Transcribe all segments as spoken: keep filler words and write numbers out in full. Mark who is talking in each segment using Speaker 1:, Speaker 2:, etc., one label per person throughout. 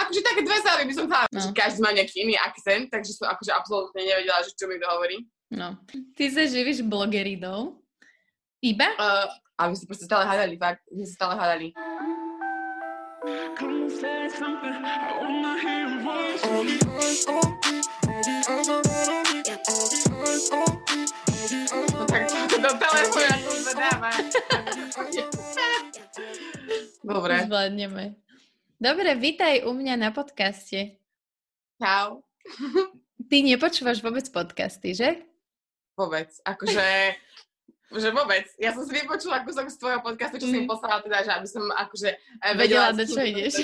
Speaker 1: akože také dve záleby by som chcela,
Speaker 2: no.
Speaker 1: že každý má nejaký iný akcent, takže som akože absolútne nevedela, že čo mi kto hovorí.
Speaker 2: No. Ty sa živíš blogerinou? Iba?
Speaker 1: Uh, a my sme proste stále hádali, fakt. My sme stále hádali. No tak to do telefónu ja to zvedáva. Dobre.
Speaker 2: Zvládneme. Dobre, vítaj u mňa na podcaste.
Speaker 1: Čau.
Speaker 2: Ty nepočúvaš vôbec podcasty, že?
Speaker 1: Vôbec. Akože... že vôbec. Ja som si vypočula kúsok z tvojho podcastu, čo mm. si mi poslala teda, že aby som akože
Speaker 2: vedela, do čo ideš.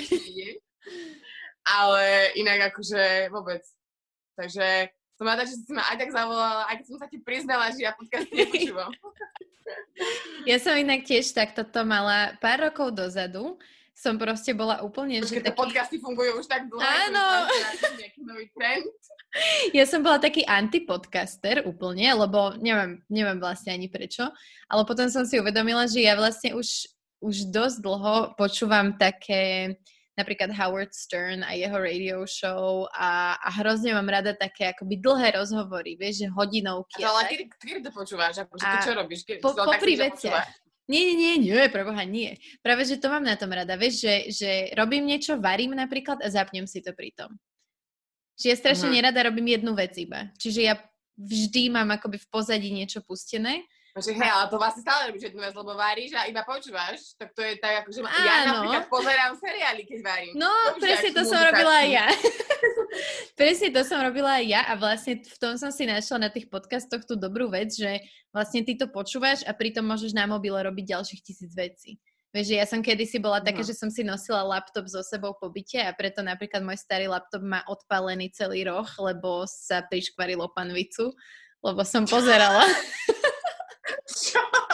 Speaker 1: Ale inak akože vôbec. Takže som rada, že si ma aj tak zavolala, aj keď som sa ti priznala, že ja podcasty nepočúvam.
Speaker 2: Ja som inak tiež takto to mala pár rokov dozadu. Som proste bola úplne...
Speaker 1: Počkej,
Speaker 2: že
Speaker 1: taký...
Speaker 2: podcasty
Speaker 1: fungujú už tak dlho.
Speaker 2: Áno.
Speaker 1: Nejaký nový trend.
Speaker 2: Ja som bola taký antipodcaster úplne, lebo neviem, neviem vlastne ani prečo, ale potom som si uvedomila, že ja vlastne už, už dosť dlho počúvam také, napríklad Howard Stern a jeho radio show a, a hrozne mám rada také akoby dlhé rozhovory, vieš, že hodinovky.
Speaker 1: Ale kedy, kedy to počúvaš? Akože ty čo robíš? Kedy,
Speaker 2: po, popri
Speaker 1: tak,
Speaker 2: veciach. Nie, nie, nie, nie, preboha, nie. Práve, že to mám na tom rada, vieš, že, že robím niečo, varím napríklad a zapnem si to pri tom. Čiže ja strašne uh-huh. nerada robím jednu vec iba. Čiže ja vždy mám akoby v pozadí niečo pustené.
Speaker 1: Takže hej, ale to vlastne stále robíš jednu vec, lebo varíš a iba počúvaš, tak to je tak, akože ja napríklad pozerám seriály, keď varím.
Speaker 2: No, to presne to som robila aj ja. Presne to som robila aj ja a vlastne v tom som si našla na tých podcastoch tú dobrú vec, že vlastne ty to počúvaš a pritom môžeš na mobile robiť ďalších tisíc vecí. Vieš, že ja som kedysi bola taká, no. že som si nosila laptop so sebou po byte a preto napríklad môj starý laptop má odpálený celý roh, lebo sa priškvarilo panvicu, lebo som pozerala.
Speaker 1: Čo?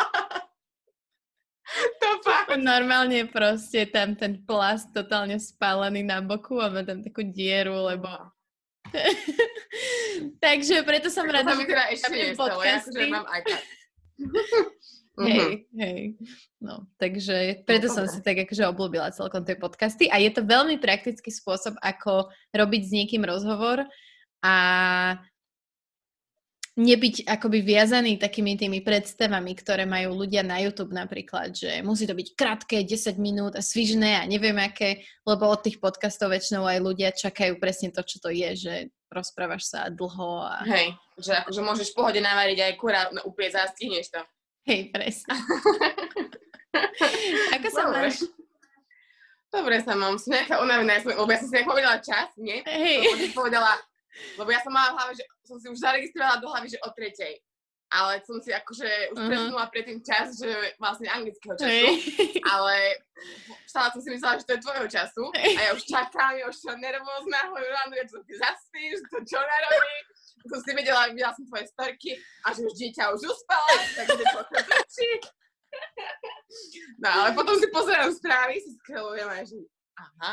Speaker 1: To fakt.
Speaker 2: Normálne proste tam ten plast totálne spálený na boku a má tam takú dieru, lebo... Takže preto som
Speaker 1: tak
Speaker 2: rada,
Speaker 1: že teda ešte nestalo, ja akože mám iPad.
Speaker 2: Hej, hej. No, takže preto som si tak akože obľúbila celkom tie podcasty a je to veľmi praktický spôsob, ako robiť s niekým rozhovor a nebyť akoby viazaný takými tými predstavami, ktoré majú ľudia na YouTube napríklad, že musí to byť krátke, desať minút a svižné a neviem aké, lebo od tých podcastov väčšinou aj ľudia čakajú presne to, čo to je, že rozprávaš sa dlho a...
Speaker 1: Hej, že akože môžeš v pohode navariť aj kura, no, úplne zastihneš to.
Speaker 2: Hej, presne. Ako sa
Speaker 1: Dobre.
Speaker 2: máš?
Speaker 1: Dobre sa mám, som nejaká unavená, lebo ja som si nepovedala čas, nie?
Speaker 2: Hej.
Speaker 1: Lebo som povedala, lebo ja som mala v hlave, že som si už zaregistrovala do hlavy, že o tretej. Ale som si akože už uh-huh. presunula predtým čas, že vlastne anglického času. Hey. Ale stále som si myslela, že to je tvojho času. Hey. A ja už čakám, ja už som nervózna, hovorím, že to ty zaspíš, to čo narobí. Som si vedela, videla som tvoje storky a že už dieťa už uspala, takže to končí. No ale potom si pozerám správy, si skreľujem a že aha.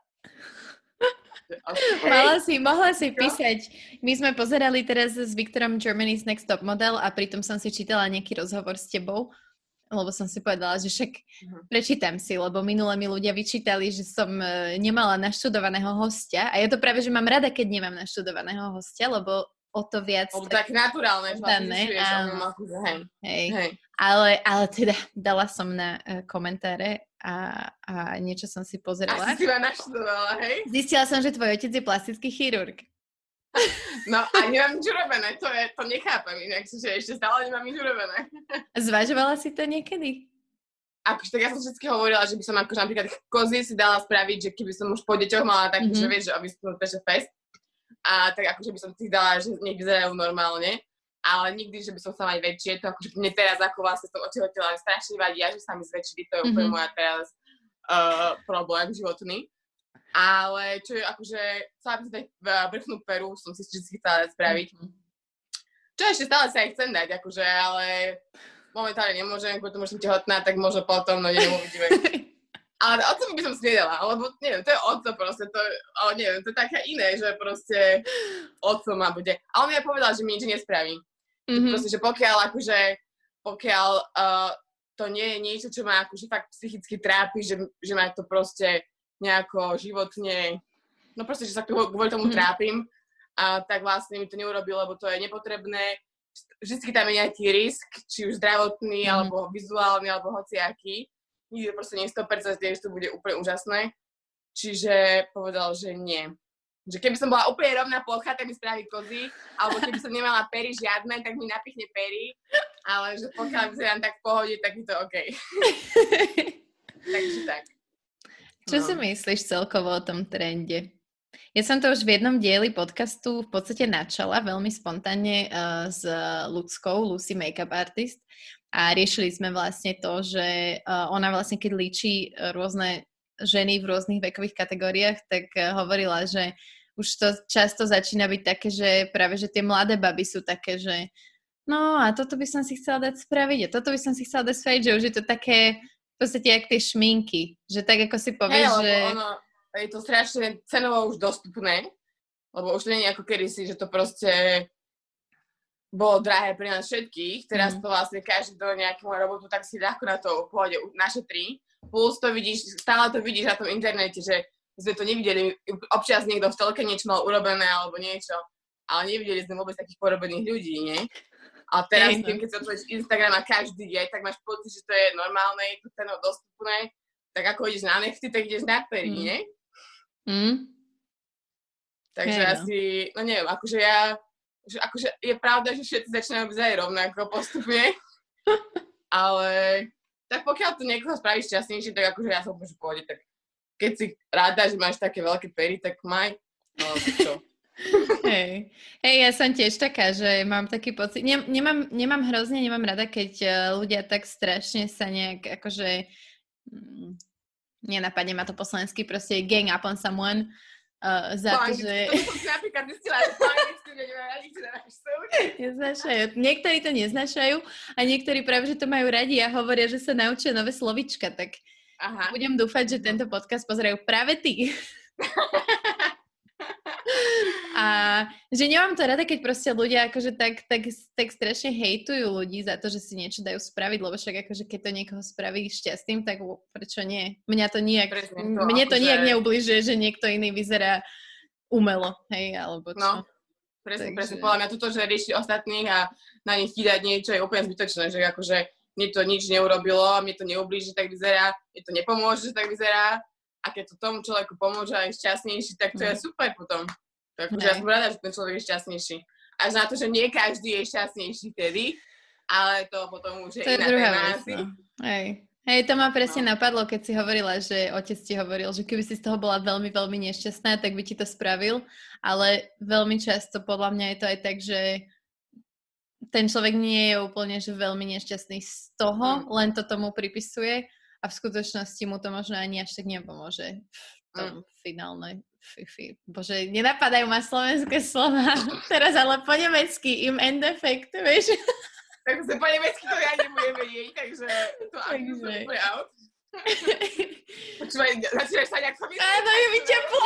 Speaker 1: Okay.
Speaker 2: Mala si, mohla si písať. My sme pozerali teraz s Viktorom Germany's Next Top Model a pritom som si čítala nejaký rozhovor s tebou, lebo som si povedala, že však uh-huh. prečítam si, lebo minule mi ľudia vyčítali, že som nemala naštudovaného hostia a ja to práve, že mám rada, keď nemám naštudovaného hostia, lebo o to viac...
Speaker 1: Lebo tak naturálne, že vlastne vyšuješ o ňom, hej.
Speaker 2: Hej. Hej. Ale, ale teda dala som na uh, komentáre a, a niečo som si pozerala.
Speaker 1: Asi si ma naštudovala, hej?
Speaker 2: Zistila som, že tvoj otec je plastický chirurg.
Speaker 1: No a nemám nič urobené, to, je, to nechápem inak, že ešte stále nemám nič urobené.
Speaker 2: Zvažovala si to niekedy?
Speaker 1: Akože tak ja som vždycky hovorila, že by som akože napríklad kozy si dala spraviť, že keby som už po deťoch mala taký, mm-hmm. že vieš, že obvyknúť že fest. A tak akože by som si dala, že nech vyzerajú normálne. Ale nikdy, že by som sa mať väčšie, to akože mne teraz ako vlastne som otehotila strašne vadí, ja, že sa mi zväčšili, to je mm-hmm. úplne moja teraz uh, problém životný. Ale čo je akože, chcela by som dať vrchnú peru, som si vždy chcela dať spraviť. Mm-hmm. Čo ešte stále sa aj chcem dať, akože, ale momentálne nemôžem, kvôli tomu, že som tehotná, tak možno potom, no neviem, uvidíme. Ale otcovi by som si nedala, lebo neviem, to je otco proste, to, ale neviem, to je také iné, že proste otco ma bude. A on mi aj povedal, že mi nič nespraví. Mm-hmm. Proste, že pokiaľ akože, pokiaľ uh, to nie je niečo, čo ma akože fakt psychicky trápi, že, že ma to proste nejako životne no proste, že sa kvôli tomu
Speaker 2: mm.
Speaker 1: trápim, a tak vlastne mi to neurobilo, lebo to je nepotrebné. Vždycky tam je nejaký risk, či už zdravotný, mm. alebo vizuálny, alebo hociaký. Nikdy proste nie sto percent, že to bude úplne úžasné. Čiže povedal, že nie. Že keby som bola úplne rovná plocha, tak mi spraví kozy, alebo keby som nemala pery žiadne, tak mi napichne pery, ale že pokiaľ vyzerám tak v pohode, tak je to OK. Takže tak.
Speaker 2: Čo
Speaker 1: no.
Speaker 2: si myslíš celkovo o tom trende? Ja som to už v jednom dieli podcastu v podstate načala veľmi spontánne uh, s Ľudskou, Lucy Makeup Artist, a riešili sme vlastne to, že uh, ona vlastne keď líči rôzne ženy v rôznych vekových kategóriách, tak uh, hovorila, že už to často začína byť také, že práve, že tie mladé baby sú také, že no a toto by som si chcela dať spraviť a toto by som si chcela dať spraviť, že už je to také v podstate jak tie šminky, že tak ako si povieš,
Speaker 1: hey,
Speaker 2: že...
Speaker 1: Ono, je to strašne cenovo už dostupné, lebo už nie je ako kedysi, že to proste bolo drahé pre nás všetkých, teraz mm. to vlastne každý do nejakého robotu tak si ľahko na to pôjde našetrí, plus to vidíš, stále to vidíš na tom internete, že sme to nevideli, občas niekto v telke niečo mal urobené alebo niečo, ale nevideli sme vôbec takých porobených ľudí, nie? A teraz, hey, no. keď sa otvoríš Instagram a každý je, tak máš pocit, že to je normálne, je to ceno dostupné, tak ako ideš na nechty, tak ideš na pery, mm. nie?
Speaker 2: Mm.
Speaker 1: Takže hey, asi, no. no neviem, akože ja, že akože je pravda, že všetci začínajú vyzerať rovnako postupne, ale tak pokiaľ to niekoho spravíš šťastnejšie, tak akože ja som môžu povedať, tak keď si ráda, že máš také veľké pery, tak maj. No, čo?
Speaker 2: Hej. Hej, ja som tiež taká, že mám taký pocit, ne, nemám, nemám hrozne, nemám rada, keď ľudia tak strašne sa nejak, akože, mm, nenapadne ma to po slovensky, proste gang up on someone, uh, za to, že...
Speaker 1: To som si napríklad zistila, že po anglicky, že nemám radi, že nemáš súd.
Speaker 2: Neznášajú. Niektorí to neznášajú a niektorí práve, že to majú radi a hovoria, že sa naučia nové slovička, tak Aha. budem dúfať, že tento podcast pozerajú práve ty. A že nemám to rada, keď proste ľudia akože tak, tak, tak strašne hejtujú ľudí za to, že si niečo dajú spraviť, lebo však akože keď to niekoho spraví šťastným, tak prečo nie? Mňa to nijak, Presne, to, mne to akože... nijak neubližuje, že niekto iný vyzerá umelo, hej, alebo čo.
Speaker 1: No, presne, Takže... presne, podľa mňa toto, že rieši ostatných a na nich dať niečo je úplne zbytočné, že akože mne to nič neurobilo, mne to neublíži, tak vyzerá, mne to nepomôže, tak vyzerá. A keď to tomu človeku pomôže a je šťastnejší, tak to mm. je super potom. Takže ja som rada, že ten človek je šťastnejší. Až na to, že nie každý je šťastnejší vtedy, ale to potom už je
Speaker 2: to
Speaker 1: iná téma asi.
Speaker 2: Hej. Hej, to ma presne no. napadlo, keď si hovorila, že otec ti hovoril, že keby si z toho bola veľmi, veľmi nešťastná, tak by ti to spravil. Ale veľmi často podľa mňa je to aj tak, že ten človek nie je úplne že veľmi nešťastný z toho, mm. len to tomu pripisuje. A v skutočnosti mu to možno ani až tak nepomôže v tom mm. finálnej fifi. Bože, nenapadajú ma slovenské slova. Teraz ale po nemecky im endeffekt, vieš.
Speaker 1: Takže po nemecky to ja nebudem vedieť, takže to ani som úplne out. Počúvaj, začínaš sa nejak pomyslieť? Áno,
Speaker 2: je mi teplo.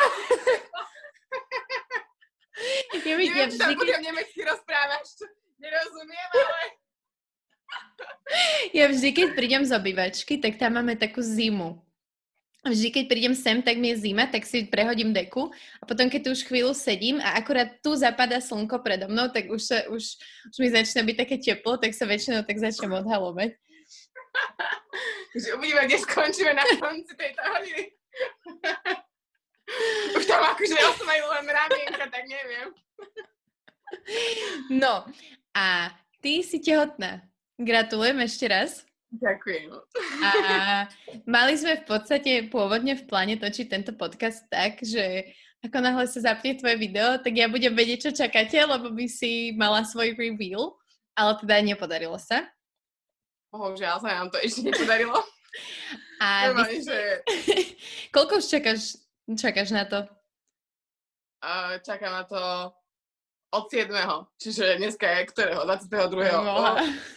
Speaker 2: Je mi
Speaker 1: Neviem, či tam budem nemecky rozprávaš, nerozumiem, ale...
Speaker 2: Ja vždy, keď prídem z obývačky, tak tam máme takú zimu. Vždy, keď prídem sem, tak mi je zima, tak si prehodím deku a potom, keď tu už chvíľu sedím a akurát tu zapadá slnko predo mnou, tak už, sa, už, už mi začína byť také teplo, tak sa väčšinou tak začnem odhalovať.
Speaker 1: Takže uvidíme, kde skončíme na konci tejto hodiny. Už tam akože osmajú len ramienka, tak neviem.
Speaker 2: No, a ty si tehotná. Gratulujem ešte raz.
Speaker 1: Ďakujem.
Speaker 2: A mali sme v podstate pôvodne v pláne točiť tento podcast tak, že ako náhle sa zapne tvoje video, tak ja budem vedieť, čo čakáte, lebo by si mala svoj reveal, ale teda nepodarilo sa.
Speaker 1: Bohužiaľ sa nám to ešte nepodarilo.
Speaker 2: A Normálne, ste... že... Koľko už čakáš, čakáš na to?
Speaker 1: Uh, čakám na to od siedmeho Čiže dneska je ktorého? dvadsiateho druhého No.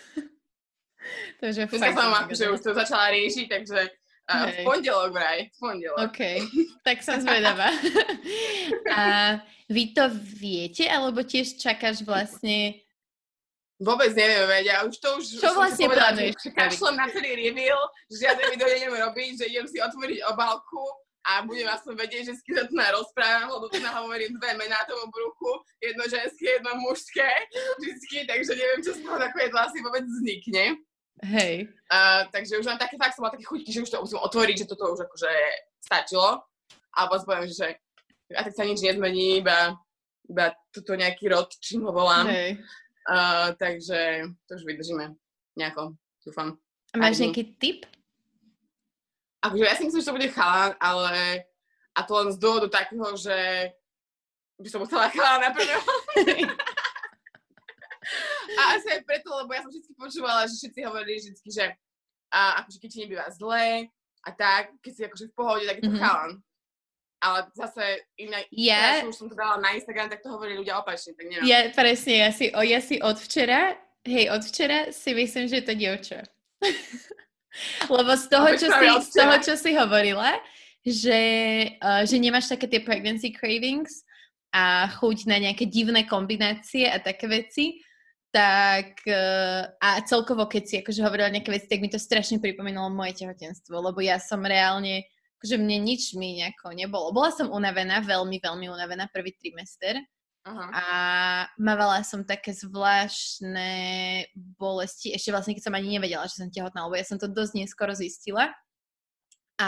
Speaker 2: Takže
Speaker 1: fakt som akože už to začala riešiť, takže uh, v pondelok vraj, v pondelok.
Speaker 2: OK, tak som zvedavá. A vy to viete, alebo tiež čakáš vlastne...
Speaker 1: Vôbec neviem, veď, ja už to už...
Speaker 2: Čo už vlastne plánuješ?
Speaker 1: Kašlem na celý reveal, že žiadne video idem robiť, že idem si otvoriť obálku a budem aspoň vedieť, že s kým sa tu rozprávam, lebo tu hovorím dve mená tomu bruchu, jedno ženské, jedno mužské, vždycky, takže neviem, čo z toho nakoniec asi vôbec vznikne.
Speaker 2: Hej.
Speaker 1: Uh, takže už mám také, fakt som mala také chuťky, že už to musím otvoriť, že toto už akože stačilo. A potom poviem, že a tak sa nič nezmení, iba, iba toto nejaký rod, čím ho volám. Hej. Uh, takže to už vydržíme nejako, dúfam.
Speaker 2: A máš nejaký tip?
Speaker 1: Akože ja si myslím, že to bude chalán, ale a to len z dôvodu takého, že by som musela chalána prvého. A asi aj preto, lebo ja som vždy počúvala, že všetci hovorili vždy, že a, akože keď ti nebýva zle a tak, keď si akože v pohode, tak je to mm-hmm. chalán. Ale zase iné, ja... už som to dala na Instagram, tak to hovorili ľudia opačne, tak neviem.
Speaker 2: Ja presne, ja si, o, ja si od včera, hej, od včera si myslím, že je to dievča. Lebo z toho, čo si, z toho, čo si hovorila, že, uh, že nemáš také tie pregnancy cravings a chuť na nejaké divné kombinácie a také veci, tak uh, a celkovo, keď si akože hovorila nejaké veci, tak mi to strašne pripomínalo moje tehotenstvo, lebo ja som reálne, akože mne nič mi nejako nebolo. Bola som unavená, veľmi, veľmi unavená prvý trimester. Aha. A mávala som také zvláštne bolesti, ešte vlastne, keď som ani nevedela, že som tehotná, lebo ja som to dosť neskoro zistila a,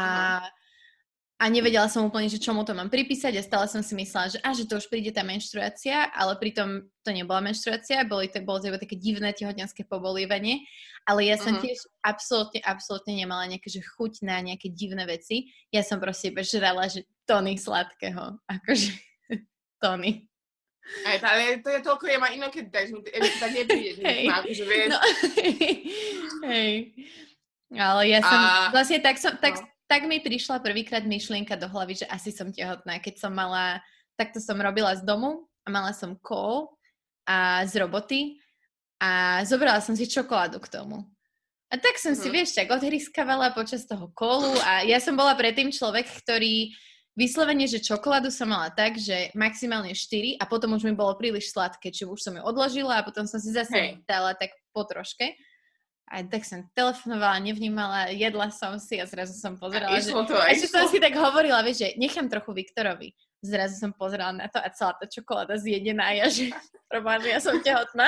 Speaker 2: a nevedela som úplne, že čomu to mám pripísať a stále som si myslela, že, á, že to už príde tá menštruácia, ale pritom to nebola menštruácia, boli to, bolo to iba také divné tehotenské pobolievanie, ale ja som uh-huh. tiež absolútne, absolútne nemala nejaké, že chuť na nejaké divné veci, ja som proste iba žrala, že tony sladkého, akože tony.
Speaker 1: Aj, ale to je toľko, ja mám inokedy, takže mi to tak nepríde,
Speaker 2: hej.
Speaker 1: Akože vieš. No,
Speaker 2: hej. Ale ja som, a... vlastne tak, som, tak,
Speaker 1: no.
Speaker 2: tak mi prišla prvýkrát myšlienka do hlavy, že asi som tehotná, keď som mala, takto som robila z domu a mala som call a z roboty a zobrala som si čokoládu k tomu. A tak som si, hmm. vieš, tak odhryskavala počas toho callu a ja som bola predtým človek, ktorý vyslovene, že čokoládu som mala tak, že maximálne štyri a potom už mi bolo príliš sladké, čiže už som ju odložila a potom som si zase hey. dala tak po troške. A tak som telefonovala, nevnímala, jedla som si a zrazu som pozerala, a že... To, a ešte som si tak hovorila, vieš, že nechám trochu Viktorovi. Zrazu som pozerala na to a celá tá čokoláda zjedená a ja, že probážem, ja som tehotná.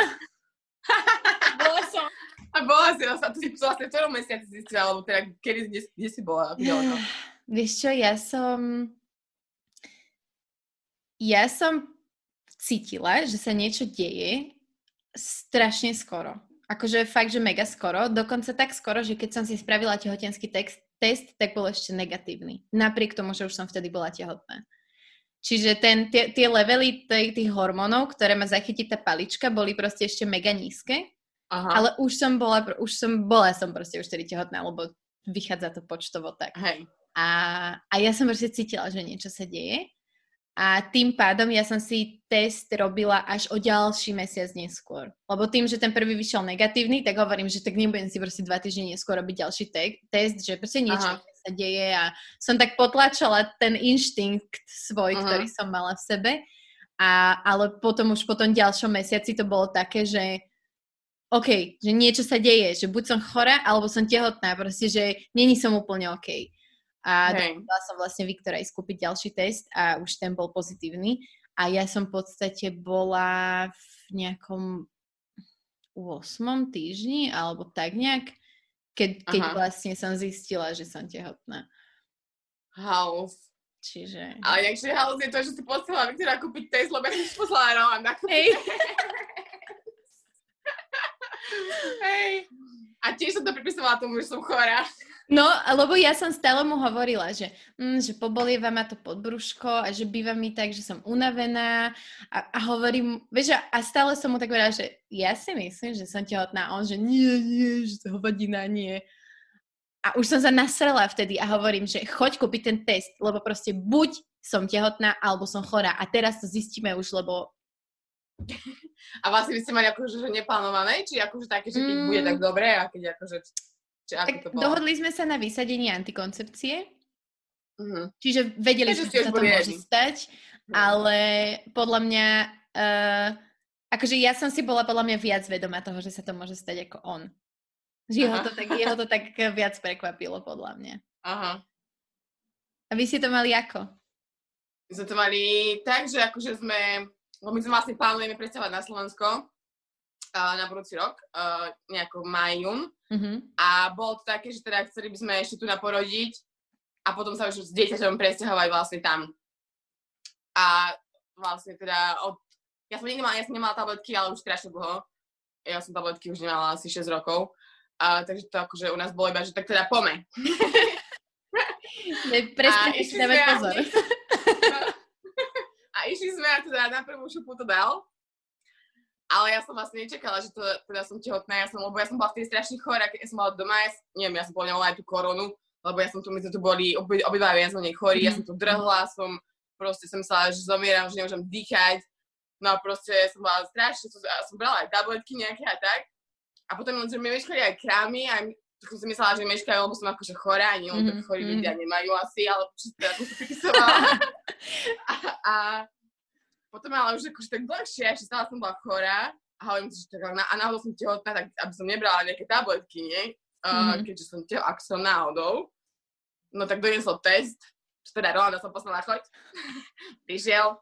Speaker 2: Bola som.
Speaker 1: A bola si, a to si vlastne v ktorom mesiaci zistila, alebo teda kedy, kde, kde si bola?
Speaker 2: Vieš čo, ja som... Ja som cítila, že sa niečo deje strašne skoro. Akože fakt, že mega skoro. Dokonca tak skoro, že keď som si spravila tehotenský text, test, tak bol ešte negatívny. Napriek tomu, že už som vtedy bola tehotná. Čiže ten, tie, tie levely tej, tých hormónov, ktoré ma zachytí tá palička, boli proste ešte mega nízke. Aha. Ale už som bola, už som bola som proste už vtedy tehotná, lebo vychádza to počtovo tak.
Speaker 1: Hej.
Speaker 2: A, a ja som proste cítila, že niečo sa deje. A tým pádom ja som si test robila až o ďalší mesiac neskôr. Lebo tým, že ten prvý vyšiel negatívny, tak hovorím, že tak nebudem si proste dva týždne neskôr robiť ďalší te- test, že proste niečo sa deje a som tak potlačala ten inštinkt svoj, Aha. ktorý som mala v sebe. A, ale potom už po tom ďalšom mesiaci to bolo také, že OK, že niečo sa deje, že buď som chorá, alebo som tehotná, proste, že není som úplne OK. A dala som vlastne Viktora aj skúpiť ďalší test a už ten bol pozitívny. A ja som v podstate bola v nejakom ôsmom týždni, alebo tak nejak, keď, keď vlastne som zistila, že som tehotná.
Speaker 1: Halus.
Speaker 2: Čiže...
Speaker 1: Ale jakže halus je to, že si poslala Viktora kúpiť test, lebo ja som si poslala Rolanda kúpiť hey. Hej. A tiež som to pripisovala tomu, že som chorá.
Speaker 2: No, lebo ja som stále mu hovorila, že, mm, že pobolieva ma to podbrúško a že býva mi tak, že som unavená a, a hovorím, vieš, a stále som mu tak povedala, že ja si myslím, že som tehotná a on, že nie, nie, že to hovadina, nie. A už som sa nasrela vtedy a hovorím, že choď kúpiť ten test, lebo proste buď som tehotná, alebo som chorá a teraz to zistíme už, lebo...
Speaker 1: A vlastne by ste mali akože že neplánované, či akože také, že keď mm. bude tak dobre a keď akože...
Speaker 2: Tak dohodli sme sa na vysadenie antikoncepcie, uh-huh. čiže vedeli, že sa to môže stať, ale podľa mňa, uh, akože ja som si bola podľa mňa viac vedomá toho, že sa to môže stať ako on. Že jeho to, tak, jeho to tak viac prekvapilo podľa mňa.
Speaker 1: Aha.
Speaker 2: A vy si to mali ako?
Speaker 1: My sme to mali tak, že akože sme, my sme vlastne plánujeme presťahovať na Slovensko uh, na budúci rok, uh, nejako maj, jún. Mm-hmm. A bolo to také, že teda chceli by sme ešte tu naporodiť a potom sa už s dieťaťom presťahovať vlastne tam. A vlastne teda od... Ja som nemala, ja som nemala tabletky, ale už strašne dlho. Ja som tabletky už nemala asi šesť rokov. Uh, takže to akože u nás bolo iba, že tak teda pome.
Speaker 2: Prestane si dávať pozor.
Speaker 1: A išli sme a teda na prvú šupu to dal. Ale ja som vlastne nečakala, že to, teda som tehotná, ja som, lebo ja som bola vtedy strašne chorá, keď ja som bola doma, ja, neviem, ja som bola nemala aj tú koronu, lebo ja som tu, my sme tu boli obi, obidva viac menej chorí, mm. ja som tu drhla, som proste som myslela, že zomieram, že nemôžem dýchať, no a proste som bola strašne, som, som brala aj tabletky nejaké a tak. A potom len, že mi meškali aj krámy a tak som si myslela, že meškajú, lebo som akože chorá, nie len mm-hmm. tak chorí ľudia nemajú asi, ale čisto ako som pripisovala. a, a potom ale už akože tak dlhšie, ešte stále som bola chorá a hovorím si, že tak, a náhodou som tehotná, tak aby som nebrala nejaké tabletky, nie? Uh, mm-hmm. Keďže som tehotná, ak som náhodou. No tak doniesol test, čo teda Rolanda som poslala choď. Prišiel.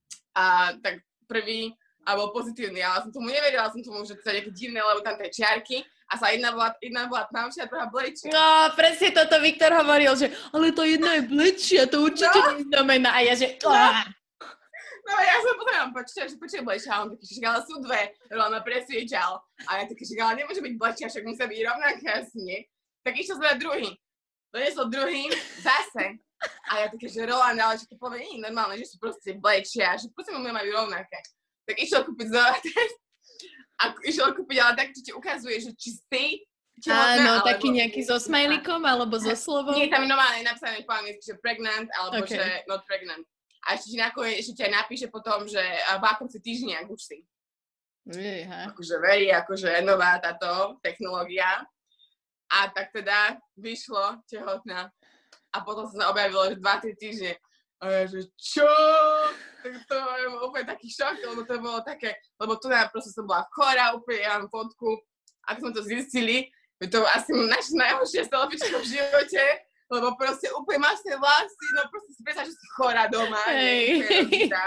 Speaker 1: A tak prvý, a bol pozitívny, ale som tomu neverila, som tomu, že to je nejaké divné, lebo tam tie čiarky a sa jedna bola, jedna bola tmavšia a druhá blečia.
Speaker 2: No, presne toto Viktor hovoril, že ale to jedna je blečia, to určite no. neznamená. A ja, že... No,
Speaker 1: no ja som potom mám počítať, že počujem blečia a on taký, že ale sú dve, Rolanda presviečal. A ja taký, že ale nemôže byť blečia, však musia byť rovnaké asi, nie? Tak išiel sme na druhý. Doniesol druhý, zase. A ja taký, že Rolanda, ale že to povie, nie je normálne, že sú proste blečia, že proste mu majú rovnaké. Tak išiel kúpiť znova test a išiel kúpiť, ale tak, čo ti ukazuje, že či si tehotná,
Speaker 2: áno,
Speaker 1: alebo...
Speaker 2: taký nejaký so smajlikom, alebo so slovom.
Speaker 1: Nie, tam je normálne napísané po anglicky, že pregnant, alebo okay. že not pregnant. A ešte ti nakoniec, ešte ťa napíše potom, že v akom si týždni, ak už si.
Speaker 2: Jeha.
Speaker 1: Akože verí, akože nová táto technológia. A tak teda vyšlo tehotná. A potom sa objavilo, že dva tri týždne. A ja, že čo? Tak to bol úplne taký šok, lebo to bolo také, lebo tu ja proste som bola chorá, úplne ja mám fotku. Ak sme to zistili, je to asi naše najhoršie stolopičko v živote, lebo proste úplne masné vlasy, no proste si predstav, že si chorá doma.
Speaker 2: Hej.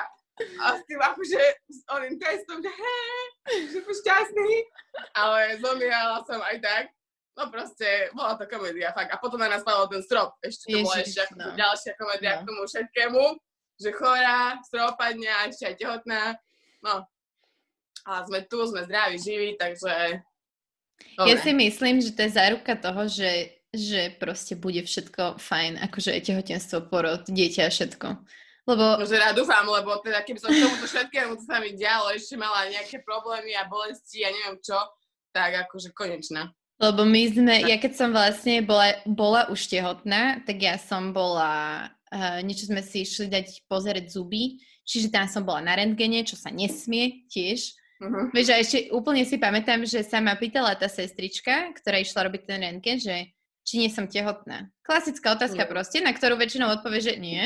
Speaker 1: A s tým akože s oným testom, že hej, že som šťastný. Ale zomierala som aj tak. No proste, bola to komédia, fakt. A potom na nás padol ten strop. Ešte to bola ešte ako no. ďalšia komédia no. k tomu všetkému. Že chorá, stropadňa, ešte aj tehotná. No. Ale sme tu, sme zdraví, živí, takže... Dobre.
Speaker 2: Ja si myslím, že to je záruka toho, že, že proste bude všetko fajn. Akože je tehotenstvo, porod, dieťa a všetko. Lebo...
Speaker 1: No, že rád dúfam, lebo teda keby som k tomuto všetkému, to sa mi dialo, ešte mala nejaké problémy a bolesti a neviem čo, tak akože konečná.
Speaker 2: Lebo my sme, ja keď som vlastne bola, bola už tehotná, tak ja som bola, uh, niečo sme si išli dať pozerať zuby, čiže tam som bola na rentgene, čo sa nesmie tiež. Uh-huh. Vieš, a ešte úplne si pamätám, že sa ma pýtala tá sestrička, ktorá išla robiť ten rentgen, že či nie som tehotná. Klasická otázka uh-huh. proste, na ktorú väčšinou odpovie, že nie.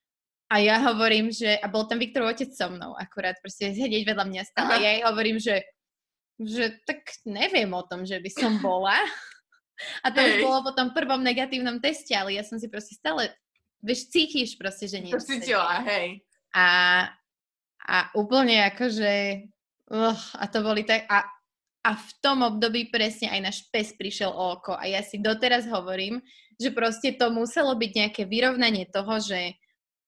Speaker 2: A ja hovorím, že, a bol tam Viktorov otec so mnou, akurát proste hneď vedľa mňa stále. Uh-huh. Ja jej hovorím, že že tak neviem o tom, že by som bola. A to hey. už bolo po tom prvom negatívnom teste, ale ja som si proste stále, vieš, cítiš proste, že nie.
Speaker 1: To cítila, hej.
Speaker 2: A, a úplne akože, uh, a to boli tak, a, a v tom období presne aj náš pes prišiel o oko. A ja si doteraz hovorím, že proste to muselo byť nejaké vyrovnanie toho, že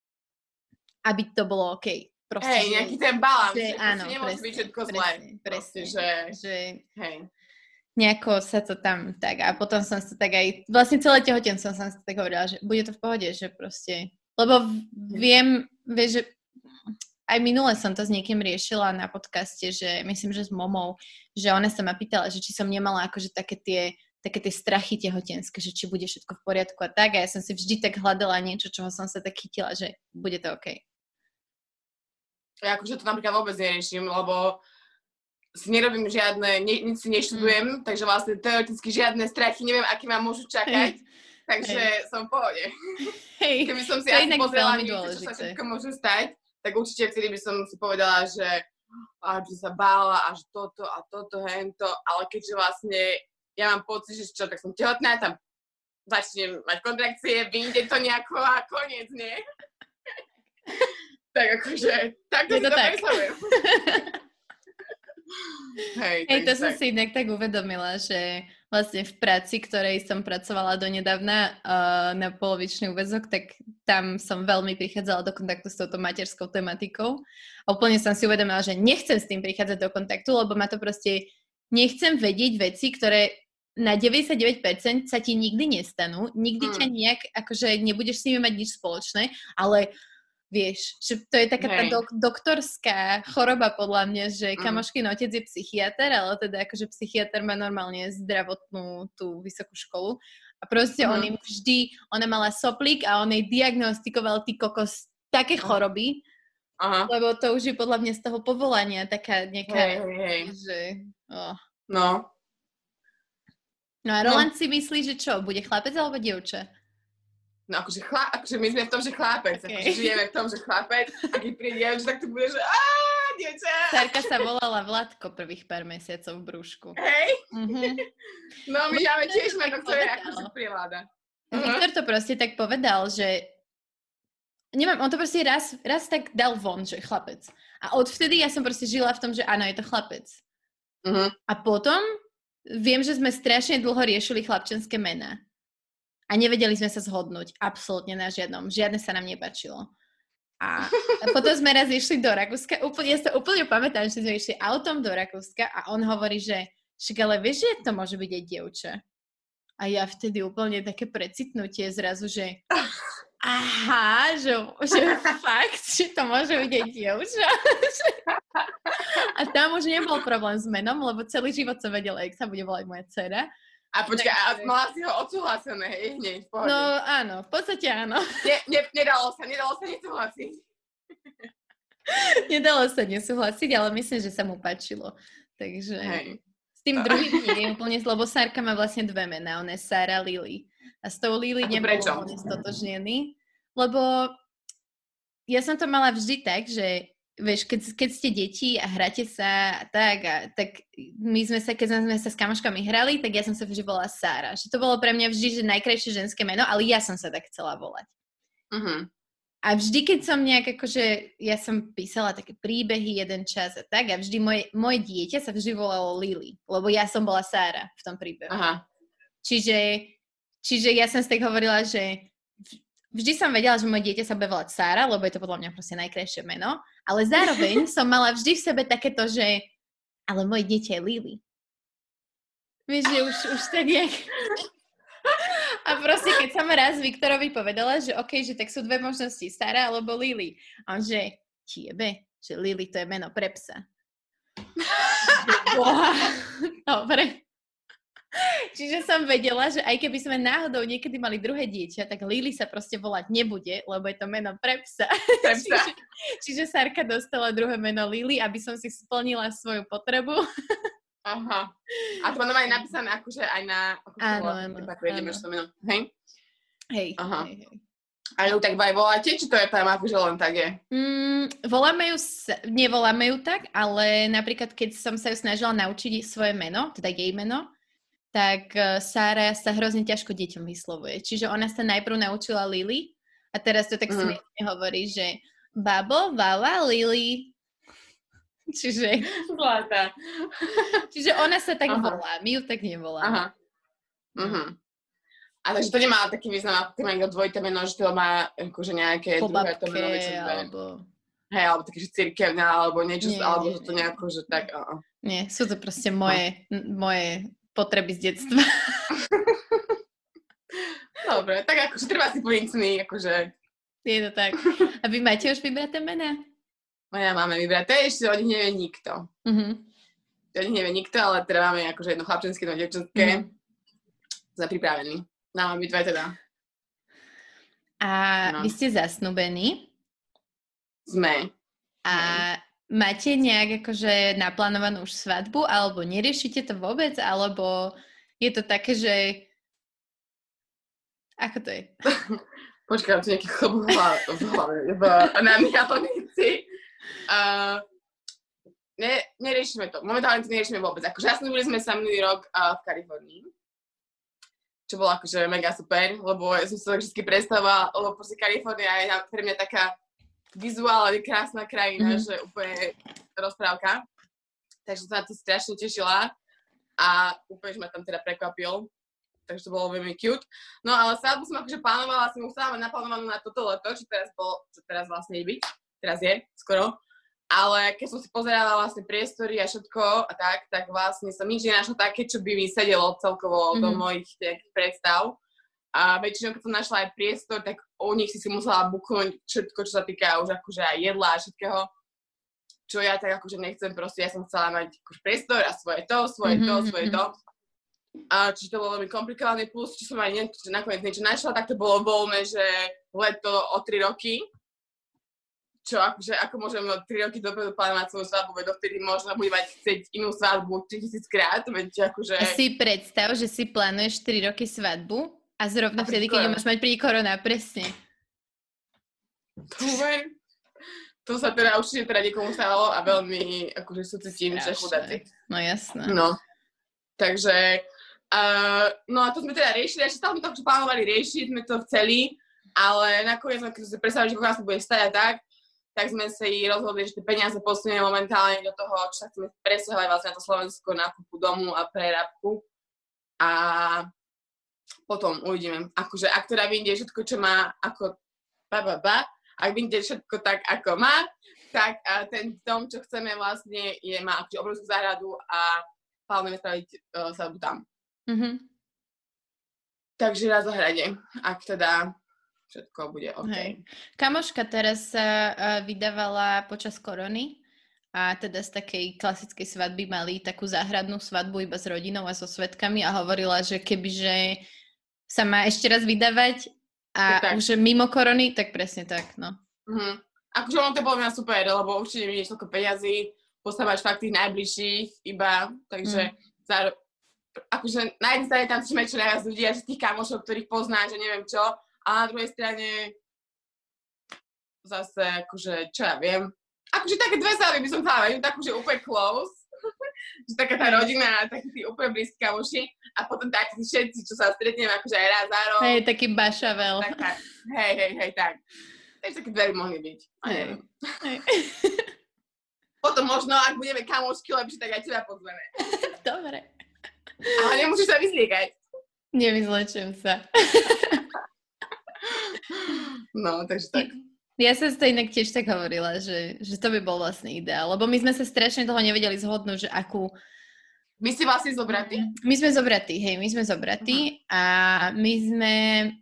Speaker 2: aby to bolo okej.
Speaker 1: Proste, hej, nejaký ten balans, že, že
Speaker 2: áno,
Speaker 1: nemôže byť všetko zlé.
Speaker 2: Presne,
Speaker 1: že,
Speaker 2: že
Speaker 1: hej.
Speaker 2: nejako sa to tam tak, a potom som sa tak aj, vlastne celé tehotenstvo som sa tak hovorila, že bude to v pohode, že proste, lebo viem, vieš, že aj minule som to s niekým riešila na podcaste, že myslím, že s momou, že ona sa ma pýtala, že či som nemala akože také tie, také tie strachy tehotenské, že či bude všetko v poriadku a tak, a ja som si vždy tak hľadala niečo, čoho som sa tak chytila, že bude to okej. Okay.
Speaker 1: Ja akože to napríklad vôbec neriešim, lebo si nerobím žiadne, ne, nič si neštudujem, mm. takže vlastne teoreticky žiadne strachy, neviem, aké ma môžu čakať, hey. takže hey. som v pohode.
Speaker 2: Hey.
Speaker 1: Keby som si asi pozrela niečo, čo sa všetko môže stať, tak určite vtedy by som si povedala, že a, že sa bála, až toto a toto, hento, ale keďže vlastne ja mám pocit, že čo, tak som tehotná, tam začnem mať kontrakcie, vyjde to nejako a koniec, nie? Tak akože, tak to si to predstavujem. Hej,
Speaker 2: Hej, to
Speaker 1: tak.
Speaker 2: som si inak tak uvedomila, že vlastne v práci, ktorej som pracovala donedávna uh, na polovičný úväzok, tak tam som veľmi prichádzala do kontaktu s touto materskou tematikou. A úplne som si uvedomila, že nechcem s tým prichádzať do kontaktu, lebo ma to proste... Nechcem vedieť veci, ktoré na deväťdesiatdeväť percent sa ti nikdy nestanú, nikdy hmm. ťa nejak, akože nebudeš s nimi mať nič spoločné, ale... Vieš, že to je taká tá dok- doktorská choroba podľa mňa, že mm. kamoškin otec je psychiatr, ale teda akože psychiatr má normálne zdravotnú tú vysokú školu a proste mm. on im vždy, ona mala soplík a on jej diagnostikoval ty kokos také choroby, Aha. lebo to už je podľa mňa z toho povolania taká nejaká,
Speaker 1: hej, hej, hej.
Speaker 2: že... Oh.
Speaker 1: No.
Speaker 2: No a Roland no. si myslí, že čo, bude chlapec alebo dievča?
Speaker 1: No akože, chlá, akože my sme v tom, že chlapec, okay. akože žijeme v tom, že chlapec, a keď príde dievča, tak to bude, že aaa, dievča.
Speaker 2: Sárka sa volala Vladko prvých pár mesiacov v brúšku.
Speaker 1: Hej? Mm-hmm. No my máme tiež meno, ktoré akože privláda.
Speaker 2: Viktor to proste tak povedal, že neviem, on to proste raz, raz tak dal von, že chlapec. A odvtedy ja som proste žila v tom, že áno, je to chlapec. Mm-hmm. A potom viem, že sme strašne dlho riešili chlapčenské mená. A nevedeli sme sa zhodnúť absolútne na žiadnom. Žiadne sa nám nepáčilo. A potom sme raz išli do Rakúska. Úplne, ja sa úplne pamätám, že sme išli autom do Rakúska a on hovorí, že však ale vieš, že to môže byť aj dievča. A ja vtedy úplne také precitnutie zrazu, že aha, že, že fakt, že to môže byť aj dievča. A tam už nebol problém s menom, lebo celý život som vedela, jak sa bude volať moja dcera.
Speaker 1: A počkaj, a mala si ho odsúhlasené, hej, hneď, v pohode.
Speaker 2: No áno, v podstate áno.
Speaker 1: Ne, ne, nedalo sa, nedalo sa nesúhlasiť.
Speaker 2: Nedalo sa nesúhlasiť, ale myslím, že sa mu páčilo. Takže hej. S tým druhým nie je úplne zle, lebo Sárka má vlastne dve mená, ona je Sára Lily. A s tou Lily nebol úplne stotožnený, lebo ja som to mala vždy tak, že vieš, keď, keď ste deti a hráte sa a tak, a, tak my sme sa, keď sme sa s kamoškami hrali, tak ja som sa vždy volala Sára. Že to bolo pre mňa vždy, že najkrajšie ženské meno, ale ja som sa tak chcela volať. Uh-huh. A vždy, keď som nejak, akože, ja som písala také príbehy jeden čas a tak, a vždy moje, moje dieťa sa vždy volalo Lily, lebo ja som bola Sára v tom príbehu. Uh-huh. Čiže, čiže ja som si tak hovorila, že vždy som vedela, že moje dieťa sa bude volať Sára, lebo je to podľa mňa proste najkrajšie meno, ale zároveň som mala vždy v sebe takéto, že ale moje dieťa je Lily. Vieš, že už, už tak nejak... A proste, keď som raz Viktorovi povedala, že okej, okay, že tak sú dve možnosti, Sára alebo Lily. A on, že ti jebe, že Lily to je meno pre psa. Dobre. Čiže som vedela, že aj keby sme náhodou niekedy mali druhé dieťa, tak Lily sa proste volať nebude, lebo je to meno pre psa. Pre psa. čiže, čiže Sárka dostala druhé meno Lily, aby som si splnila svoju potrebu.
Speaker 1: Aha. A to mám aj napísané akože aj na... Ako
Speaker 2: áno, áno.
Speaker 1: áno. Hej?
Speaker 2: Hej,
Speaker 1: Aha.
Speaker 2: hej, hej.
Speaker 1: A ju tak aj voláte, či to je tam akože len tak je?
Speaker 2: Mm, voláme ju, nevoláme ju tak, ale napríklad keď som sa ju snažila naučiť svoje meno, teda jej meno, tak uh, Sára sa hrozne ťažko deťom vyslovuje. Čiže ona sa najprv naučila Lily a teraz to tak mm. smiešne hovorí, že babo, vala, Lily. Čiže...
Speaker 1: Zlatá.
Speaker 2: Čiže ona sa tak Aha. volá, my ju tak nevoláme.
Speaker 1: Aha. Uh-huh. A takže to nemá taký význam, ako keď má niekto dvojité meno, že to má akože nejaké
Speaker 2: po
Speaker 1: druhé to
Speaker 2: meno,
Speaker 1: alebo... Hej, alebo také, že cirkevné, alebo niečo, nie, alebo nie, že to nejako, že tak... Uh-uh.
Speaker 2: Nie, sú to proste moje, no. moje potreby z detstva.
Speaker 1: Dobre, tak akože treba si plniť sny, akože...
Speaker 2: Je to tak. A vy máte už vybraté mená?
Speaker 1: Moja máme vybrať. To je ešte, o nich nevie nikto. Uh-huh. O nich nevie nikto, ale teda máme akože jedno chlapčenské, jedno devčenské. Uh-huh. Sme pripravení. No, my dve teda.
Speaker 2: A no. Vy ste zasnúbení?
Speaker 1: Sme.
Speaker 2: A máte nejak akože naplánovanú už svadbu, alebo neriešite to vôbec, alebo je to také, že... Ako to je?
Speaker 1: Počkaj, tu nejaký chlop v hlave, na mialnici. Uh, ne, neriešime to. Momentálne to neriešime vôbec. Ako jasnúbili sme sa minulý rok uh, v Kalifornii. čo bolo akože mega super, lebo ja som sa tak vždy predstavovala, lebo proste Kalifornia je pre mňa taká vizuálne krásna krajina, mm-hmm. že úplne rozprávka. Takže som sa na to strašne tešila a úplne, že ma tam teda prekvapil. Takže to bolo veľmi cute. No ale svadbu som akože plánovala, som musela mať naplánovanú na toto leto, čo teraz bolo, čo teraz vlastne je byť, teraz je, skoro. Ale keď som si pozerala vlastne priestory a všetko a tak, tak vlastne som nič nenašla také, čo by mi sedelo celkovo mm-hmm. do mojich nejakých predstav. A väčšinou, keď som našla aj priestor, tak u nich si si musela buknúť všetko, čo sa týka už akože aj jedla a všetkého. Čo ja tak akože nechcem, proste ja som chcela mať akože priestor a svoje to, svoje mm-hmm. to, svoje to. A čiže to bolo veľmi komplikované, plus či som aj nie, že nakoniec niečo našla, tak to bolo voľné, že leto o tri roky. Čo akože, ako môžem tri roky dopredu plánovať svoju svadbu, veď dovtedy možno bude mať chcieť inú svadbu tritisíc krát, veď akože...
Speaker 2: A si predstav, že si plánuješ tri roky svadbu a zrovna vtedy, keď máš mať príde korona, presne.
Speaker 1: To, to sa teda určite teda niekomu stalo a veľmi akože súcitím, že chudáci.
Speaker 2: No jasné.
Speaker 1: No, takže... Uh, no a to sme teda riešili, ešte stále sme to plánovali riešiť, sme to chceli, ale nakoniec sme, keď sme predstavili, že koľko nás to bude stať a tak, tak sme si rozhodli, že tie peniaze posunieme momentálne do toho, čo sa chceme presťahovať vlastne na to Slovensko, nákupu domu a prerábku. A potom uvidíme, akože ak teda vyjde všetko, čo má ako ba, ba, ba, ak vyjde všetko tak, ako má, tak a ten dom, čo chceme vlastne, je, má akože obrovskú záhradu a plánujeme spraviť uh, svadbu tam. Mm-hmm. Takže na záhrade, ak teda všetko bude OK. Hej.
Speaker 2: Kamoška teraz sa uh, vydávala počas korony a teda z takej klasickej svadby mali takú záhradnú svadbu iba s rodinou a so svedkami a hovorila, že kebyže sa má ešte raz vydávať a tak, už mimo korony, tak presne tak, no.
Speaker 1: Uh-huh. Akože ono to bolo mňa super, lebo určite vidíš toľko peňazí, postaváš fakt tých najbližších iba, takže mm. zároveň akože na jednej strane tam chceme čo najviac ľudí a že tých kamošov, ktorých poznáš, že neviem čo, a na druhej strane zase akože, čo ja viem, akože také dve svadby by som chcela mať, takú, že úplne close, že taká tá rodina, takí tí úplne blízki kamoši a potom takí všetci, čo sa stretneme akože aj raz za rok.
Speaker 2: Hej, taký bašavel.
Speaker 1: Taká, hej, hej, hej, tak. Takže také dve by mohli byť, a neviem. Hej. Potom možno, ak budeme kamošky lepšie, tak aj teba pozveme.
Speaker 2: Dobre.
Speaker 1: Ale nemusíš sa vyzliekať.
Speaker 2: Nevyzlečím sa.
Speaker 1: No, takže tak.
Speaker 2: Ja sa to inak tiež tak hovorila, že, že to by bol vlastne ideál, lebo my sme sa strašne toho nevedeli zhodnúť, že akú...
Speaker 1: My si vlastne zobratí?
Speaker 2: My sme zobratí, hej, my sme zobratí uh-huh. a my sme...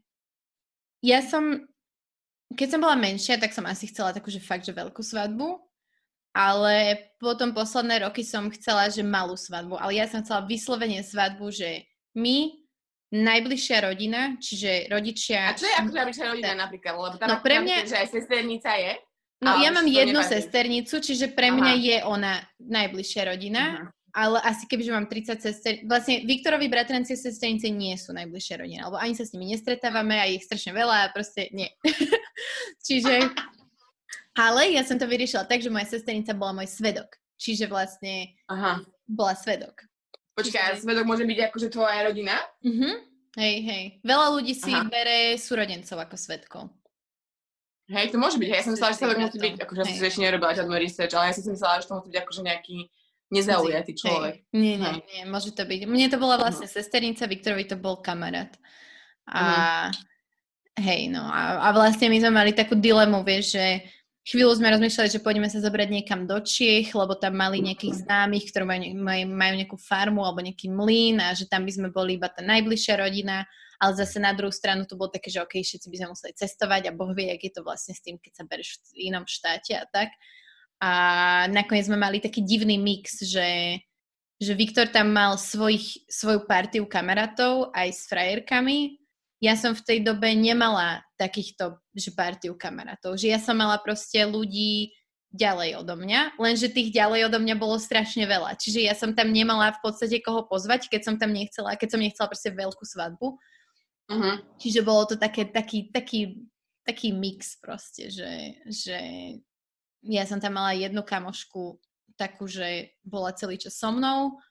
Speaker 2: Ja som... Keď som bola menšia, tak som asi chcela takú, že fakt, že veľkú svadbu. Ale potom posledné roky som chcela, že malú svadbu. Ale ja som chcela vyslovene svadbu, že my, najbližšia rodina, čiže rodičia...
Speaker 1: A čo je ako najbližšia rodina tak. Napríklad? Lebo tam
Speaker 2: no pre mňa...
Speaker 1: že aj sesternica je?
Speaker 2: No ja mám jednu nepáči. sesternicu, čiže pre mňa Aha. je ona najbližšia rodina. Aha. Ale asi kebyže mám tridsať sester... Vlastne Viktorovi bratranci a sesternice nie sú najbližšia rodina, lebo ani sa s nimi nestretávame a ich strašne veľa a proste nie. Čiže... Ale ja som to vyriešila tak, že moja sesternica bola môj svedok. Čiže vlastne Aha. bola svedok.
Speaker 1: Počkaj, Čiže... svedok môže byť akože tvoja rodina?
Speaker 2: Mhm. Hej, hej. Veľa ľudí si Aha. bere súrodencov ako svedkov.
Speaker 1: Hej, to môže byť. Hej, ja som myslela, že svedok musí byť, akože ja som si ešte nerobila žiadnu research, ale ja som si myslela, že to musí byť akože nejaký nezaujatý človek.
Speaker 2: Hej. Nie, nie, hej. nie, môže to byť. Mne to bola vlastne uh-huh. sesternica, Viktorovi to bol kamarát. A uh-huh. hej, no a, a vlastne my sme mali takú dilemu, vieš, že chvíľu sme rozmýšľali, že pôjdeme sa zobrať niekam do Čiech, lebo tam mali nejakých známych, ktorí majú, majú nejakú farmu alebo nejaký mlyn a že tam by sme boli iba tá najbližšia rodina, ale zase na druhú stranu to bolo také, že okej, okay, všetci by sme museli cestovať a Boh vie, jak je to vlastne s tým, keď sa bereš v inom štáte a tak. A nakoniec sme mali taký divný mix, že, že Viktor tam mal svojich, svoju partiu kamarátov aj s frajerkami. Ja som v tej dobe nemala takýchto, že partiu kamarátov. Že ja som mala proste ľudí ďalej odo mňa, lenže tých ďalej odo mňa bolo strašne veľa. Čiže ja som tam nemala v podstate koho pozvať, keď som tam nechcela, keď som nechcela proste veľkú svadbu. Uh-huh. Čiže bolo to také, taký, taký, taký mix proste, že, že ja som tam mala jednu kamošku takú, že bola celý čas so mnou.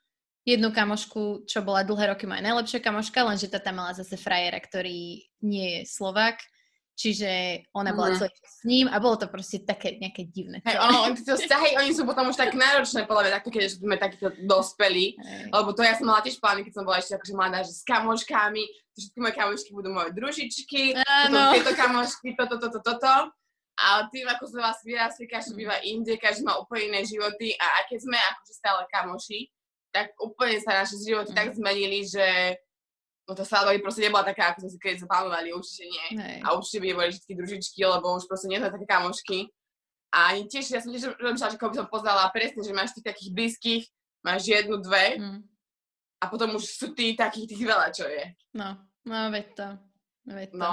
Speaker 2: jednu kamošku, čo bola dlhé roky moja najlepšia kamoška, lenže tá tam mala zase frajera, ktorý nie je Slovák, čiže ona bola uh-huh. celý čas s ním a bolo to proste také nejaké divné.
Speaker 1: Hej, ono, oni, to vzťahy, oni sú potom už tak náročné, podľa mňa, takto, keď sme takíto dospelí, hey. Lebo to ja som mala tiež plány, keď som bola ešte akože mladá, že s kamoškami, všetky moje kamošky budú moje družičky, potom tieto kamošky, toto, toto, toto. A tým, ako sa vás vyrastli, každý býva inde, každý má úplne iné životy a aj keď sme akože stále kamoši, tak úplne sa naše životy mm. tak zmenili, že no tá svadba by proste nebola taká, ako sme si keď zaplánovali, určite nie. Hej. A určite by boli všetky družičky, lebo už proste nie sú také kamošky. A tiež, ja som tiež rozmýšľala, že koho by som poznala presne, že máš tých takých blízkych, máš jednu, dve mm. a potom už sú tí takých tých veľa, čo je.
Speaker 2: No, no veď to, veď to.
Speaker 1: No.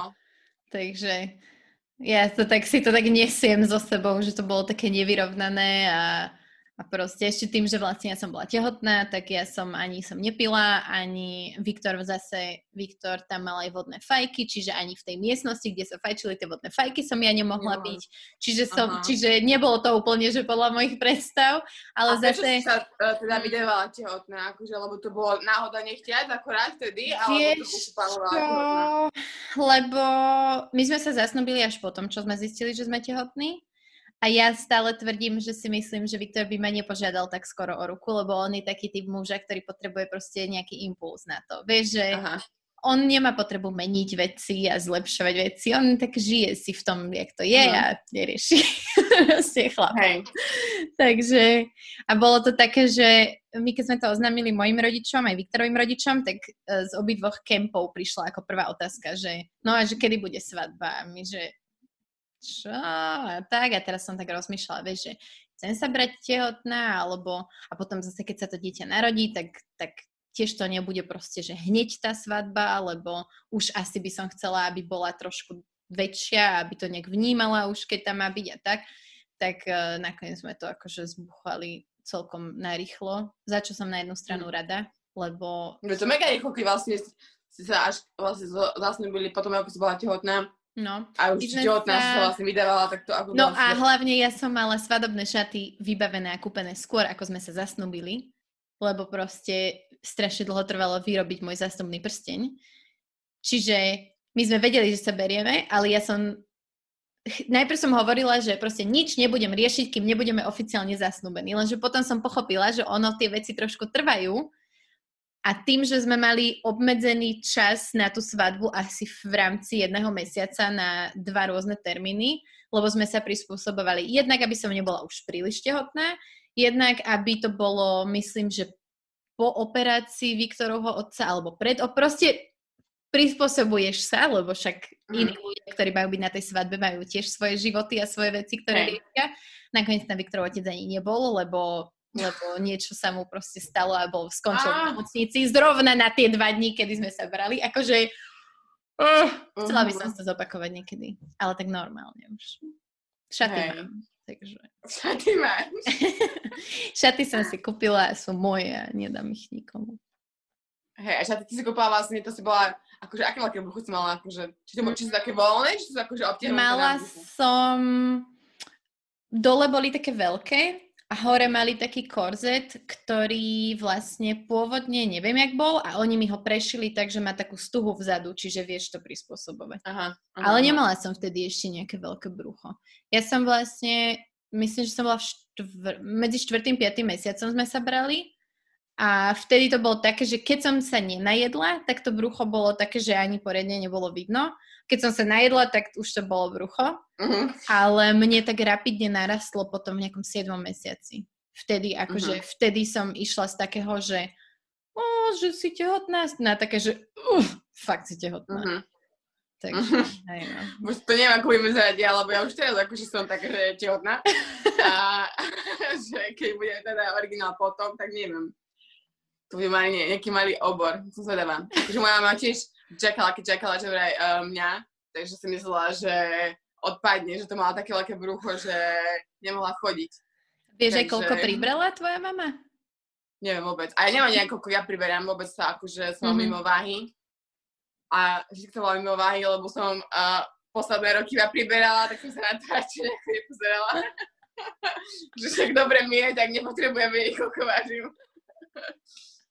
Speaker 2: Takže ja to tak, si to tak nesiem so sebou, že to bolo také nevyrovnané a A proste ešte tým, že vlastne ja som bola tehotná, tak ja som ani som nepila, ani Viktor zase, Viktor tam mal aj vodné fajky, čiže ani v tej miestnosti, kde sa fajčili tie vodné fajky som ja nemohla piť. Čiže, som, čiže nebolo to úplne, že podľa mojich predstav, ale
Speaker 1: a
Speaker 2: zase...
Speaker 1: A prečo si sa uh, teda vydávala tehotná? Akože, lebo to bolo náhoda nechtiať akorát vtedy, alebo to už plánovala tehotná?
Speaker 2: Lebo my sme sa zasnúbili až potom, čo sme zistili, že sme tehotní. A ja stále tvrdím, že si myslím, že Viktor by ma nepožiadal tak skoro o ruku, lebo on je taký typ muža, ktorý potrebuje proste nejaký impuls na to. Vieš, že Aha. on nemá potrebu meniť veci a zlepšovať veci. On tak žije si v tom, jak to je uh-huh. a nerieši. Proste chlap.
Speaker 1: Hej.
Speaker 2: Takže, a bolo to také, že my keď sme to oznámili mojim rodičom, aj Viktorovým rodičom, tak z obidvoch kempov prišla ako prvá otázka, že no a že kedy bude svadba? A my, že čo? A tak, a teraz som tak rozmýšľala, vieš, že chcem sa brať tehotná, alebo, a potom zase, keď sa to dieťa narodí, tak, tak tiež to nebude proste, že hneď tá svadba, lebo už asi by som chcela, aby bola trošku väčšia, aby to nejak vnímala už, keď tam má byť a tak, tak uh, nakoniec sme to akože zbuchali celkom narýchlo, za čo som na jednu stranu rada, lebo...
Speaker 1: Je to mega rýchlo, keď vlastne si sa až vlastne zasnúbili potom, ako si bola tehotná.
Speaker 2: No.
Speaker 1: A už tehotná sa... sa vlastne vydávala, tak to ako...
Speaker 2: No
Speaker 1: vlastne...
Speaker 2: a hlavne ja som mala svadobné šaty vybavené a kúpené skôr, ako sme sa zasnúbili, lebo proste strašne dlho trvalo vyrobiť môj zasnúbný prsteň. Čiže my sme vedeli, že sa berieme, ale ja som... Najprv som hovorila, že proste nič nebudem riešiť, kým nebudeme oficiálne zasnúbení, lenže potom som pochopila, že ono tie veci trošku trvajú. A tým, že sme mali obmedzený čas na tú svadbu asi v rámci jedného mesiaca na dva rôzne termíny, lebo sme sa prispôsobovali. Jednak, aby som nebola už príliš tehotná, jednak, aby to bolo, myslím, že po operácii Viktorovho otca, alebo pred, proste prispôsobuješ sa, lebo však mm. iní ľudia, ktorí majú byť na tej svadbe, majú tiež svoje životy a svoje veci, ktoré riešia. Nakoniec ten Viktorov otec ani nebol, lebo lebo niečo sa mu proste stalo a bol skončil v nemocnici zrovna na tie dva dní, kedy sme sa brali. Akože uh, chcela by som to zopakovať niekedy, ale tak normálne už. Šaty hey. mám, takže...
Speaker 1: Šaty máš?
Speaker 2: Šaty som si kúpila a sú moje a nedám ich nikomu.
Speaker 1: Hej, a šaty ty si kúpila vlastne, to si bola, akože aké veľké brucho si mala, akože, či to, či sú také voľné, či sú akože obtiahnuté?
Speaker 2: Mala som, dole boli také veľké, a hore mali taký korzet, ktorý vlastne pôvodne neviem, jak bol a oni mi ho prešili tak, že má takú stuhu vzadu, čiže vieš to prispôsobovať. Aha, aha, ale nemala som vtedy ešte nejaké veľké brucho. Ja som vlastne, myslím, že som bola v štvr- medzi štvrtým a piatym mesiacom sme sa brali a vtedy to bolo také, že keď som sa nenajedla, tak to brucho bolo také, že ani poriadne nebolo vidno. Keď som sa najedla, tak už to bolo brucho. Uh-huh. Ale mne tak rapidne narastlo potom v nejakom siedmom mesiaci. Vtedy, akože, uh-huh. vtedy som išla z takého, že o, že si tehotná, na také, že uh, fakt si tehotná. Uh-huh. Takže, uh-huh. aj no.
Speaker 1: Už to neviem, ako budeme zradiť, alebo ja už teraz akože som taká, že je tehotná. A že keď bude teda originál potom, tak neviem. To by mali nie, nejaký malý obor, som zvedavá. Takže moja mama tiež čakala, keď čakala, že vraj uh, mňa, takže si myslela, že odpadne, že to mala také veľké brucho, že nemohla chodiť.
Speaker 2: Vieš takže... aj koľko pribrala tvoja mama?
Speaker 1: Neviem vôbec. A ja neviem nejak, koľko ja priberám, vôbec sa akože som mm-hmm. mimo váhy. A vždy som bola mimo váhy, lebo som uh, posledné roky iba priberala, tak som sa na to radšej nejako nepozerala. Že však dobre mi je, tak nepotrebujem vedieť, koľko vážim.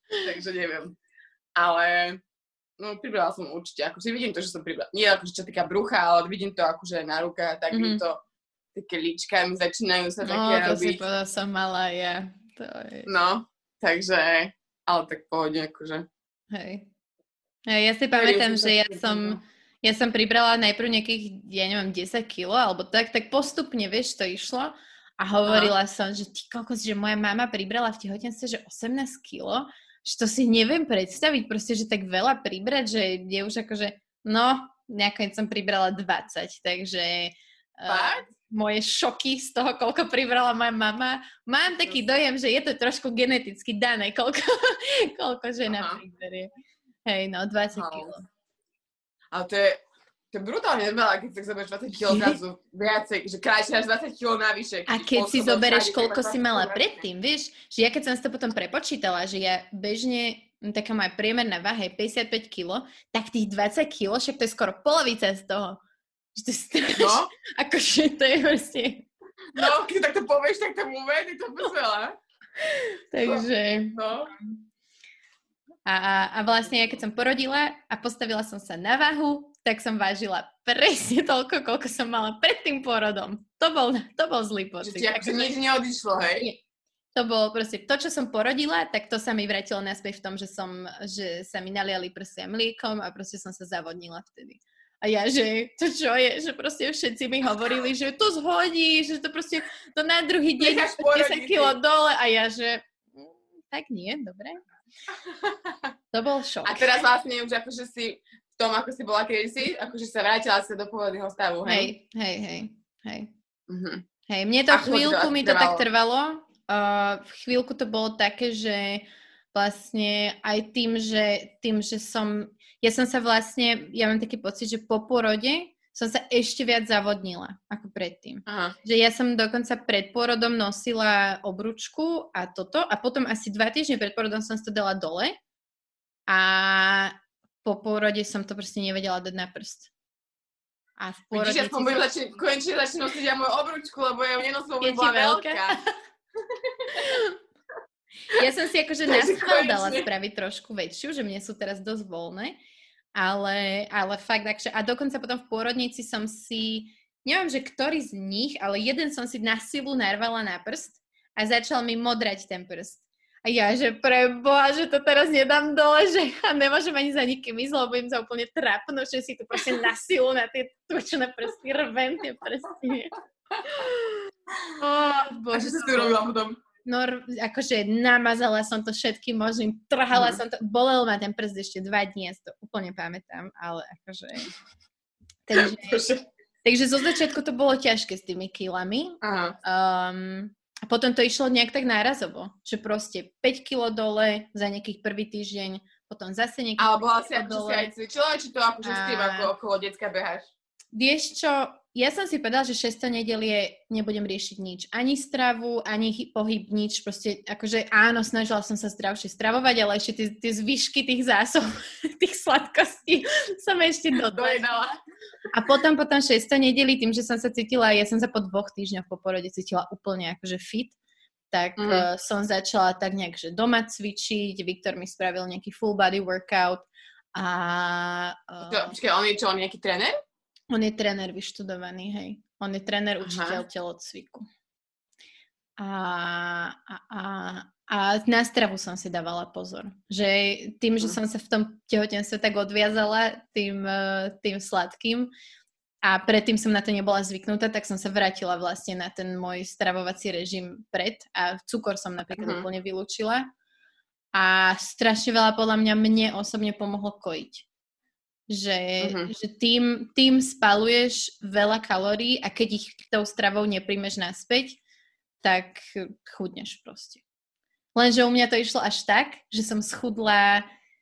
Speaker 1: Takže neviem. Ale no, pribrala som určite. Akože vidím to, že som pribrala. Nie akože čo týka brucha, ale vidím to akože na rukách, tak mm-hmm. vidím to také líčka mi začínajú sa
Speaker 2: no,
Speaker 1: také robiť. No,
Speaker 2: to si povedala som mala ja. To je...
Speaker 1: No, takže, ale tak pohodne akože.
Speaker 2: Hej. Ja si pamätám, že ja som... Ja som pribrala najprv nejakých, ja neviem, desať kilo, alebo tak, tak postupne, vieš, to išlo. A hovorila Aha. som, že ty kokos, že moja mama pribrala v tehotenstve, že osemnásť kilo, že to si neviem predstaviť, proste, že tak veľa pribrať, že je už akože, no, nakoniec som pribrala dvadsať, takže uh, moje šoky z toho, koľko pribrala moja mama, mám taký dojem, že je to trošku geneticky dané, koľko, koľko žena priberie. Hej, no, dvadsať kilo.
Speaker 1: Ale to je, to je brutálne veľa, keď si zoberieš dvadsať kilo zrazu viacej, že kráčne až dvadsať kilo navyše.
Speaker 2: A keď si zoberieš, koľko si mala predtým, vieš, že ja keď som si to potom prepočítala, že ja bežne, taká moja priemerná váha je päťdesiatpäť kilo, tak tých dvadsať kilo, však to je skoro polovica z toho. Že to je strašné. No? Akože to je proste...
Speaker 1: No, keď tak to povieš, tak to môže, to bez veľa.
Speaker 2: Takže... No. A, a vlastne ja keď som porodila a postavila som sa na váhu, tak som vážila presne toľko, koľko som mala pred tým porodom. To bol, to bol zlý pocit.
Speaker 1: Že ti nič neodišlo, hej? Nie.
Speaker 2: To bolo proste to, čo som porodila, tak to sa mi vrátilo naspäť v tom, že, som, že sa mi naliali prsia mliekom a proste som sa zavodnila vtedy. A ja, že to čo je, že proste všetci mi hovorili, že to zhodí, že to proste to na druhý deň desať kilo dole a ja, že tak nie, dobre. To bol šok.
Speaker 1: A teraz vlastne už akože si v tom, ako si bola kedysi, akože sa vrátila sa do pôvodného stavu, hej?
Speaker 2: Hej, hej, hej, hej.
Speaker 1: Uh-huh.
Speaker 2: Hej, mne to chvíľku mi to trvalo. tak trvalo. Uh, chvíľku to bolo také, že vlastne aj tým, že tým, že som, ja som sa vlastne, ja mám taký pocit, že po porode som sa ešte viac zavodnila ako predtým. Aha. Že ja som dokonca pred pôrodom nosila obručku a toto a potom asi dva týždne pred pôrodom som to dala dole a po pôrode som to proste nevedela dať na prst. A v pôrode...
Speaker 1: Vidíš, ja som som... Začne, konečne začne nosiť ja moju obručku, lebo ja ju nenosil, lebo bola veľká.
Speaker 2: Ja som si akože na schvál dala spraviť trošku väčšiu, že mne sú teraz dosť voľné. Ale, ale fakt, takže, a dokonca potom v pôrodnici som si, neviem, že ktorý z nich, ale jeden som si na silu narvala na prst a začal mi modrať ten prst. A ja, že pre Boha, že to teraz nedám dole, že a nemôžem ani za nikým ísť, lebo im sa úplne trápno, že si tu proste na silu na tie tučné prsty, rvem tie prsty. Oh,
Speaker 1: Bože, a čo si tu robila potom?
Speaker 2: No, akože namazala som to všetkým možným, trhala mm. som to, bolel ma ten prst ešte dva dní, ja si to úplne pamätám, ale akože... Takže, takže zo začiatku to bolo ťažké s tými kilami. Aha. Um, a potom to išlo nejak tak nárazovo, že proste päť kilo dole za nejakých prvý týždeň, potom zase nejakých
Speaker 1: ale bola si, dole. Si aj cvičila, či to akože a... s tým ako okolo decka beháš?
Speaker 2: Vieš čo, ja som si povedala, že šesť nedelie nebudem riešiť nič. Ani stravu, ani pohyb, nič. Proste akože áno, snažila som sa zdravšie stravovať, ale ešte tie, tie zvyšky tých zásob, tých sladkostí som ešte dodala. A potom, potom šesť nedelí, tým, že som sa cítila, ja som sa po dvoch týždňoch po porode cítila úplne akože fit, tak mm. uh, som začala tak nejak, že doma cvičiť, Viktor mi spravil nejaký full body workout a... Uh,
Speaker 1: to, počkaj, on je čo, on je nejaký tréner?
Speaker 2: On je tréner vyštudovaný, hej. On je tréner, učiteľ telocviku. A, a, a, a na stravu som si dávala pozor. Že tým, že som sa v tom tehotenstve tak odviazala tým, tým sladkým a predtým som na to nebola zvyknutá, tak som sa vrátila vlastne na ten môj stravovací režim pred a cukor som napríklad uh-huh. úplne vylúčila. A strašne veľa podľa mňa mne osobne pomohlo kojiť. Že, uh-huh. že tým, tým spaluješ veľa kalórií a keď ich tou stravou nepríjmeš naspäť, tak chudneš proste. Lenže u mňa to išlo až tak, že som schudla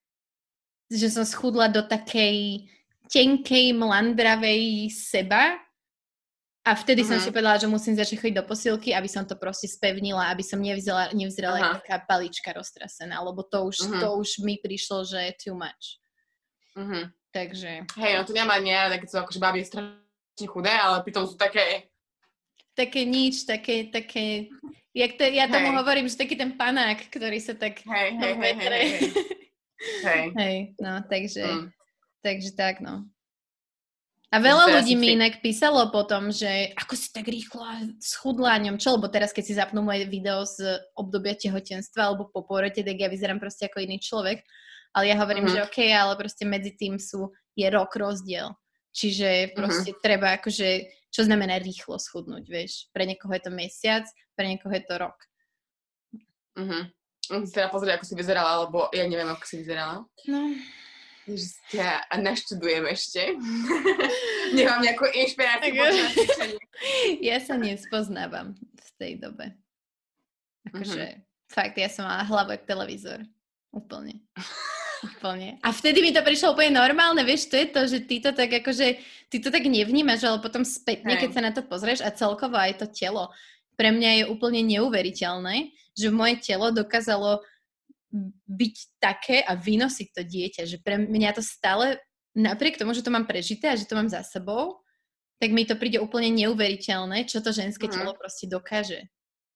Speaker 2: že som schudla do takej tenkej, mlandravej seba a vtedy uh-huh. som si povedala, že musím začať chodiť do posilky, aby som to proste spevnila, aby som nevzala, nevzrela uh-huh. taká palička roztrasená, lebo to už, uh-huh. to už mi prišlo, že je too much.
Speaker 1: Uh-huh.
Speaker 2: Takže...
Speaker 1: Hej, no to nemá nie, keď sú akože babi strašne chudé, ale pritom sú také
Speaker 2: také nič, také, také, jak to, ja tomu
Speaker 1: hej.
Speaker 2: hovorím, že taký ten panák, ktorý sa tak
Speaker 1: hej, hej,
Speaker 2: vo
Speaker 1: hej,
Speaker 2: vetre.
Speaker 1: hej, hej. Hej.
Speaker 2: Hej, no, takže,
Speaker 1: Mm.
Speaker 2: takže tak, no. A veľa
Speaker 1: Teraz
Speaker 2: ľudí
Speaker 1: si
Speaker 2: mi
Speaker 1: fi-
Speaker 2: inak písalo potom, že ako si tak rýchlo schudla ňom, čo? Lebo teraz, keď si zapnú moje video z obdobia tehotenstva alebo po pôrode, tak ja vyzerám proste ako iný človek. Ale ja hovorím,
Speaker 1: Mhm.
Speaker 2: že okej, okay, ale proste medzi tým sú, je rok rozdiel. Čiže proste
Speaker 1: Mhm.
Speaker 2: treba akože, čo znamená rýchlo schudnúť, vieš? Pre niekoho je to mesiac, pre niekoho je to rok.
Speaker 1: Mhm. Musím si teda pozrieť, ako si vyzerala, lebo ja neviem, ako si vyzerala.
Speaker 2: No.
Speaker 1: Že ja naštudujem ešte. Nemám nejakú inšpiráciu počas cvičenia.
Speaker 2: Ja sa nespoznávam v tej dobe. Akože,
Speaker 1: Mhm.
Speaker 2: fakt, ja som mala hlavu jak televízor. Úplne. Úplne. A vtedy mi to prišlo úplne normálne, vieš, to je to, že ty to tak akože, ty to tak nevnímaš, ale potom spätne,
Speaker 1: Hej.
Speaker 2: keď sa na to pozrieš a celkovo aj to telo, pre mňa je úplne neuveriteľné, že moje telo dokázalo byť také a vynosiť to dieťa, že pre mňa to stále, napriek tomu, že to mám prežité a že to mám za sebou, tak mi to príde úplne neuveriteľné, čo to ženské
Speaker 1: Mhm.
Speaker 2: telo proste dokáže.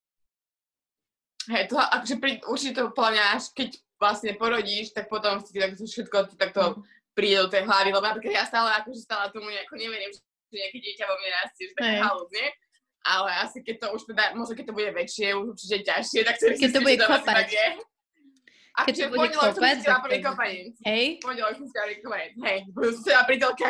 Speaker 1: Hej, to akože pri, určite to podľa mňa, až keď vlastne porodíš, tak potom si tak všetko ti takto príde do tej hlavy, lebo napríklad ja stále akože stále tomu nejako neverím, že nejaké dieťa vo mne rastie, že také halúz, nie? Ale asi keď to už teda, možno keď to bude väčšie, už určite ťažšie, tak chcem
Speaker 2: Keď to bude kopať.
Speaker 1: Tak je. A
Speaker 2: Keď to
Speaker 1: že
Speaker 2: bude
Speaker 1: pondelok som
Speaker 2: kopať,
Speaker 1: cítila
Speaker 2: tak
Speaker 1: prvý
Speaker 2: to-
Speaker 1: kopanec.
Speaker 2: Hej?
Speaker 1: Pondelok som cítila prvý kopanec. Hej, budú som cítila pri telke.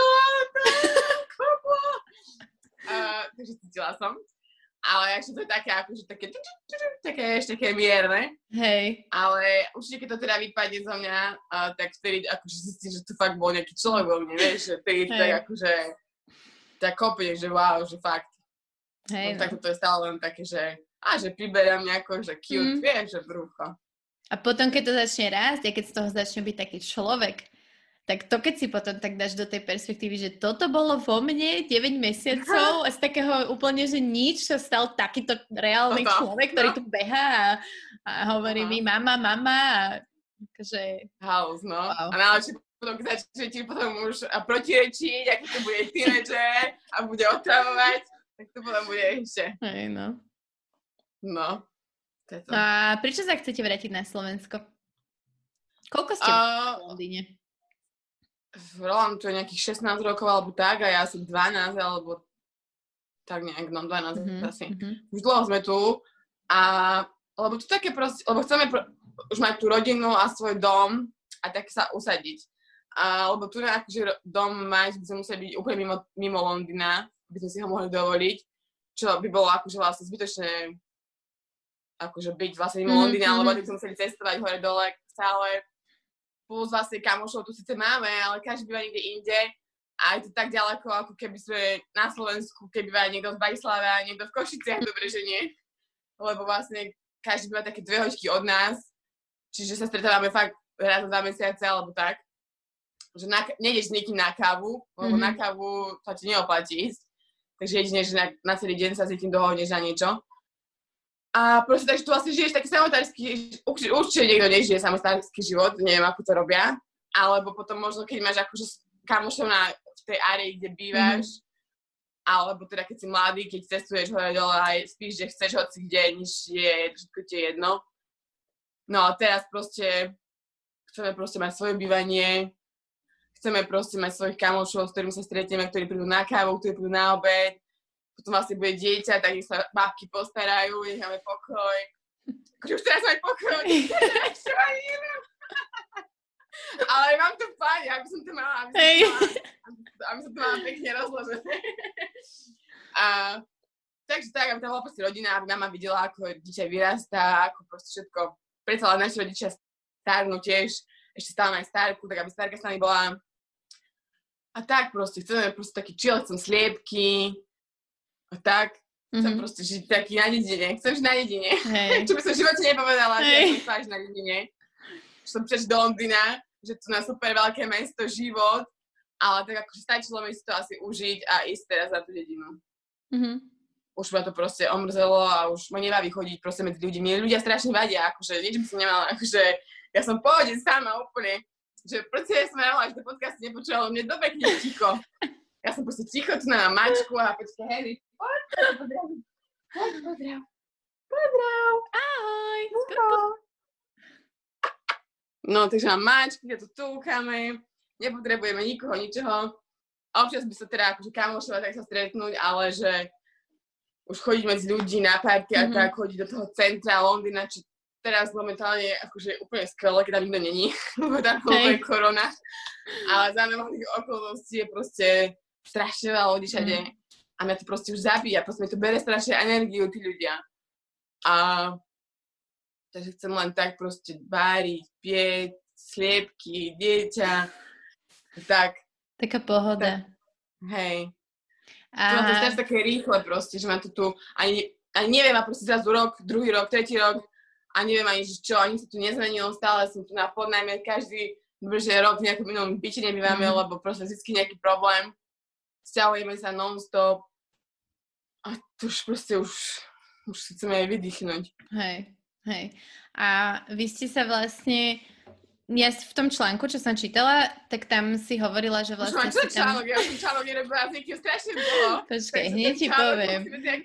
Speaker 1: Takže cítila som. Ale ešte to je také, akože také, také ešte také mierne.
Speaker 2: Hej.
Speaker 1: Ale určite, keď to teda vypadne zo mňa, uh, tak vtedy akože zistím, že to fakt bol nejaký človek vo mne, vieš, že vtedy to tak akože tak kopne, že wow, že fakt.
Speaker 2: Hej,
Speaker 1: No,
Speaker 2: no.
Speaker 1: tak to je stále len také, že a že priberám nejako, že cute,
Speaker 2: Mm.
Speaker 1: vieš, že brucho.
Speaker 2: A potom, keď to začne rásť a keď z toho začne byť taký človek, tak to, keď si potom tak dáš do tej perspektívy, že toto bolo vo mne deväť mesiacov a z takého úplne, že nič sa stal takýto reálny
Speaker 1: Toto,
Speaker 2: človek, ktorý
Speaker 1: no.
Speaker 2: tu behá a, a hovorí
Speaker 1: Aha.
Speaker 2: mi mama, mama a akože...
Speaker 1: House, no.
Speaker 2: Wow.
Speaker 1: A najlepšie potom, keď začne ti potom už a protirečiť, aký to bude teenager a bude otravovať, tak to potom bude ešte.
Speaker 2: Hej, no.
Speaker 1: No. To je to.
Speaker 2: A prečo sa chcete vrátiť na Slovensko? Koľko ste
Speaker 1: Uh,
Speaker 2: v Londýne?
Speaker 1: Roland to je nejakých šestnásť rokov alebo tak a ja som dvanásť alebo tak nejak, no dvanásť
Speaker 2: Mhm,
Speaker 1: asi.
Speaker 2: mhm.
Speaker 1: Už dlho sme tu a lebo tu také proste, lebo chceme pro, už mať tú rodinu a svoj dom a tak sa usadiť. A, lebo tu akože dom mať, by sme museli byť úplne mimo, mimo Londýna, aby sme si ho mohli dovoliť, čo by bolo akože vlastne zbytočné akože byť vlastne mimo
Speaker 2: Mhm,
Speaker 1: Londýna,
Speaker 2: mhm.
Speaker 1: lebo by sme museli cestovať hore dole stále. Plus vlastne kamošov tu síce máme, ale každý býva niekde inde a je to tak ďaleko, ako keby sme na Slovensku, keby býva niekto z Bratislave a niekto v Košiciach, dobre, že nie. Lebo vlastne každý býva také dve hoďky od nás, čiže sa stretávame fakt raz za dva mesiace alebo tak. Že na, nejdeš s niekým na kávu, lebo
Speaker 2: Mhm.
Speaker 1: na kávu sa ti neoplatí ísť. Takže jedine, že na, na celý deň sa s niekým dohodneš na niečo. A proste takže tu vlastne žiješ taký samotársky, určite, určite niekto nežije samotársky život, neviem, ako to robia, alebo potom možno, keď máš akože kamošov na v tej árii, kde bývaš, mm-hmm. alebo teda keď si mladý, keď cestuješ hore dole a spíš, že chceš hoci kde, nič je, všetko ti je jedno. No a teraz proste chceme proste mať svoje bývanie, chceme proste mať svojich kamošov, s ktorými sa stretneme, ktorí prídu na kávu, ktorí prídu na obed. Potom vlastne bude dieťa, tak nech sa babky postarajú, nech máme pokoj. Akože už teraz máme pokoj, čo ani neviem. Ale mám to v pláne, aby som to mala, aby som,
Speaker 2: Hej.
Speaker 1: to mala, aby som to mala pekne rozložené. A takže tak, aby tam bola proste rodina, aby mama videla, ako dieťa vyrastá, ako proste všetko. Preto ale naši rodičia starnú tiež, ešte stále aj starku, tak aby starka s nami bola. A tak proste, chceme proste taký chill, chcem sliepky, a tak, chcem
Speaker 2: Mhm.
Speaker 1: proste žiť taký na dedine, chcem žiť na dedine.
Speaker 2: Hej.
Speaker 1: Čo by som v živote nepovedala, že ja
Speaker 2: Hej.
Speaker 1: som chcela žiť na dedine. Že som prišla do Londýna, že tu na super veľké mesto, život, ale tak akože stačilo mi si to asi užiť a ísť teraz na tú dedinu.
Speaker 2: Mhm.
Speaker 1: Už ma to proste omrzelo a už ma nebaví chodiť proste medzi ľudí. Mne ľudia strašne vadia, akože nič by som nemala, akože ja som v pohode sama úplne, že proste ja som nemala, že to podcast nepočúvala, mne dobre, keď je ticho. Ja som proste ticho, tu na mačku a počkej, Henry, poď, Pozdrav. Pozdrav. Pozdrav.
Speaker 2: Ahoj.
Speaker 1: No, takže mám máčky, keď to túkame, nepotrebujeme nikoho, ničoho. Občas by sa teda akože kamošovať, tak sa stretnúť, ale že už chodiť medzi ľudí na party a mm-hmm. tak, chodiť do toho centra Londýna, či teraz momentálne akože úplne skvelé, keď tam nikto není, lebo tam je korona. Ale za normálnych okolností je proste strašne veľa ľudí všade. Mm. A mňa to proste už zabíja, proste mi to bere strašne energiu, tí ľudia. A takže chcem len tak proste váriť, pieť, sliepky, dieťa, tak.
Speaker 2: Taká pohoda.
Speaker 1: Tak, hej. A... To je strašne také rýchle proste, že ma to tu, ani, ani neviem, a proste zrazu rok, druhý rok, tretí rok, a neviem ani čo, ani sa tu nezmenilo, stále som tu na podnajme, každý, dobre, že rok v nejakom inom byte nebývame, mm. lebo proste vždy nejaký problém, sťahujeme sa non-stop a to už proste už, už si chceme aj vydýchnuť.
Speaker 2: Hej, hej. A vy ste sa vlastne, ja v tom článku, čo som čítala, tak tam si hovorila, že vlastne...
Speaker 1: Už mám čo článok, tam... ja som článok nerobila s niekým strašne dlho.
Speaker 2: Počkaj, hneď ti poviem.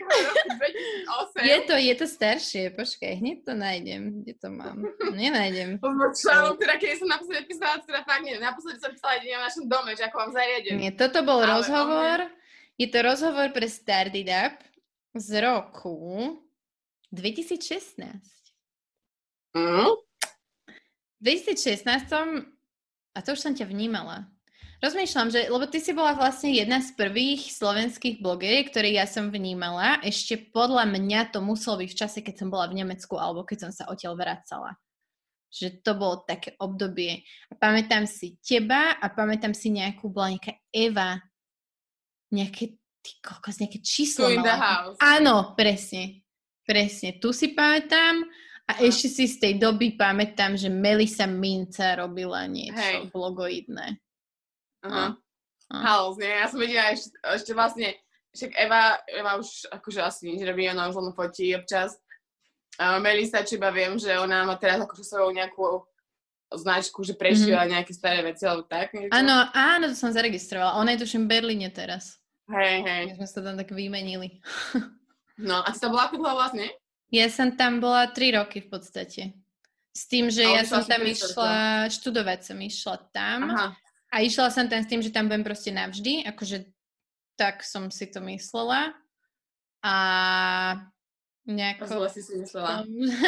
Speaker 2: Je to, je to staršie, počkaj, hneď to nájdem, kde to mám. Nenájdem.
Speaker 1: To bol článok, teda keď som naposledy písala, teda fakt neviem, naposledy som písala jedine v našom dome, že ako mám zariadený.
Speaker 2: Nie, toto bol ale rozhovor, on... je to rozhovor pre Started Up z roku dvetisícšestnásť.
Speaker 1: Mm?
Speaker 2: V dvetisícšestnásť, a to už som ťa vnímala, rozmýšľam, že, lebo ty si bola vlastne jedna z prvých slovenských blogeriek, ktoré ja som vnímala, ešte podľa mňa to muselo byť v čase, keď som bola v Nemecku, alebo keď som sa odtiaľ vracala. Že to bolo také obdobie. A pamätám si teba a pamätám si nejakú, bola nejaká Eva, nejaké, ty kokos, nejaké číslo
Speaker 1: mala. In the house.
Speaker 2: Áno, presne. Presne, tu si pamätám. A uh-huh. ešte si z tej doby pamätám, že Melisa Minca robila niečo hey. blogoidné.
Speaker 1: Aha. Uh-huh. Halus, nie? Ja som videla ešte, ešte vlastne, však Eva, Eva už akože asi nič robí, ona už len fotí občas. Uh, Melisa, či iba viem, že ona má teraz akože svoju nejakú značku, že prešíva mm-hmm. nejaké staré veci, alebo tak. Niečo.
Speaker 2: Áno, áno, to som zaregistrovala. Ona je tuším v Berlíne teraz.
Speaker 1: Hej, hej.
Speaker 2: My sme sa tam tak vymenili.
Speaker 1: No, a si to bola ako dlho vlastne?
Speaker 2: Ja som tam bola tri roky v podstate. S tým, že a ja som tam išla, študovať som išla tam. Aha. A išla som tam s tým, že tam budem proste navždy. Akože tak som si to myslela. A nejako...
Speaker 1: A zle si si myslela.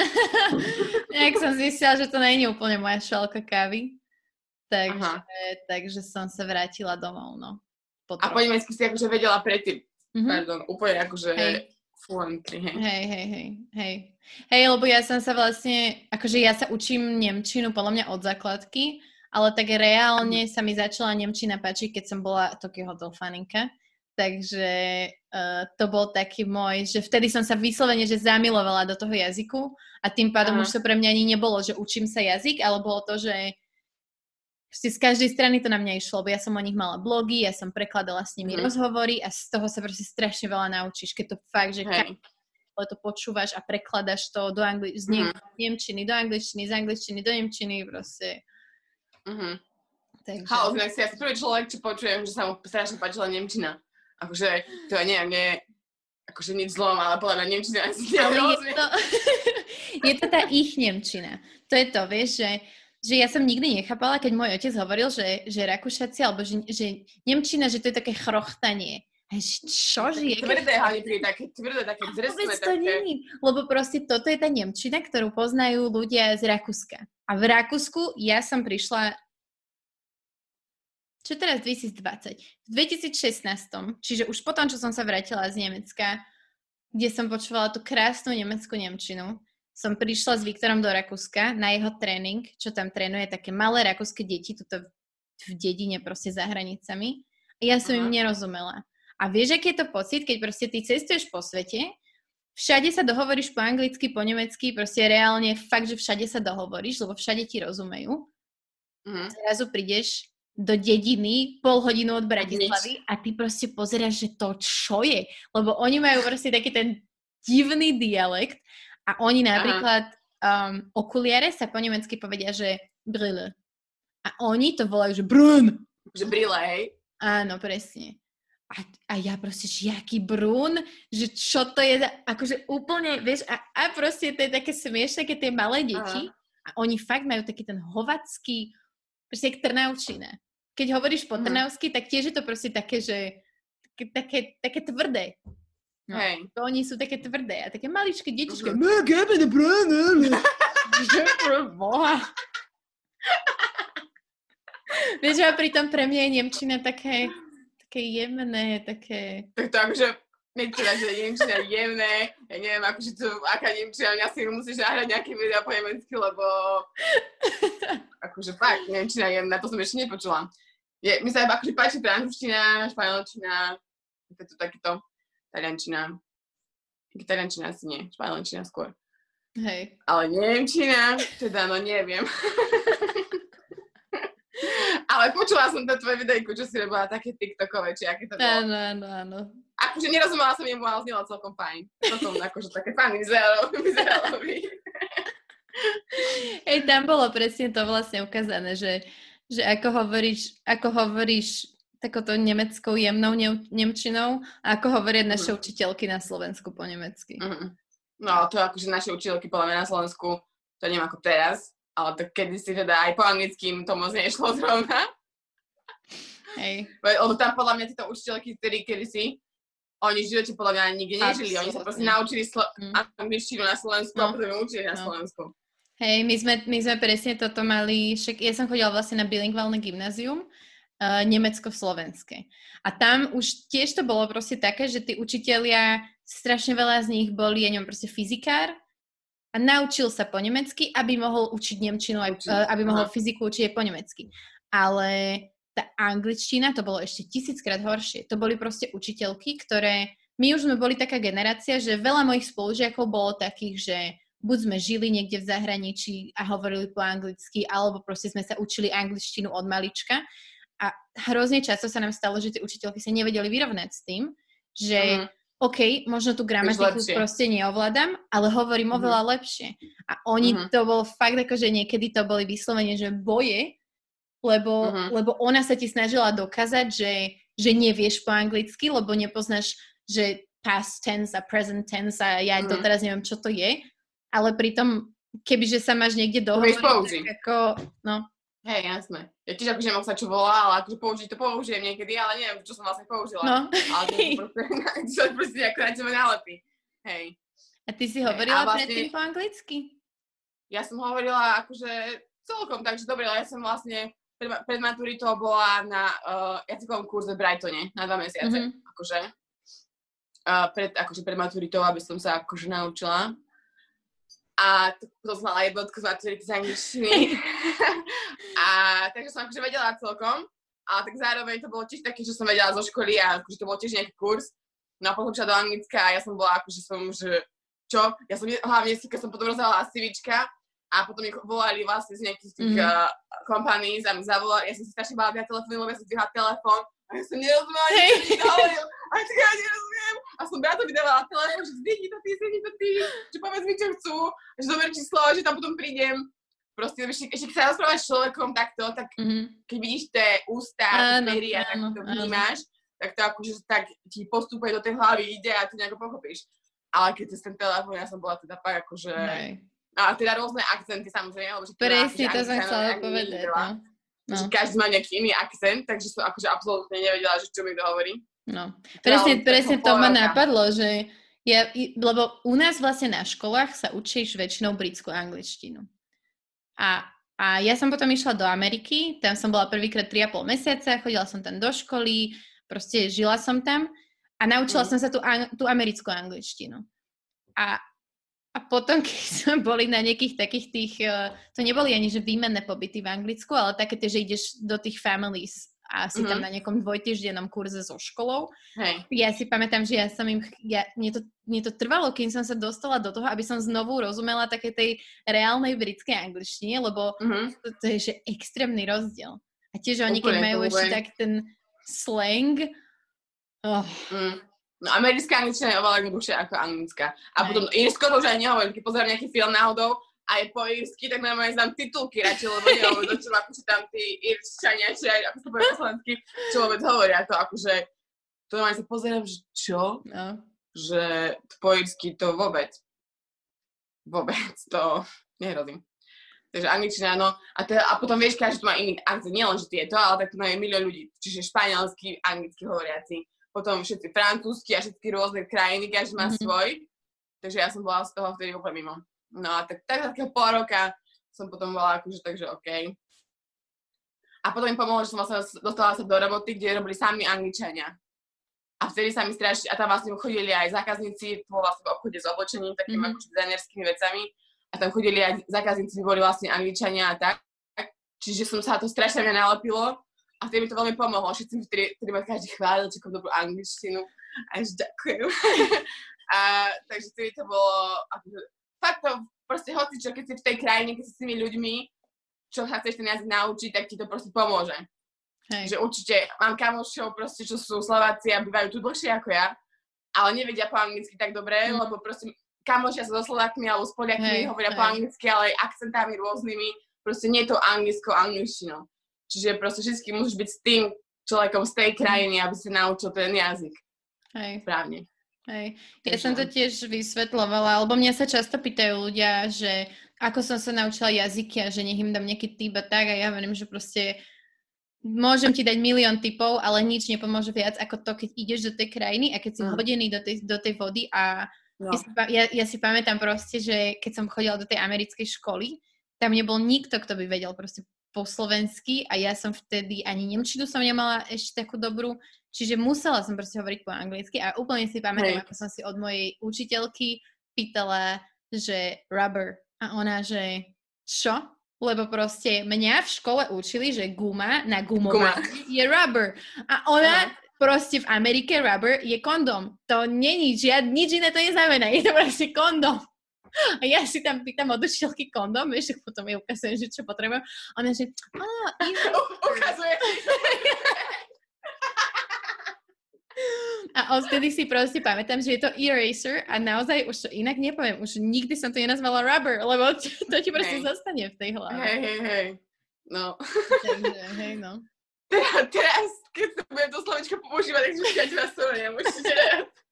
Speaker 2: Nejak som zistila, že to nie je úplne moja šálka kávy. Takže, takže som sa vrátila domov, no.
Speaker 1: Potom. A po nemecky si akože vedela predtým. Mm-hmm. Pardon, úplne akože... Hej. Fluently, hej.
Speaker 2: Hej, hej, hej, hej. Hej, lebo ja som sa vlastne, akože ja sa učím nemčinu podľa mňa od základky, ale tak reálne sa mi začala nemčina páčiť, keď som bola Tokyo Hotel faninka. Takže uh, to bol taký môj, že vtedy som sa vyslovene, že zamilovala do toho jazyku a tým pádom Aha. už to pre mňa ani nebolo, že učím sa jazyk, ale bolo to, že z každej strany to na mňa išlo, lebo ja som o nich mala blogy, ja som prekladala s nimi mm. rozhovory a z toho sa proste strašne veľa naučíš, keď to fakt, že hey. Ka- to počúvaš a prekladaš to do angli- z mm. nemčiny do angličtiny, z angličtiny do nemčiny, proste.
Speaker 1: Mm-hmm. Takže... Haló, znak si, ja som prvý človek, čo počujem, že sa mu strašne páčila nemčina. Akože, to ja neviem, nie akože nič zlom, ale podľa mňa nemčina asi
Speaker 2: ale je to, je to tá ich nemčina. To je to, vieš, že že ja som nikdy nechápala, keď môj otec hovoril, že, že Rakúšaci, alebo že, že nemčina, že to je také chrochtanie. A čo, že je...
Speaker 1: Tvrdé, ale také tvrdé, také drsné.
Speaker 2: To není, lebo proste toto je tá nemčina, ktorú poznajú ľudia z Rakúska. A v Rakúsku ja som prišla... Čo teraz dvetisícdvadsať? V dvetisícšestnásť, čiže už potom, čo som sa vrátila z Nemecka, kde som počúvala tú krásnu nemeckú nemčinu, som prišla s Viktorom do Rakúska na jeho tréning, čo tam trénuje také malé rakúske deti, tuto v dedine proste za hranicami. A ja som Aha. im nerozumela. A vieš, aký je to pocit, keď proste ty cestuješ po svete, všade sa dohovoríš po anglicky, po nemecky, proste reálne fakt, že všade sa dohovoríš, lebo všade ti rozumejú. Aha. Zrazu prídeš do dediny pol hodinu od Bratislavy a ty proste pozeráš, že to čo je. Lebo oni majú proste taký ten divný dialekt. A oni napríklad um, okuliare sa po nemecky povedia, že brille. A oni to volajú, že brun.
Speaker 1: Že brille, hej?
Speaker 2: Áno, presne. A, a ja proste, že jaký brún, že čo to je, za, akože úplne, vieš, a, a proste to je také smiešné, keď tie malé deti, Aha. a oni fakt majú taký ten hovacký, proste jak trnavčina. Keď hovoríš po trnavsky, tak tiež je to proste také, že také, také, také tvrdé. No, hej. To oni sú také tvrdé a také maličké detičky.
Speaker 1: Uh-huh.
Speaker 2: Že pro Boha. Vieš, a pritom pre mňa je nemčina také, také jemné, také...
Speaker 1: Tak to akože, nechcela, že nemčina je jemné, ja neviem, akože to, aká nemčina, mňa si musíš nahrať nejaké videa po nemecky, lebo akože fakt, nemčina je jemná, to som ešte nepočula. Je, mi sa akože páči francúzština, španielčina, to takéto, taliančina. Taliančina asi nie, španielčina skôr.
Speaker 2: Hej.
Speaker 1: Ale nemčina, teda no neviem. Ale počula som to tvoje videjku, čo si robila také tiktokové, či aké to bolo.
Speaker 2: Áno, áno, áno.
Speaker 1: Akože nerozumela som jemu, ale znelo celkom fajn. To som akože také fajn vyzeralo, vyzeralo by.
Speaker 2: Hej, tam bolo presne to vlastne ukázané, že, že ako hovoríš, ako hovoríš takouto nemeckou jemnou ne- nemčinou a ako hovoria naše mm. učiteľky na Slovensku po nemecky.
Speaker 1: Mm. No, to akože naše učiteľky podľa mňa na Slovensku, to neviem ako teraz, ale tak kedysi teda aj po anglicky to moc nešlo zrovna.
Speaker 2: Hej.
Speaker 1: Lebo tam podľa mňa tieto učiteľky, ktorí kedysi, oni v živote podľa mňa nikde nežili, oni sa proste naučili slo- mm. angličtinu na Slovensku no. a potom ju učili na no. Slovensku.
Speaker 2: Hej, my sme, my sme presne toto mali, však ja som chodila vlastne na bilingválne gymnázium, uh, nemecko-slovenské. A tam už tiež to bolo proste také, že tí učitelia, strašne veľa z nich boli, ja neviem, proste fyzikár a naučil sa po nemecky, aby mohol učiť nemčinu, aj, uh, aby mohol fyziku učiť aj po nemecky. Ale tá angličtina, to bolo ešte tisíckrát horšie. To boli proste učiteľky, ktoré, my už sme boli taká generácia, že veľa mojich spolužiakov bolo takých, že buď sme žili niekde v zahraničí a hovorili po anglicky, alebo proste sme sa učili angličtinu od malička. A hrozne často sa nám stalo, že tie učiteľky sa nevedeli vyrovnať s tým, že mm. OK, možno tú gramatiku proste neovládam, ale hovorím mm. oveľa lepšie. A oni mm. to bolo fakt ako, že niekedy to boli vyslovene, že boje, lebo, mm. lebo ona sa ti snažila dokázať, že, že nevieš po anglicky, lebo nepoznáš, že past tense a present tense a ja mm. doteraz neviem, čo to je. Ale pritom, kebyže sa máš niekde dohovoriť, tak ako, no.
Speaker 1: Hej, jasné. Ja tiež akože nemám sa čo volá, ale akože použiť to použijem niekedy, ale neviem, čo som vlastne použila.
Speaker 2: No.
Speaker 1: Ale to je proste, to je proste ako na tebe nálepí. Hej.
Speaker 2: A ty si hovorila vlastne, predtým po anglicky?
Speaker 1: Ja som hovorila akože celkom, takže dobre, ale ja som vlastne pred, pred maturitou bola na uh, jazykovom kurze v Brightone na dva mesiace. Mm-hmm. Akože, uh, pred, akože pred maturitou, aby som sa akože naučila. A to, to som mala jednotku z maturity z angličtiny. A takže som akože vedela celkom, ale tak zároveň to bolo tiež také, že som vedela zo školy a akože to bol tiež nejaký kurz. No a potom šla do Anglicka a ja som bola akože som, že čo? Ja som hlavne si, keď som potom rozdávala CVčka a potom mi volali vlastne z nejakých tých mm. uh, kompaní a mi zavolali. Ja som si strašne bála dať telefón, lebo ja som zdvíhala telefón a ja som nerozumela, hey. Čo mi hovoril. A ja nerozumiem. A som bratovi dávala telefón, že zdvihni to ty, zdvihni to ty, že povedz mi, čo chcú, že zober číslo, že tam potom prídem. Proste, ešte, ešte keď sa rozprávaš s človekom takto, tak mm-hmm. keď vidíš tie ústa, dverí a tak to vnímaš, tak to akože tak ti postupuje do tej hlavy, ide a ty nejako pochopíš. Ale keď cez ten telefón, ja som bola teda pak akože... Nej. A teda rôzne akcenty samozrejme, lebo že...
Speaker 2: Presne, to som chcela povedať, no.
Speaker 1: No. Každý má nejaký iný akcent, takže som akože absolútne nevedela, že čo mi to hovorí.
Speaker 2: No, presne, presne to ma napadlo, že ja, lebo u nás vlastne na školách sa učíš väčšinou britskú angličtinu. A, a ja som potom išla do Ameriky, tam som bola prvýkrát tri a pol mesiaca, chodila som tam do školy, proste žila som tam a naučila mm. som sa tú, tú americkú angličtinu. A, a potom, keď sme boli na nejakých takých tých, to neboli ani že výmenné pobyty v Anglicku, ale také tie, že ideš do tých families a si mm-hmm. tam na nejakom dvojtýždennom kurze so školou. Hej. Ja si pamätám, že ja som im, ja, mne, to, mne to trvalo, kým som sa dostala do toho, aby som znovu rozumela také tej reálnej britskej angličtine, lebo mm-hmm. to, to je že extrémny rozdiel. A tiež oni, keď majú ešte tak ten slang. Oh.
Speaker 1: Mm. No americká angličtina je oveľa jednoduchšia ako anglická. A Hej. potom írsko to už aj nehovorím, keď pozerám nejaký film náhodou, aj po írsky, tak normálne znám titulky radšej, lebo nehovorím, do čo akože tam tí íršťania, či aj ako sa povie po slovensky, čo vôbec hovoria to akože to normálne sa pozerám, že čo?
Speaker 2: No.
Speaker 1: Že po írsky to vôbec. Vôbec to nehrozím. Takže angličtina, no. A, teda, a potom vieš, každý tu má iný akcent. Nie len, že tieto, ale tak tu má milión ľudí. Čiže španielsky, anglicky hovoriaci. Potom všetci francúzsky a všetky rôzne krajiny, každý má mm-hmm. svoj. Takže ja som bola z toho vtedy úplne mimo. No a tak, tak takého pol roka som potom bola akože, takže okej. Okay. A potom im pomohlo, že som vlastne dostala sa do roboty, kde robili sami Angličania. A vtedy sa mi strašne, a tam vlastne chodili aj zákazníci, to bolo vlastne v obchode s oblečením, takými mm-hmm. akože dizajnerskými vecami. A tam chodili aj zákazníci, boli vlastne Angličania a tak. Čiže som sa to strašne mňa nalepilo. A vtedy mi to veľmi pomohlo. Všetci mi vtedy, vtedy ma každý chválil, či dobrú angličtinu. A ešte ďakujem. A takže vtedy to bolo, akože, fakt to proste hocičo, keď si v tej krajine, keď si s tými ľuďmi, čo sa chceš ten jazyk naučiť, tak ti to proste pomôže. Hej. Že určite mám kamošov proste, čo sú Slováci a bývajú tu dlhšie ako ja, ale nevedia po anglicky tak dobre, mm. lebo proste kamošia sa so Slovákmi alebo s Poliakmi hovoria hej. po anglicky, ale aj akcentami rôznymi, proste nie to anglicko angličtinou. Čiže proste vždy musíš byť s tým človekom z tej krajiny, aby si naučil ten jazyk. Hej. Správne.
Speaker 2: Hej. Ja som to tiež vysvetľovala, lebo mňa sa často pýtajú ľudia, že ako som sa naučila jazyky a že nech im dám nejaký tip a tak a ja hovorím, že proste môžem ti dať milión tipov, ale nič nepomôže viac ako to, keď ideš do tej krajiny a keď si mm. hodený do tej, do tej vody a no. ja, si, ja, ja si pamätám proste, že keď som chodila do tej americkej školy, tam nebol nikto, kto by vedel proste po slovensky a ja som vtedy ani nemčinu som nemala ešte takú dobrú, čiže musela som proste hovoriť po anglicky a úplne si pamätám, hey. ako som si od mojej učiteľky pýtala, že rubber a ona, že čo? Lebo proste mňa v škole učili, že guma na gumovanie je rubber a ona uh-huh. proste v Amerike rubber je kondom. To není žiad, nič iné to neznamená, je to proste kondom. A ja si tam pýtam od učiteľky kondom, vieš, tak potom jej ukazujem, že čo potrebujem. Ona, že oh,
Speaker 1: ukazuje.
Speaker 2: A odtedy si proste pamätám, že je to eraser a naozaj už to inak nepoviem. Už nikdy som to nenazvala rubber, lebo to, to ti proste hey. zostane v tej hlave.
Speaker 1: Hej, hej, hej. No.
Speaker 2: Takže, hej, no.
Speaker 1: Teraz, teraz, keď sa budem to slovičko používať, tak zvyšťať vás to neviem, určite ne.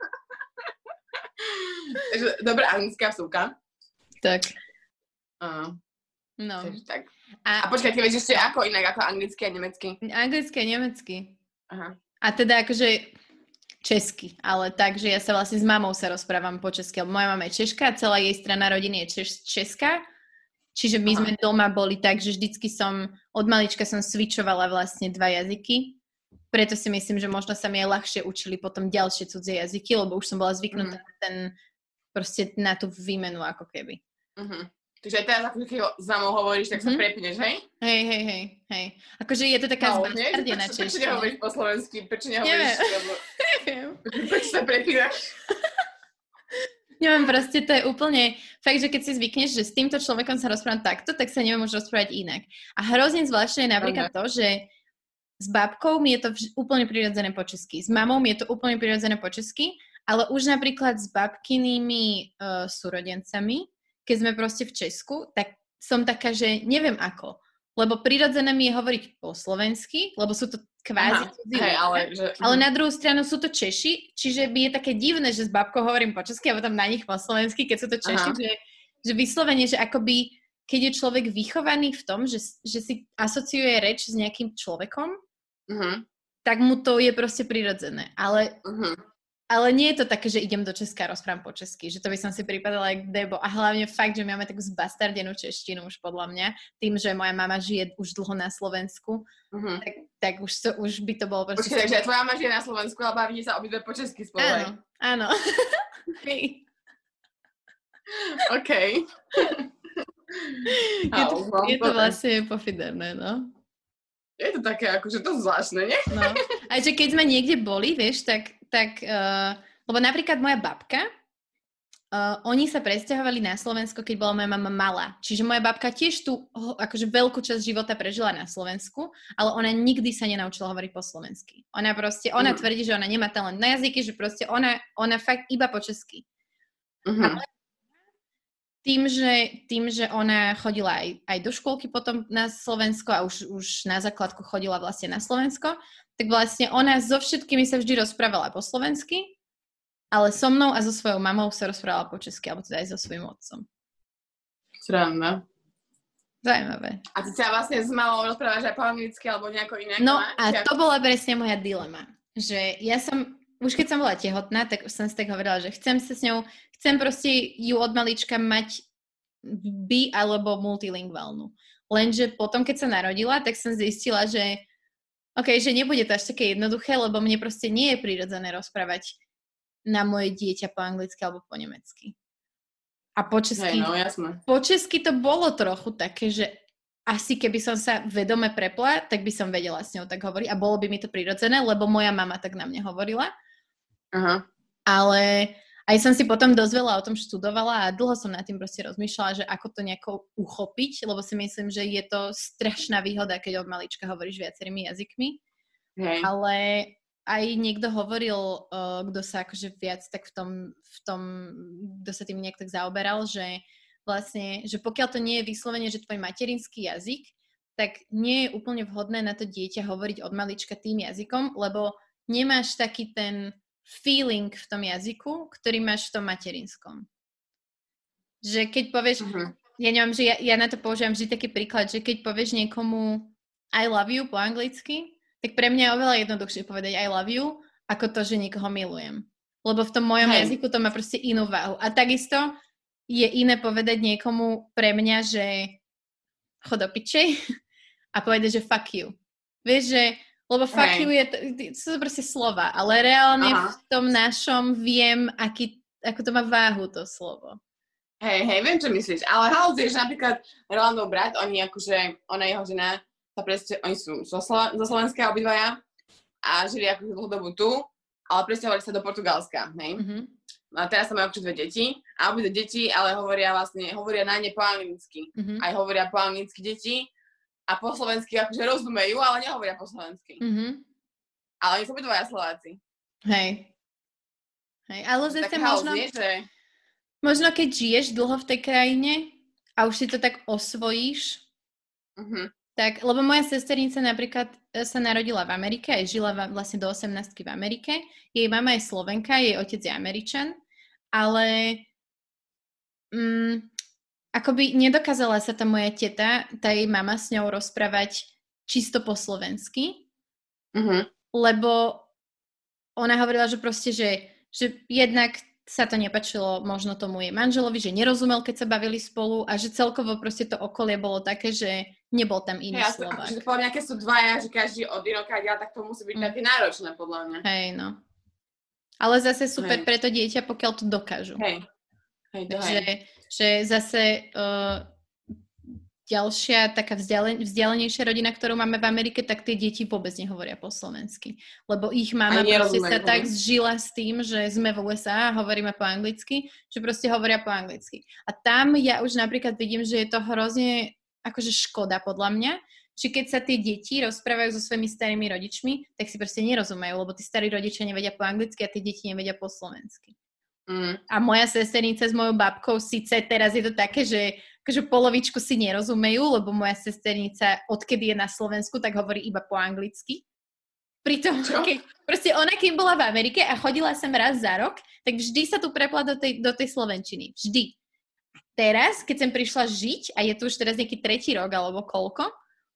Speaker 1: Takže dobrá anglická vsúka.
Speaker 2: Tak.
Speaker 1: Uh,
Speaker 2: no.
Speaker 1: Tak. A, a počkaj, ty vieš ešte ako inak, ako anglicky a nemecky?
Speaker 2: Anglicky a nemecky.
Speaker 1: Aha.
Speaker 2: A teda akože česky, ale tak, že ja sa vlastne s mamou sa rozprávam po česky, lebo moja mama je Češka, celá jej strana rodiny je češ- česká, čiže my Aha. sme doma boli tak, že vždycky som, od malička som switchovala vlastne dva jazyky, preto si myslím, že možno sa mi aj ľahšie učili potom ďalšie cudzie jazyky, lebo už som bola zvyknutá mm. ten, proste na tú výmenu ako keby.
Speaker 1: Mhm. Takže aj teraz, ako keď s mamou hovoríš, tak mm-hmm. sa prepneš, hej?
Speaker 2: Hej, hej, hej, hej. Akože je to taká
Speaker 1: no,
Speaker 2: zbastardená čeština.
Speaker 1: Prečo nehovoríš po slovensky? Prečo nehovoríš? Neviem. Prečo sa prepínaš?
Speaker 2: Neviem, proste to je úplne fakt, že keď si zvykneš, že s týmto človekom sa rozprávam takto, tak sa neviem už rozprávať inak. A hrozne zvláštne je napríklad okay. to, že s babkou mi je to vž- úplne prirodzené po česky. S mamou mi je to úplne prirodzené po česky, ale už napríklad s babkynými uh, súrodencami, keď sme proste v Česku, tak som taká, že neviem ako. Lebo prirodzené mi je hovoriť po slovensky, lebo sú to kvázi cudzí
Speaker 1: hej, ale, že...
Speaker 2: ale na druhú stranu sú to Češi, čiže mi je také divné, že s babkou hovorím po česky a potom na nich po slovensky, keď sú to Češi, že, že vyslovene, že akoby, keď je človek vychovaný v tom, že, že si asociuje reč s nejakým človekom, uh-huh. tak mu to je proste prirodzené. Ale... Uh-huh. Ale nie je to také, že idem do Česka a rozprávam po česky, že to by som si pripadala jak Debo. A hlavne fakt, že máme takú zbastardenú češtinu už podľa mňa, tým, že moja mama žije už dlho na Slovensku, uh-huh. tak, tak už, to, už by to bolo...
Speaker 1: Počkej, takže tvoja mama žije na Slovensku, ale bavíte sa obidve po česky spolu.
Speaker 2: Áno, áno.
Speaker 1: OK.
Speaker 2: je, to, je to vlastne pofiderné, no.
Speaker 1: Je to také akože to zvláštne, nie?
Speaker 2: No. A že keď sme niekde boli, vieš, tak, tak uh, lebo napríklad moja babka, uh, oni sa presťahovali na Slovensko, keď bola moja mama malá. Čiže moja babka tiež tu akože veľkú časť života prežila na Slovensku, ale ona nikdy sa nenaučila hovoriť po slovensky. Ona proste, ona mm. tvrdí, že ona nemá talent na jazyky, že proste ona, ona fakt iba po česky. Mm-hmm. Ale tým, že, tým, že ona chodila aj, aj do škôlky potom na Slovensko a už, už na základku chodila vlastne na Slovensko, tak vlastne ona so všetkými sa vždy rozprávala po slovensky, ale so mnou a so svojou mamou sa rozprávala po česky, alebo teda aj so svojím otcom.
Speaker 1: Sranda.
Speaker 2: Zaujímavé.
Speaker 1: A ty sa vlastne s malou rozprávaš aj po anglicky alebo nejako iné?
Speaker 2: No a to bola presne moja dilema. Že ja som, už keď som bola tehotná, tak som si tak hovorila, že chcem sa s ňou, chcem proste ju od malička mať bi alebo multilingválnu. Lenže potom, keď sa narodila, tak som zistila, že OK, že nebude to až také jednoduché, lebo mne proste nie je prirodzené rozprávať na moje dieťa po anglicky alebo po nemecky. A po česky,
Speaker 1: Hej, no, jasné.
Speaker 2: po česky to bolo trochu také, že asi keby som sa vedome prepla, tak by som vedela s ňou tak hovoriť a bolo by mi to prirodzené, lebo moja mama tak na mne hovorila.
Speaker 1: Aha.
Speaker 2: Ale aj som si potom dosť veľa o tom študovala a dlho som nad tým proste rozmýšľala, že ako to nejako uchopiť, lebo si myslím, že je to strašná výhoda, keď od malička hovoríš viacerými jazykmi.
Speaker 1: Hej.
Speaker 2: Ale aj niekto hovoril, uh, kto sa akože viac tak v tom, v tom, kto sa tým nejak tak zaoberal, že vlastne, že pokiaľ to nie je vyslovene, že tvoj materinský jazyk, tak nie je úplne vhodné na to dieťa hovoriť od malička tým jazykom, lebo nemáš taký ten feeling v tom jazyku, ktorý máš v tom materinskom. Že keď povieš, uh-huh. ja neviem, že ja, ja na to používam vždy taký príklad, že keď povieš niekomu I love you po anglicky, tak pre mňa je oveľa jednoduchšie povedať I love you, ako to, že niekoho milujem. Lebo v tom mojom Hej. jazyku to má proste inú váhu. A takisto je iné povedať niekomu pre mňa, že chod do pičej a povedať, že fuck you. Vieš, že lebo fuck Hej. you je, to, sú to proste slova, ale reálne Aha. v tom našom viem, aký, ako to má váhu to slovo.
Speaker 1: Hej, hej, viem, čo myslíš, ale halus je, že napríklad Rolandov brat, oni akože, ona jeho žena, sa presne, oni sú zo, Slo- zo Slovenska obidvaja a žili akože dlhú dobu tu, ale presťahovali sa do Portugalska, hej. Mm-hmm. A teraz sa majú akože dve deti a obidve deti, ale hovoria vlastne, hovoria na ne po anglicky. Mm-hmm. Aj hovoria po anglicky deti a po slovensky akože rozumejú, ale nehovoria po slovensky. Mm-hmm. Ale oni sú obidvaja Slováci.
Speaker 2: Hej. Hej, ale zase možno...
Speaker 1: Je, že...
Speaker 2: Možno keď žiješ dlho v tej krajine a už si to tak osvojíš, uh-huh. tak, lebo moja sesternica napríklad sa narodila v Amerike a žila vlastne do osemnástky v Amerike. Jej mama je Slovenka, jej otec je Američan, ale um, akoby nedokázala sa tá moja teta, tá jej mama s ňou rozprávať čisto po slovensky, uh-huh. lebo ona hovorila, že proste, že, že jednak sa to nepačilo možno tomu jej manželovi, že nerozumel, keď sa bavili spolu a že celkovo proste to okolie bolo také, že nebol tam iný
Speaker 1: hey,
Speaker 2: Slovák.
Speaker 1: Že podľa mňa, keď sú dvaja, že každý od inokádia, tak to musí byť mm. také náročné, podľa mňa.
Speaker 2: Hej, no. Ale zase super hey. pre to dieťa, pokiaľ to dokážu.
Speaker 1: Hej. Hej, to
Speaker 2: že, že zase uh, ďalšia taká vzdialen- vzdialenejšia rodina, ktorú máme v Amerike, tak tie deti vôbec nehovoria po slovensky. Lebo ich mama proste sa tak zžila s tým, že sme v U S A a hovoríme po anglicky, že proste hovoria po anglicky. A tam ja už napríklad vidím, že je to hrozne akože škoda podľa mňa, že keď sa tie deti rozprávajú so svojimi starými rodičmi, tak si proste nerozumejú, lebo tí starí rodičia nevedia po anglicky a tie deti nevedia po slovensky. Mm. A moja sesternica s mojou babkou síce teraz je to také, že akože polovičku si nerozumejú, lebo moja sesternica, odkedy je na Slovensku, tak hovorí iba po anglicky. Pritom, keď, proste ona, kým bola v Amerike a chodila sem raz za rok, tak vždy sa tu prepla do tej, do tej slovenčiny. Vždy. Teraz, keď som prišla žiť, a je tu už teraz nejaký tretí rok, alebo koľko,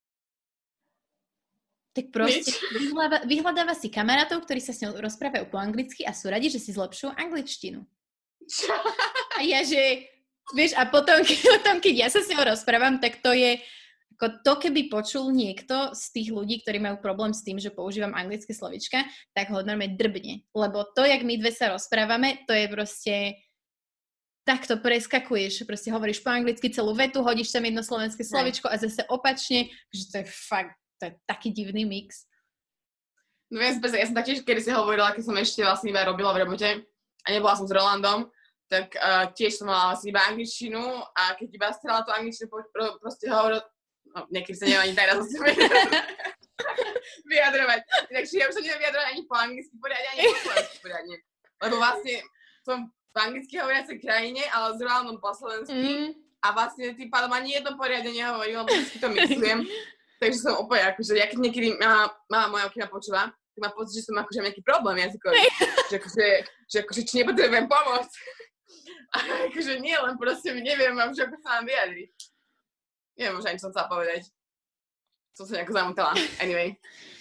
Speaker 2: tak proste vyhľadáva, vyhľadáva si kamarátov, ktorí sa s ňou rozprávajú po anglicky a sú radi, že si zlepšujú angličtinu. A ja, že... Vieš, a potom, potom, keď ja sa s ňou rozprávam, tak to je, ako to keby počul niekto z tých ľudí, ktorí majú problém s tým, že používam anglické slovíčka, tak ho normálne drbne. Lebo to, jak my dve sa rozprávame, to je proste, takto preskakuješ, proste hovoríš po anglicky celú vetu, hodíš tam jedno slovenské slovíčko a zase opačne, že to je fakt, to je taký divný mix.
Speaker 1: No ja som, ja som taktiež, kedy si hovorila, keď som ešte vlastne iba robila v robote a nebola som s Rolandom, tak uh, tiež som mala vlastne iba angličtinu a keď iba strela tú angličtinu, pro, proste hovoril, no niekedy sa neviem ani teraz zase vyjadrovať. Takže ja už sa neviem vyjadrovať ani po anglicky poriadne, ani po slovensky poriadne. Lebo vlastne som v anglicky hovoriacej krajine, ale s reálnom po slovensky. Mm. A vlastne tým pádom ani jedno poriadne nehovorím, lebo vždy to mixujem. Takže som úplne akože, ja keď niekedy mama, mama moja, keď ma počúva, tak má pocit, že som akože nejaký problém jazykový. že akože, že akože, či nepotrebujem pomôcť. A akože nie, len proste neviem, že ako sa mám vyjadriť. Neviem už ani, čo som chcela povedať. Som sa nejako zamotala. Anyway.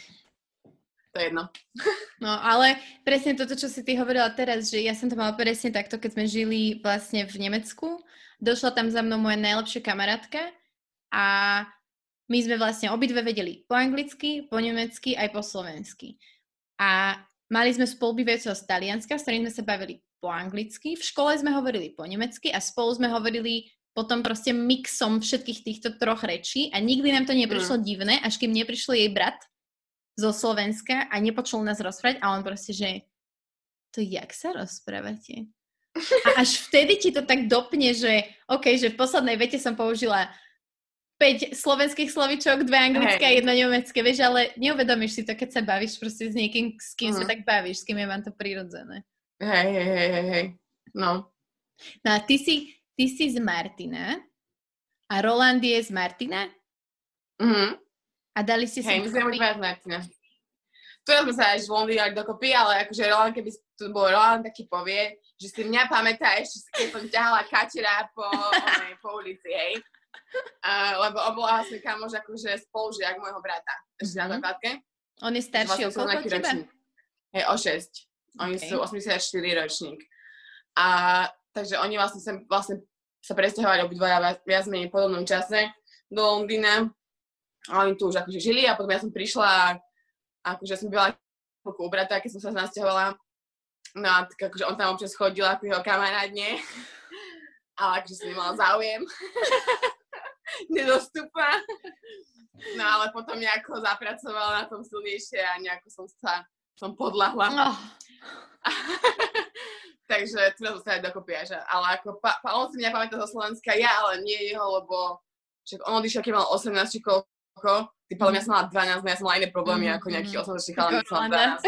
Speaker 1: To je jedno.
Speaker 2: No, ale presne toto, čo si ty hovorila teraz, že ja som to mala presne takto, keď sme žili vlastne v Nemecku. Došla tam za mnou moja najlepšia kamarátka a my sme vlastne obidve vedeli po anglicky, po nemecky aj po slovensky. A mali sme spolubývajúceho z Talianska, s ktorým sme sa bavili po anglicky. V škole sme hovorili po nemecky a spolu sme hovorili potom proste mixom všetkých týchto troch rečí a nikdy nám to neprišlo mm. divné, až kým neprišiel jej brat zo Slovenska a nepočul nás rozprávať a on proste, že to jak sa rozprávate? A až vtedy ti to tak dopne, že OK, že v poslednej vete som použila päť slovenských slovíčok, dve anglické a jedno nemecké, vieš, ale neuvedomíš si to, keď sa bavíš proste s niekým, s kým mm. sa tak bavíš, s kým je vám to prirodzené.
Speaker 1: Hej, hej, hej, hej, hej, no.
Speaker 2: No a ty si, ty si z Martina a Roland je z Martina?
Speaker 1: Mhm.
Speaker 2: A dali ste si...
Speaker 1: Hej, my sme boli z Martina. Tu sme sa až v Londýne dokopy, ale akože Roland, keby tu bol Roland, taký povie, že si mňa pamätá ešte, keď som ťahala kačera po, onej, po ulici, hej. Uh, lebo on bol vlastne kamož akože spolužiak môjho brata. Ešte mm-hmm. na základke.
Speaker 2: On je starší vlastne o koľko od teba?
Speaker 1: Hej, o šesť. Oni okay. sú osemdesiatštyri ročník. A takže oni vlastne, sem, vlastne sa presťahovali obidvaja viac menej v podobnom čase do Londýna. A oni tu už akože žili a potom ja som prišla a akože som byla u brata, keď som sa nasťahovala. No a tak akože on tam občas chodil ako jeho kamarádne. Ale akože som nemala záujem. Nedostupná. No ale potom nejako zapracovala na tom silnejšie a nejako som sa som podľahla. Oh. Takže tu nás zostali dokopy až. Ale ako, pa, pa, on si mňa pamätá zo Slovenska, ja ale nie jeho, lebo však on odišiel, keď mal osemnásť či koľko. Ty podľa mňa som mala dvanásť, no ja som mala iné problémy mm, ako nejaký mm, osemnásť chalán, som mala dvanásť.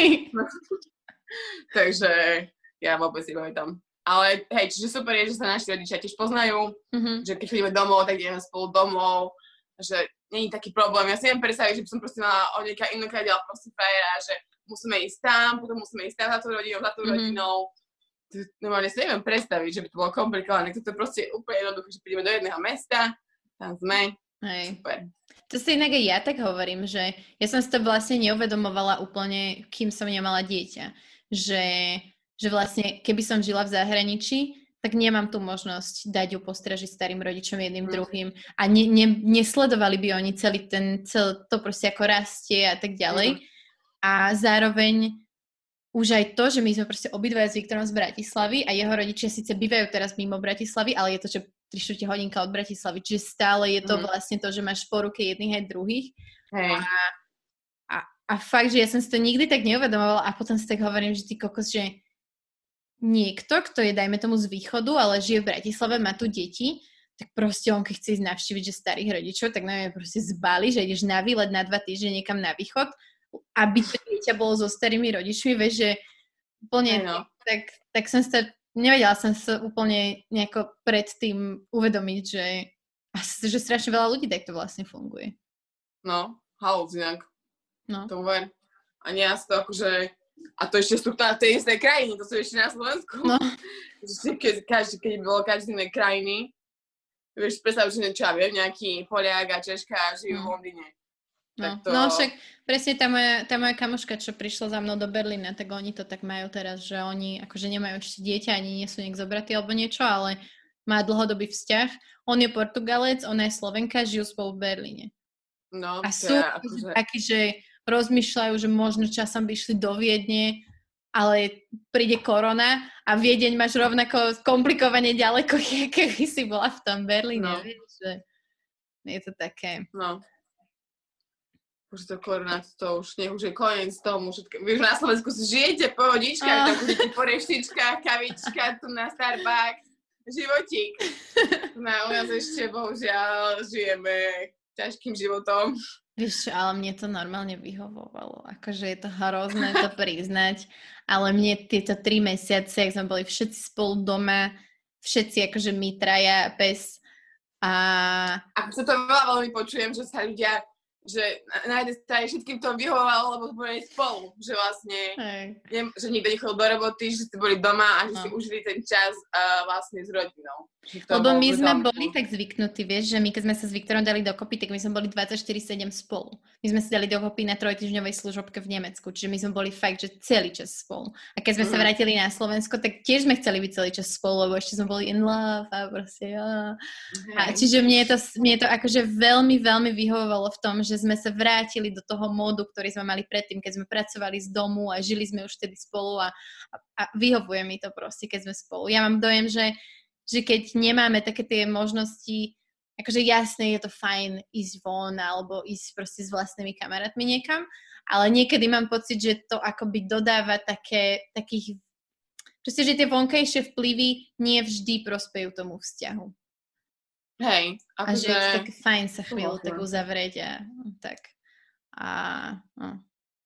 Speaker 1: Takže ja vôbec si pamätám. Ale hej, čiže super je, že sa naši rodičia tiež poznajú, mm-hmm. že keď chodíme domov, tak ideme spolu domov, že nie je taký problém. Ja si neviem predstaviť, že by som proste mala od nieká inokade, ale proste frajera, že musíme ísť tam, potom musíme ísť tam za tú rodinou, za tú mm-hmm. rodinou. Normálne si neviem predstaviť, že by to bolo komplikované. To je proste úplne jednoduché, že prídeme do jedného mesta, tam sme.
Speaker 2: Hej.
Speaker 1: Super.
Speaker 2: To si inak aj ja tak hovorím, že ja som si to vlastne neuvedomovala úplne, kým som nemala dieťa. Že, že vlastne, keby som žila v zahraničí, tak nemám tú možnosť dať ju postražiť starým rodičom jedným mm. druhým. A ne, ne, nesledovali by oni celý ten, celé to proste ako rastie a tak ďalej. Mm. A zároveň už aj to, že my sme proste obidvaja s Viktorom z Bratislavy a jeho rodičia síce bývajú teraz mimo Bratislavy, ale je to, že tri štvrte hodinka od Bratislavy, čiže stále je to mm. vlastne to, že máš po ruke jedných aj druhých.
Speaker 1: Hey.
Speaker 2: A, a, a fakt, že ja som si to nikdy tak neuvedomovala a potom si tak hovorím, že ty kokos, že niekto, kto je, dajme tomu z východu, ale žije v Bratislave, má tu deti, tak proste on, keď chce ísť navštíviť, že starých rodičov, tak neviem, proste zbali, že ideš na výlet na dva týždne niekam na východ, aby to dieťa bolo so starými rodičmi, vieš, že úplne,
Speaker 1: no.
Speaker 2: tak, tak som sa, nevedela som sa úplne nejako predtým uvedomiť, že, že strašne veľa ľudí takto vlastne funguje.
Speaker 1: No, halúc inak.
Speaker 2: No.
Speaker 1: To ver. A nie ja to akože, a to ešte sú na tej istej krajine, to sú ešte na Slovensku.
Speaker 2: No.
Speaker 1: Keď, každý, keď bolo každý iné krajiny, vieš, predstav, že niečo, ja viem, nejaký Poliak a Češka žijú v Londýne.
Speaker 2: No,
Speaker 1: to...
Speaker 2: no však presne tá moja, tá moja kamoška, čo prišla za mnou do Berlína, tak oni to tak majú teraz, že oni akože nemajú ešte dieťa, ani nie sú nejak zobratí alebo niečo, ale má dlhodobý vzťah. On je Portugalec, ona je Slovenka, žijú spolu v Berlíne.
Speaker 1: No,
Speaker 2: a sú
Speaker 1: ja, akože...
Speaker 2: takí, že rozmýšľajú, že možno časom by išli do Viedne, ale príde korona a Viedeň máš rovnako komplikovane ďaleko, keby si bola v tom Berlíne. No. Vieš, že je to také...
Speaker 1: No. Už to korona, to už nech už je koniec tomu všetko. Vieš, na Slovensku si žijete pohodička, oh. tam budete po reštičkách, kavička, tu na Starbucks, životík. No u nás ešte bohužiaľ žijeme ťažkým životom.
Speaker 2: Vieš čo, ale mne to normálne vyhovovalo. Akože je to hrozné to priznať, ale mne tieto tri mesiace, ak sme boli všetci spolu doma, všetci akože my traja, pes a...
Speaker 1: Ako sa to veľa veľmi počujem, že sa ľudia, že na jednej strane všetkým to vyhovovalo, lebo boli spolu, že vlastne, ne, že nikto nechodil do roboty, že ste boli doma a že no. si užili ten čas uh, vlastne s rodinou.
Speaker 2: Lebo my sme boli tak zvyknutí, vieš, že my keď sme sa s Viktorom dali dokopy, tak my sme boli dvadsaťštyri sedem spolu. My sme sa dali dokopy na trojtýždňovej služobke v Nemecku, čiže my sme boli fakt, že celý čas spolu. A keď sme mm. sa vrátili na Slovensko, tak tiež sme chceli byť celý čas spolu, lebo ešte sme boli in love a proste, ja. Okay. A čiže mne to, mne to akože veľmi, veľmi vyhovovalo v tom, že sme sa vrátili do toho módu, ktorý sme mali predtým, keď sme pracovali z domu a žili sme už vtedy spolu a, a, a vyhovuje mi to proste, keď sme spolu. Ja mám dojem, že že keď nemáme také tie možnosti, akože jasne je to fajn ísť von alebo ísť proste s vlastnými kamarátmi niekam, ale niekedy mám pocit, že to akoby dodáva také, takých, proste, že tie vonkajšie vplyvy nie vždy prospejú tomu vzťahu.
Speaker 1: Hej.
Speaker 2: A že je tak fajn sa chvíľu tak uzavrieť a tak. A... No.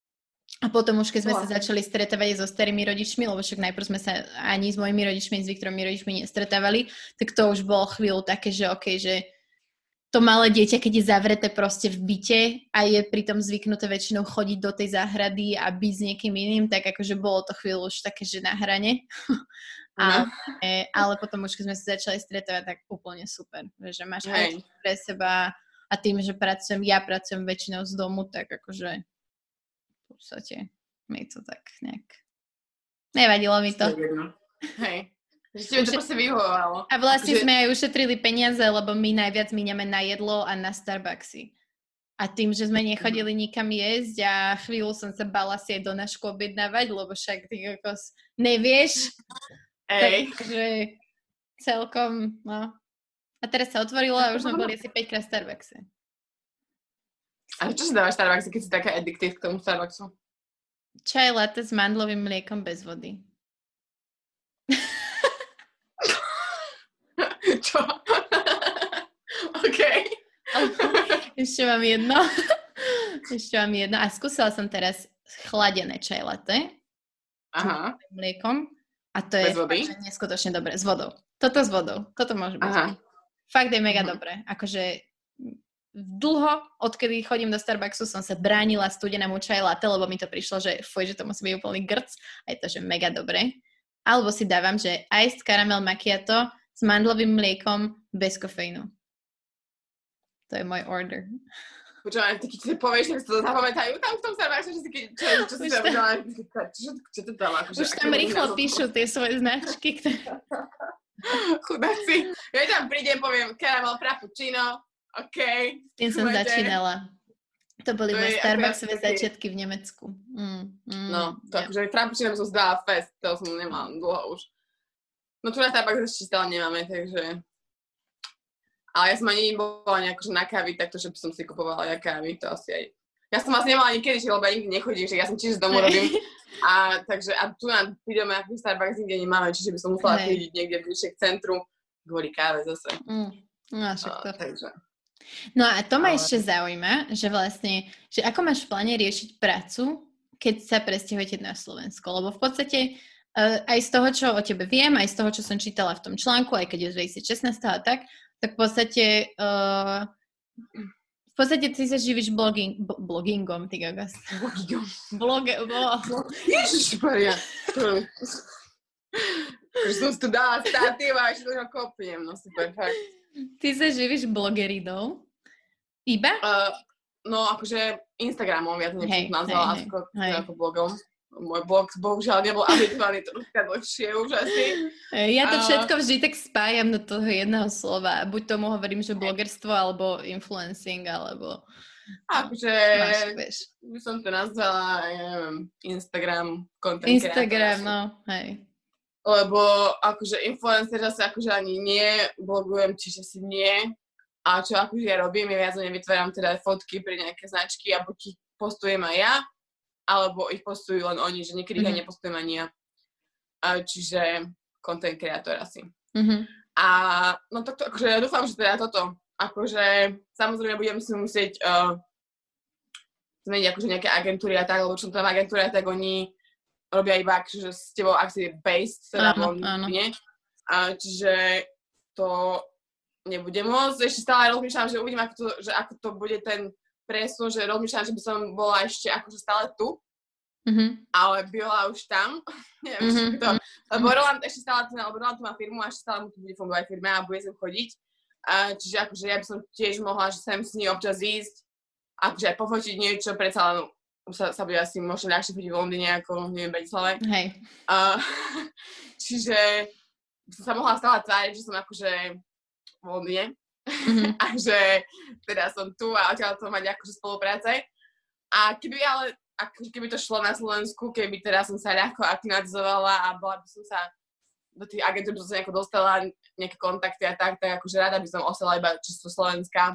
Speaker 2: A potom už, keď sme sa začali stretávať so starými rodičmi, lebo však najprv sme sa ani s mojimi rodičmi, ani s Viktorovými rodičmi nestretávali, tak to už bolo chvíľu také, že okej, okay, že to malé dieťa, keď je zavreté proste v byte a je pritom zvyknuté väčšinou chodiť do tej záhrady a byť s niekým iným, tak akože bolo to chvíľu už také, že na hrane. A, e, ale potom už, keď sme sa začali stretávať, tak úplne super. Že máš aj pre seba a tým, že pracujem, ja pracujem väčšinou z domu, tak akože v podstate mi to tak nejak... Nevadilo mi to.
Speaker 1: Hej. Že to proste vyhovovalo.
Speaker 2: A vlastne že... sme aj ušetrili peniaze, lebo my najviac míňame na jedlo a na Starbucksy. A tým, že sme nechodili nikam jesť a chvíľu som sa bala si aj do našku objednávať, lebo však ty kokos nevieš.
Speaker 1: Ej.
Speaker 2: Takže celkom, no. A teraz sa otvorilo a už sme boli asi päťkrát v Starbuckse.
Speaker 1: A čo si dávaš Starbucks, keď si taká addictive k tomu Starbucksu?
Speaker 2: Čaj latte s mandlovým mliekom bez vody.
Speaker 1: Čo? OK.
Speaker 2: Ešte mám jedno. Ešte mám jedno. A skúsila som teraz chladené čaj latte.
Speaker 1: Aha.
Speaker 2: S mliekom. A to bez je
Speaker 1: vody?
Speaker 2: Fakt, neskutočne dobré. S vodou. Toto s vodou. Toto môže byť.
Speaker 1: Aha.
Speaker 2: Fakt je mega
Speaker 1: uh-huh.
Speaker 2: dobré. Akože dlho, odkedy chodím do Starbucksu, som sa bránila studenému čaj latte, lebo mi to prišlo, že fuj, že to musí byť úplný grc. A je to, že mega dobré. Alebo si dávam, že iced caramel macchiato s mandlovým mliekom bez kofeínu. To je môj order.
Speaker 1: Počúvaj, ty keď si povieš, že si to zapamätajú tam v tom Starbucksu, že si keď, čo, čo si tam udělala, čo, čo to tam akože...
Speaker 2: Už tam rýchlo píšu tie svoje značky, ktoré...
Speaker 1: Chudáci. Ja tam prídem, poviem caramel frappuccino, OK.
Speaker 2: Tým som Chudajte. začínala. To boli moje Starbucksové začiatky v Nemecku. Mm, mm,
Speaker 1: no, to ja. akože frappuccino som zdala fest, to som nemala dlho už. No tu na Starbucks ešte stále nemáme, takže... Ale ja som ani nebola nejako na kávy, takto, že by som si kupovala ja kávy, to asi aj... Ja som vlastne nemala nikedy, lebo ja nikdy nechodím, že ja som tiež z domu robím. A takže a tu na prídeme, aký Starbucks nikde nemáme, čiže by som musela chodiť niekde bližšie k centru kvôli káve zase.
Speaker 2: Mm, no, však to.
Speaker 1: Uh, takže...
Speaker 2: No a to ma
Speaker 1: Ale...
Speaker 2: ešte zaujíma, že vlastne, že ako máš v pláne riešiť prácu, keď sa presťahujete na Slovensko, lebo v podstate uh, aj z toho, čo o tebe viem, aj z toho, čo som čítala v tom článku, aj keď je z dvetisícšestnásť a tak, tak v podstate uh, v podstate ty sa živíš blogging, b- bloggingom, ty gagas.
Speaker 1: Bloggingom.
Speaker 2: Bloge, blo...
Speaker 1: Ježišmaria. Že som si tu dala statív a ešte to kopnem, no super, fakt.
Speaker 2: Ty sa živíš blogeridou? Iba?
Speaker 1: Uh, no akože Instagramom, ja to nechcem nazvala hej, ako, hej. ako blogom. Môj blog bohužiaľ nebol avitovaný troška dlhšie už asi.
Speaker 2: Ja to všetko vždy tak spájam do toho jedného slova. Buď tomu hovorím, že blogerstvo, alebo influencing, alebo...
Speaker 1: Akože
Speaker 2: máš,
Speaker 1: by som to nazvala, ja neviem, Instagram, content
Speaker 2: Instagram, creator, no, hej.
Speaker 1: Lebo akože influencer zase akože ani nie, blogujem, čiže si nie. A čo akože ja robím, ja viac nevytváram teda fotky pre nejaké značky a buď ich postujem aj ja, alebo ich postujú len oni, že niekedy mm-hmm. ich nepostujem ani ja. A čiže content creator asi.
Speaker 2: Mm-hmm.
Speaker 1: A no tak to, akože ja dúfam, že teda toto, akože samozrejme budem si musieť uh, to nie je akože nejaké agentúry a tak, lebo čo tam agentúra, tak oni robia iba akože s tebou akcie based, teda
Speaker 2: áno,
Speaker 1: von,
Speaker 2: áno.
Speaker 1: nie? A čiže to nebudem môcť. Ešte stále rozmýšľam, že uvidím, ako to, že ako to bude ten presun, že rozmýšľam, že by som bola ešte akože stále tu,
Speaker 2: mm-hmm.
Speaker 1: ale byla už tam. Neviem, mm-hmm. to, lebo Roland ešte stále tu, lebo Roland tu má firmu a ešte stále mu tu bude fungovať firma a bude sem chodiť. A čiže akože ja by som tiež mohla, že sem s ní občas ísť, akože aj pofotiť niečo, predsa len sa, sa bude asi možno ľahšie chodiť v Londýne ako, neviem, Bratislave.
Speaker 2: Hej.
Speaker 1: Uh, čiže by som sa mohla stále tváriť, že som akože v Londýne. Mm-hmm. a že teda som tu a odtiaľ to mať akože spolupráce. A keby ale, ako, keby to šlo na Slovensku, keby teda som sa ľahko aklimatizovala a bola by som sa do tých agentúr, že som nejako dostala nejaké kontakty a tak, tak akože rada by som ostala iba čisto Slovenska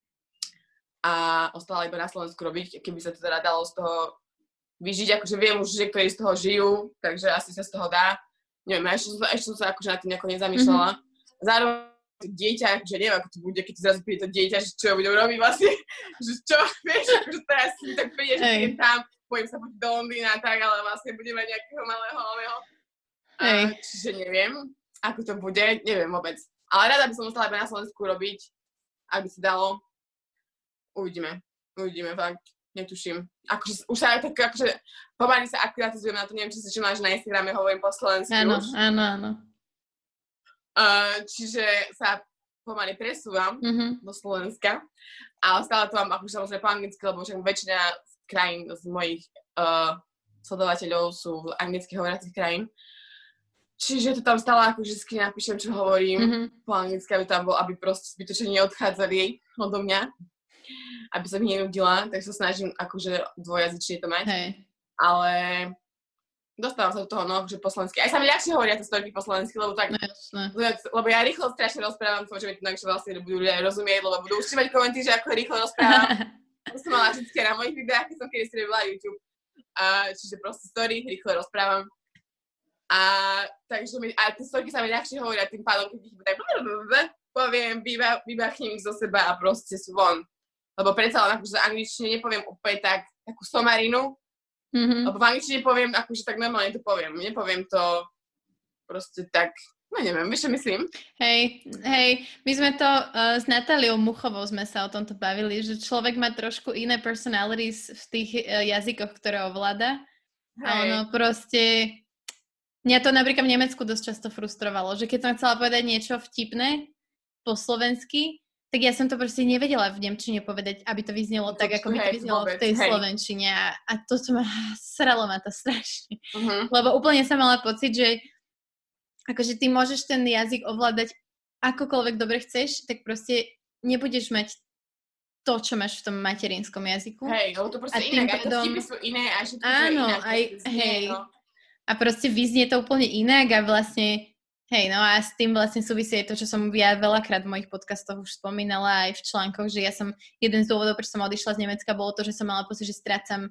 Speaker 1: a ostala iba na Slovensku robiť, keby sa to teda dalo z toho vyžiť, akože viem už, že ktorí z toho žijú, takže asi sa z toho dá. Neviem, ešte som sa, ešte som sa akože na tým nejako nezamýšľala. Mm-hmm. Zároveň to dieťa, akože neviem, ako to bude, keď to zrazu príde to dieťa, že čo budem robiť vlastne, že čo, vieš, akože teraz si tak príde, že prídem tam, pôjdem sa potiť do Londýna a tak, ale vlastne budem mať nejakého malého, malého. A, čiže neviem, ako to bude, neviem vôbec. Ale rada by som musela iba na Slovensku robiť, aby sa dalo. Uvidíme, uvidíme, fakt, netuším. Akože, už sa aj tak, akože, pomaly sa aklimatizujem na to, neviem, či si máš na Instagrame, hovorím po slovensky
Speaker 2: áno,
Speaker 1: už.
Speaker 2: Áno, áno,
Speaker 1: Uh, čiže sa pomaly presúvam mm-hmm. do Slovenska, ale stále to mám akože samozrejme po anglicky, lebo však väčšina krajín z mojich uh, sledovateľov sú v anglicky hovoriacich krajín. Čiže to tam stále akože vždy napíšem, čo hovorím mm-hmm. po anglicky, aby tam bol, aby proste zbytočne neodchádzali odo mňa, aby som ich nenudila, tak sa snažím akože dvojazyčne to mať. Hej. Ale dostávam sa do toho, no, že po slovensky. Aj sa mi ľahšie hovoria tie storky po slovensky, lebo tak, no, lebo ja rýchlo strašne rozprávam, to, že mi to najvyššie vlastne budú ľudia rozumieť, lebo budú už mať komenty, že ako rýchlo rozprávam. To som mala vždycky na mojich videách, keď som kedy si robila YouTube. A, čiže proste story, rýchlo rozprávam. A takže mi, a tie storky sa mi ľahšie hovoria tým pádom, keď ich tak poviem, vybachnem ich zo seba a proste sú von. Lebo predsa len akože angličtine nepoviem úplne tak, takú somarinu, mm-hmm. lebo v angličtine poviem, akože tak normálne to poviem. Nepoviem to proste tak, no neviem, vieš čo myslím?
Speaker 2: Hej, hej, my sme to uh, s Natáliou Muchovou sme sa o tomto bavili, že človek má trošku iné personalities v tých uh, jazykoch, ktoré ovláda. Hej. A ono proste, mňa to napríklad v Nemecku dosť často frustrovalo, že keď som chcela povedať niečo vtipné po slovensky, tak ja som to proste nevedela v nemčine povedať, aby to vyznelo tak, ako by to vyznelo v tej hej. slovenčine. A, a to ma sralo ma to strašne. Uh-huh. Lebo úplne som mala pocit, že akože ty môžeš ten jazyk ovládať akokoľvek dobre chceš, tak proste nebudeš mať to, čo máš v tom materinskom jazyku.
Speaker 1: Hej, lebo to proste inak, aj to vtipy sú iné, a všetko
Speaker 2: áno,
Speaker 1: je inak.
Speaker 2: Aj, hej. No. A proste vyznie to úplne inak a vlastne hej, no a s tým vlastne súvisí aj to, čo som ja veľakrát v mojich podcastoch už spomínala aj v článkoch, že ja som, jeden z dôvodov, prečo som odišla z Nemecka, bolo to, že som mala pocit, že strácam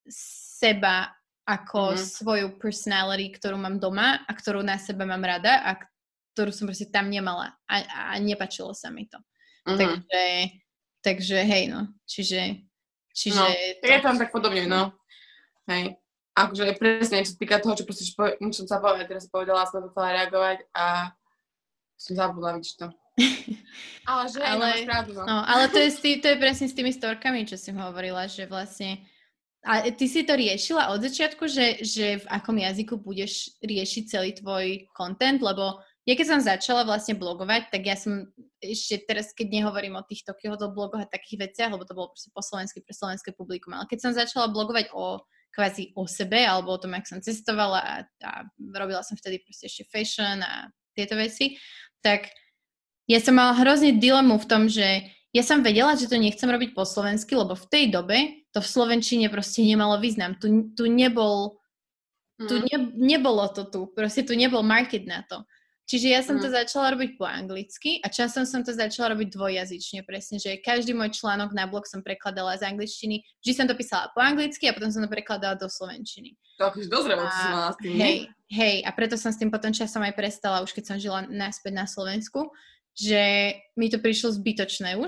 Speaker 2: seba ako mm-hmm. svoju personality, ktorú mám doma a ktorú na seba mám rada a ktorú som proste tam nemala a, a nepačilo sa mi to. Mm-hmm. Takže, takže hej, no, čiže... čiže
Speaker 1: no,
Speaker 2: to...
Speaker 1: je tam tak podobne, no. Hej. Akože presne, čo sa týka toho, čo proste, čo som sa povedala, teraz som povedala, som to chcela reagovať a som zabudla, vidíš to. Ale že ale, máš pravdu, no.
Speaker 2: no. Ale to je, tý, to je presne s tými storkami, čo si hovorila, že vlastne... A ty si to riešila od začiatku, že, že v akom jazyku budeš riešiť celý tvoj content, lebo ja keď som začala vlastne blogovať, tak ja som ešte teraz, keď nehovorím o týchto Kyoto blogoch a takých veciach, lebo to bolo proste po slovensky pre slovenské publikum, ale keď som začala blogovať o kvázi o sebe, alebo o tom, jak som cestovala a, a robila som vtedy proste ešte fashion a tieto veci, tak ja som mala hrozne dilemu v tom, že ja som vedela, že to nechcem robiť po slovensky, lebo v tej dobe to v slovenčine proste nemalo význam. Tu, tu nebol, mm. tu ne, nebolo to tu, proste tu nebol market na to. Čiže ja som mm. to začala robiť po anglicky a časom som to začala robiť dvojjazyčne, presne, že každý môj článok na blog som prekladala z angličtiny, vždy som to písala po anglicky a potom som to prekladala do slovenčiny.
Speaker 1: To akože dosť remoc si mala s tým,
Speaker 2: hej, hej, a preto som s tým potom časom aj prestala, už keď som žila naspäť na Slovensku, že mi to prišlo zbytočné už,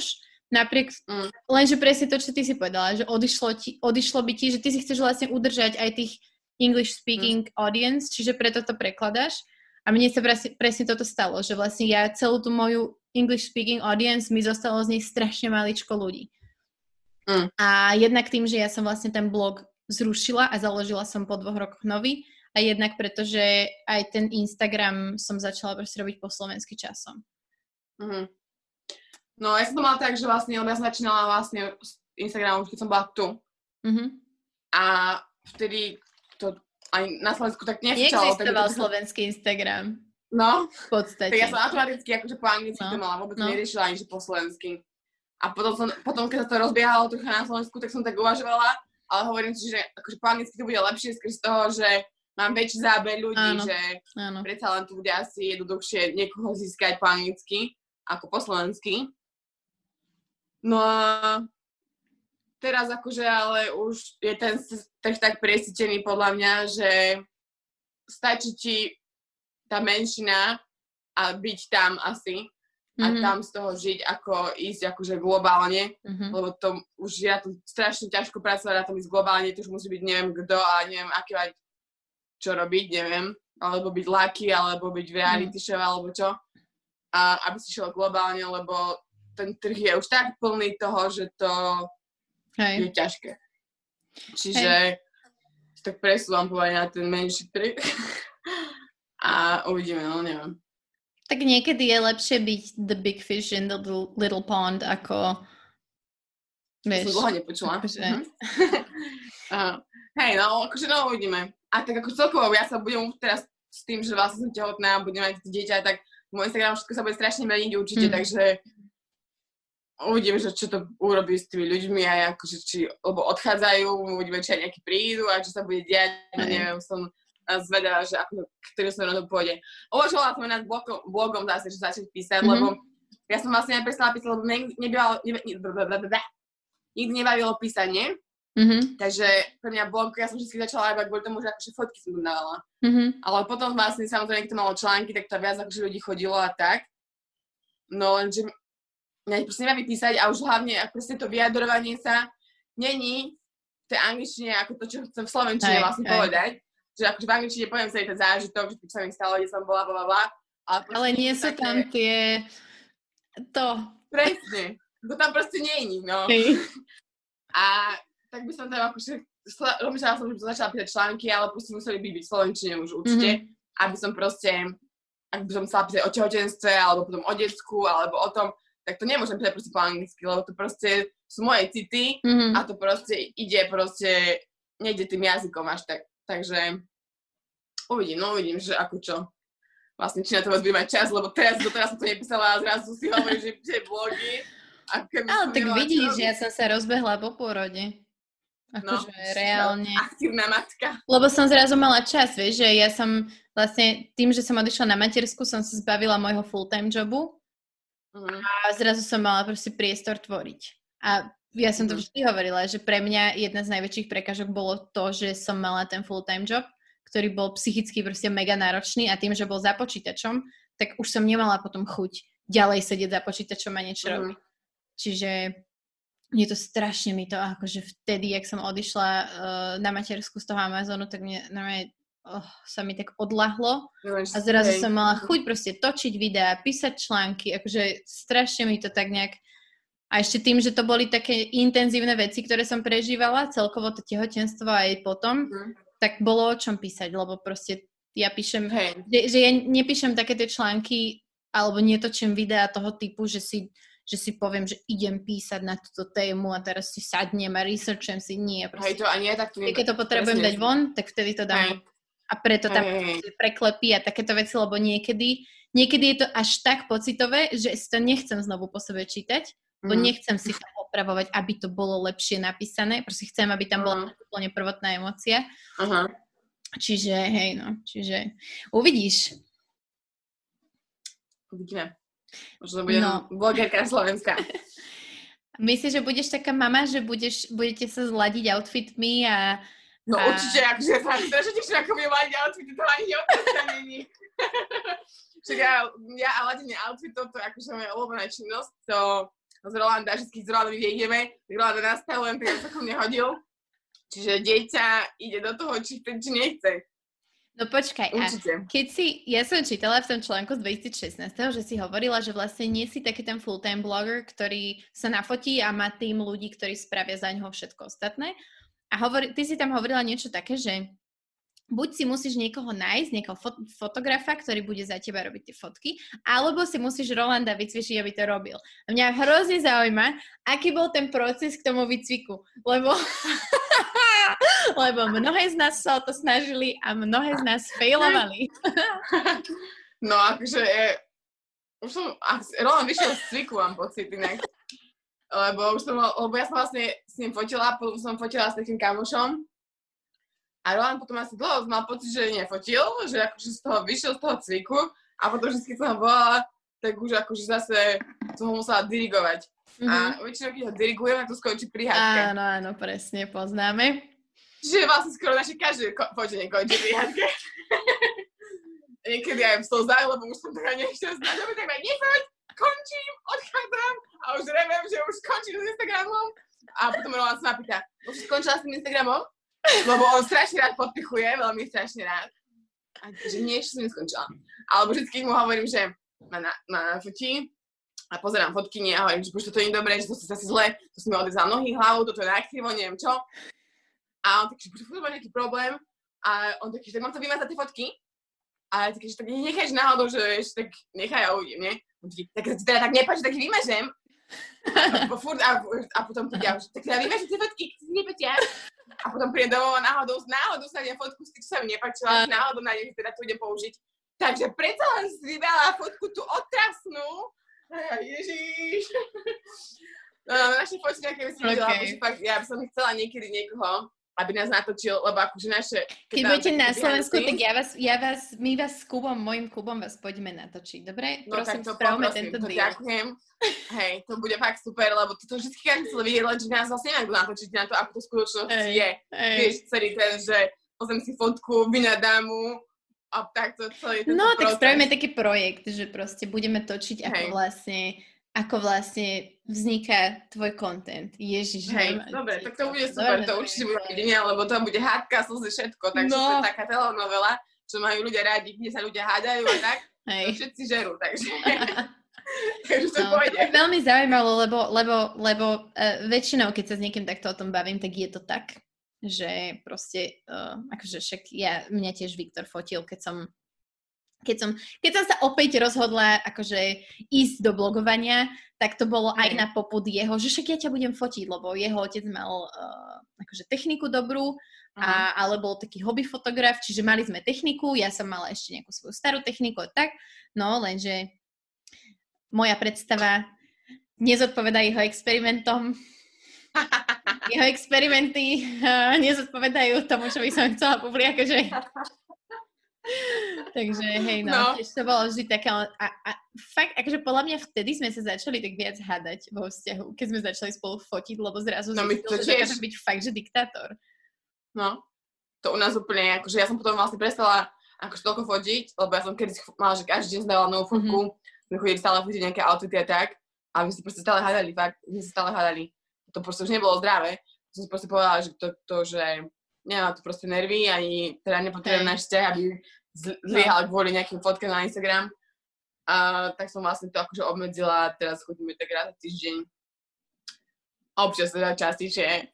Speaker 2: Napriek, mm. lenže presne to, čo ty si povedala, že odišlo, ti, odišlo by ti, že ty si chceš vlastne udržať aj tých English speaking mm. audience, čiže preto to prekladáš. A mne sa presne, presne toto stalo, že vlastne ja celú tú moju English speaking audience mi zostalo z nej strašne maličko ľudí. Mm. A jednak tým, že ja som vlastne ten blog zrušila a založila som po dvoch rokoch nový, a jednak preto, že aj ten Instagram som začala proste robiť po slovensky časom.
Speaker 1: Mm. No, ja som to mala tak, že vlastne, lebo ja som začínala vlastne s Instagramom, keď som bola tu. Mm-hmm. A vtedy to aj na Slovensku tak nechcelo.
Speaker 2: Neexistoval to... slovenský Instagram.
Speaker 1: No.
Speaker 2: V podstate.
Speaker 1: Tak ja som automaticky akože po anglicky no. to mala, vôbec no. neriešila ani, že po slovensky. A potom, som, potom, keď sa to rozbiehalo trocha na Slovensku, tak som tak uvažovala, ale hovorím si, že akože po anglicky to bude lepšie skrz toho, že mám väčší záber ľudí, áno, že áno. predsa len tu bude asi jednoduchšie niekoho získať po anglicky ako po slovensky. No a teraz akože ale už je ten trh tak presítený podľa mňa, že stačí ti tá menšina a byť tam asi a mm-hmm. tam z toho žiť, ako ísť akože globálne, mm-hmm. lebo to už je na tom strašne ťažko pracovať na tom ísť globálne, to už musí byť neviem kto a neviem aké mať čo robiť, neviem, alebo byť lucky, alebo byť v reality show, alebo čo. A aby si šiel globálne, lebo ten trh je už tak plný toho, že to Hej. je ťažké. Čiže Hej. tak presúvam povedať na ten menší trh a uvidíme, no neviem.
Speaker 2: Tak niekedy je lepšie byť the big fish in the little, little pond, ako
Speaker 1: vieš. Som dlho nepočula. Akože... uh, hej, no, akože no uvidíme. A tak ako celkovo, ja sa budem teraz s tým, že vlastne som tehotná a budem mať dieťa, tak môj Instagram všetko sa bude strašne meniť určite, mm. takže uvidím, že čo to urobí s tými ľuďmi a akože či, lebo odchádzajú, uvidíme, či aj nejakí prídu a čo sa bude diať, mm. neviem, som zvedavá, že ako, ktorý som na to pôjde. Uvažovala som nad blogom, blogom zase, že začať písať, mm-hmm. lebo ja som vlastne neprestala písať, lebo mne nebavilo, ne, ne, ne, nikdy nebavilo písanie. Mm-hmm. Takže pre mňa blog, ja som vždy začala iba kvôli tomu, že akože fotky som tam dávala. Mm-hmm. Ale potom vlastne samozrejme, keď to malo články, tak to viac akože ľudí chodilo a tak. No lenže mňa proste nebaví písať a už hlavne ak proste to vyjadrovanie sa není v tej angličtine ako to, čo chcem v slovenčine hej, vlastne hej. povedať. Že akože v angličtine poviem celý ten zážitok, že sa mi stalo, kde som bola, bla, bla, bla. Ale,
Speaker 2: ale nie sú také... tam tie... To.
Speaker 1: Presne. To tam proste nie je, no. Hej. A tak by som tam akože, rozmýšľala som, že som začala písať články, ale proste museli by byť v slovenčine už určite, mm-hmm. aby som proste, ak by som chcela písať o tehotenstve, alebo potom o decku, alebo o tom, tak to nemôžem písať proste po anglicky, lebo to proste sú moje city mm-hmm. a to proste ide proste, nejde tým jazykom až tak, takže uvidím, no uvidím, že ako čo. Vlastne, či na to vás bude mať čas, lebo teraz, doteraz som to nepísala a zrazu si hovorím, že píšem blogy.
Speaker 2: Ale tak vidíš, že ja som sa rozbehla po pôrode. Akože no, reálne.
Speaker 1: Aktívna matka.
Speaker 2: Lebo som zrazu mala čas, vieš, že ja som vlastne tým, že som odišla na matersku, som sa zbavila môjho full-time jobu uh-huh. a zrazu som mala proste priestor tvoriť. A ja som to uh-huh. vždy hovorila, že pre mňa jedna z najväčších prekážok bolo to, že som mala ten full-time job, ktorý bol psychicky proste mega náročný a tým, že bol za počítačom, tak už som nemala potom chuť ďalej sedieť za počítačom a niečo uh-huh. robiť. Čiže mne to strašne mi to, akože vtedy, jak som odišla uh, na matersku z toho Amazonu, tak mne normálne oh, sa mi tak odľahlo a zrazu som mala chuť proste točiť videá, písať články, akože strašne mi to tak nejak a ešte tým, že to boli také intenzívne veci, ktoré som prežívala, celkovo to tehotenstvo aj potom, mm. tak bolo o čom písať, lebo proste ja píšem, že, že ja nepíšem také tie články alebo netočím videá toho typu, že si že si poviem, že idem písať na túto tému a teraz si sadnem a researchujem si. Nie, proste.
Speaker 1: Hej, to a nie, tak to nie.
Speaker 2: Keď to potrebujem dať von, tak vtedy to dám. Hej. A preto tam hej, hej. preklepí a takéto veci, lebo niekedy, niekedy je to až tak pocitové, že si to nechcem znovu po sebe čítať, lebo mm. nechcem si to opravovať, aby to bolo lepšie napísané. Proste chcem, aby tam bola uh-huh. úplne prvotná emócia. Uh-huh. Čiže, hej, no, čiže uvidíš.
Speaker 1: Uvidíme. Možno budem no. blogerka slovenská.
Speaker 2: Myslíš, že budeš taká mama, že budeš, budete sa zladiť outfitmi a...
Speaker 1: No a... určite, akože sa strašne teším, ako budem ladiť outfity, to ani neotázka není. Však ja, ja a ladenie outfitov, to je akože moja obľúbená činnosť, to z Rolanda, všetkých z Rolanda vyjedieme, tak Rolanda nastavujem, tak sa ku mne hodil. Čiže dieťa ide do toho, či chce, či nechce.
Speaker 2: No počkaj, a keď si, ja som čítala v tom článku z dvetisícšestnásť, že si hovorila, že vlastne nie si taký ten full-time blogger, ktorý sa nafotí a má tým ľudí, ktorí spravia za ňoho všetko ostatné. A hovor, ty si tam hovorila niečo také, že buď si musíš niekoho nájsť, niekoho fot- fotografa, ktorý bude za teba robiť tie fotky, alebo si musíš Rolanda vycvičiť, aby to robil. A mňa hrozne zaujíma, aký bol ten proces k tomu výcviku, lebo... lebo mnohé z nás sa o to snažili a mnohé z nás failovali.
Speaker 1: No akože, je, už som, Roland vyšiel z cviku, mám pocit inak. Lebo už som, lebo ja som vlastne s ním fotila, potom som fotila s takým kamošom. A Roland potom asi dlho mal pocit, že nefotil, že akože z toho vyšiel z toho cviku a potom vždy, keď som ho volala, tak už akože zase som ho musela dirigovať. Mm-hmm. A väčšinou, keď ho dirigujem, tak to skončí pri hádke.
Speaker 2: Áno, áno, presne, poznáme.
Speaker 1: Čiže vlastne skoro naše každé ko- fotenie končí pri hádke. Niekedy aj v slzách, lebo už som taká nešťastná, že tak ma nefoť, končím, odchádzam a už reviem, že už skončím s Instagramom. A potom Roland sa ma pýta, už skončila s tým Instagramom? Lebo on strašne rád podpichuje, veľmi strašne rád. A že nie, ešte som neskončila. Alebo vždycky mu hovorím, že ma, na, ma fotí a pozerám fotky a hovorím, že už toto nie je dobré, že to si zase zle, to si mi odrezal nohy, hlavu, toto je nakrivo, neviem čo. A on taký, že bude mať nejaký problém a on taký, že tak mám to vymazať tie fotky. A ja taký, že tak necháš náhodou, že ešte tak nechaj a uvidím, nie? On taký, tak si teda tak nepáči, tak ich vymažem. A, furt, a, a potom príde, tak teda vymažem tie fotky, keď si nepáčia. A potom príde domov a náhodou, náhodou sa idem fotku z tých, čo sa mi nepáčila, uh. náhodou nájdem, že teda tu idem použiť. Takže predsa len si vybrala fotku tú otrasnú. A ježiš. No, no, naše fotky, keby si videla, okay. Fakt, ja by som chcela niekedy niekoho, aby nás natočil, lebo akože naše...
Speaker 2: Keď, keď budete na Slovensku, tak ja vás, ja vás, my vás s Kubom, mojim Kubom vás poďme natočiť, dobre?
Speaker 1: No
Speaker 2: prosím,
Speaker 1: tak to
Speaker 2: spravme
Speaker 1: poprosím,
Speaker 2: tento
Speaker 1: to
Speaker 2: deal.
Speaker 1: ďakujem. Hej, to bude fakt super, lebo toto vždy každý chcel vidieť, len že nás vlastne nemajú natočiť na to, ako to v skutočnosti je. Hej. Vieš, celý ten, že pozriem si fotku, vynadám mu a takto celý ten
Speaker 2: No,
Speaker 1: proces.
Speaker 2: tak spravíme taký projekt, že proste budeme točiť, ako Hej. vlastne... ako vlastne vzniká tvoj content. Ježiš.
Speaker 1: Hej, dobre, tak to bude super, to určite bude videnie, lebo to bude hádka, slzy, všetko, takže no. To je taká telenovela, čo majú ľudia rádi, kde sa ľudia hádajú a tak, Hej. To všetci žerú, takže... takže to
Speaker 2: no,
Speaker 1: pôjde.
Speaker 2: To je veľmi zaujímavé, lebo, lebo, lebo uh, väčšinou, keď sa s niekým takto o tom bavím, tak je to tak, že proste, uh, akože však ja, mňa tiež Viktor fotil, keď som Keď som, keď som sa opäť rozhodla akože ísť do blogovania, tak to bolo aj na popud jeho, že však ja ťa budem fotiť, lebo jeho otec mal uh, akože techniku dobrú, a, ale bol taký hobby fotograf, čiže mali sme techniku, ja som mala ešte nejakú svoju starú techniku a tak, no lenže moja predstava nezodpovedá jeho experimentom. Jeho experimenty uh, nezodpovedajú tomu, čo by som chcela publikovať, akože... Takže hej, no, no. Tiež to bolo vždy také, a, a fakt, akože podľa mňa vtedy sme sa začali tak viac hádať vo vzťahu, keď sme začali spolu fotiť, lebo zrazu
Speaker 1: no,
Speaker 2: zistil, že dokáže byť fakt, že diktátor.
Speaker 1: No, to u nás úplne, akože ja som potom vlastne prestala akože toľko fotiť, lebo ja som kedy mala, že každý deň zdávala novú fotku, mm-hmm. sme chodili stále fotiť nejaké outfity a tak, a my si proste stále hádali, fakt, my si stále hádali. To proste už nebolo zdravé, som si proste povedala, že to, to že nemá to proste nervy, ani teda nepotrebujem náš vzťah, aby zlyhal no. kvôli nejakým fotkám na Instagram. A tak som vlastne to akože obmedzila, teraz chodíme tak raz za týždeň. Občas teda častejšie.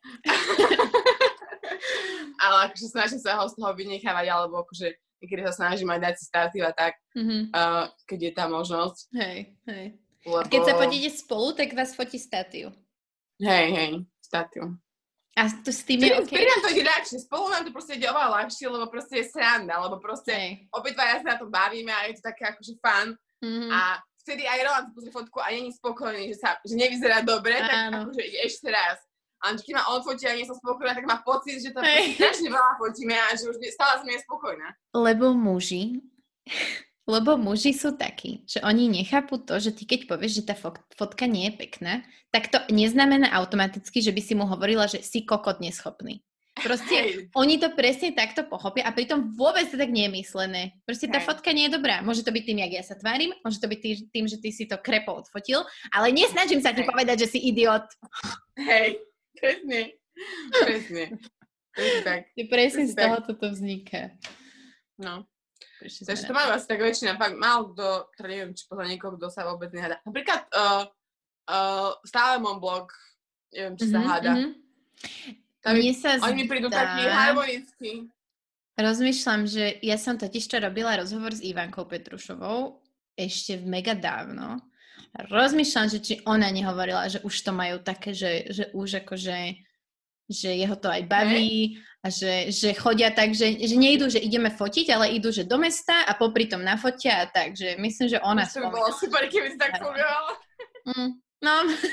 Speaker 1: Ale akože snažím sa ho z toho vynechávať, alebo akože niekedy sa snažím aj dať si statív a tak, mm-hmm. uh, keď je tá možnosť.
Speaker 2: Hej, hej.
Speaker 1: Lebo...
Speaker 2: Keď sa fotíte spolu, tak vás fotí statív.
Speaker 1: Hej, hej, statív.
Speaker 2: A to s tým je okej?
Speaker 1: Vtedy nám to ide ľahšie, spolu nám to proste ide oveľa ľahšie, lebo proste je sranda, lebo proste obidvaja sa na to bavíme a je to také akože fun. Mm-hmm. A vtedy aj Roland pozrie fotku a není spokojný, že, sa, že nevyzerá dobre, Áno. tak akože ide ešte raz. A keď ma on fotí a nie som spokojná, tak má pocit, že to strašne veľa fotíme a že už stále som nie spokojná. Lebo
Speaker 2: muži... Lebo muži sú takí, že oni nechápu to, že ty keď povieš, že tá fotka nie je pekná, tak to neznamená automaticky, že by si mu hovorila, že si kokot neschopný. Proste hey. Oni to presne takto pochopia a pritom vôbec to tak nie je myslené. Proste tá hey. Fotka nie je dobrá. Môže to byť tým, jak ja sa tvárim, môže to byť tým, tým že ty si to krepo odfotil, ale nesnažím sa ti hey. povedať, že si idiot.
Speaker 1: Hej, presne. Presne. Presne tak.
Speaker 2: Presne z toho toto vzniká.
Speaker 1: No. Takže to majú asi tak väčšina. Fakt, málo kto, teda neviem, či podľa niekoho, kto sa vôbec nehádá. Napríklad uh, uh, stále mám blog, neviem, či sa mm-hmm, háda. Mm-hmm. Tam Mne sa oni mi prídu zdá... takí harmonickí.
Speaker 2: Rozmýšľam, že ja som totiž to robila rozhovor s Ivankou Petrušovou ešte mega dávno. Rozmýšľam, že či ona nehovorila, že už to majú také, že, že už akože že jeho to aj baví a že, že chodia tak, že, že nejdú, že ideme fotiť, ale idú, že do mesta a popri tom nafotia a tak, že myslím, že ona
Speaker 1: spomínala. To by bolo super, keby si tak fungovala.
Speaker 2: Mm, no.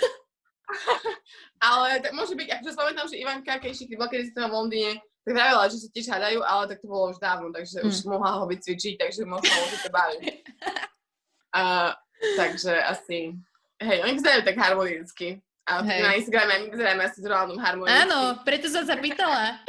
Speaker 1: Ale tak môže byť, akože spomínam, že Ivanka, keď ešte bola kedy si to v Londýne, tak vravila, že sa tiež hádajú, ale tak to bolo už dávno, takže mm. už mohla ho vycvičiť, takže možno ho to baví. uh, takže asi, hej, oni vyzerajú tak harmonicky. A hey. Na Instagrame my vyzeráme asi s Rolandom harmonicky.
Speaker 2: Áno, preto som sa pýtala.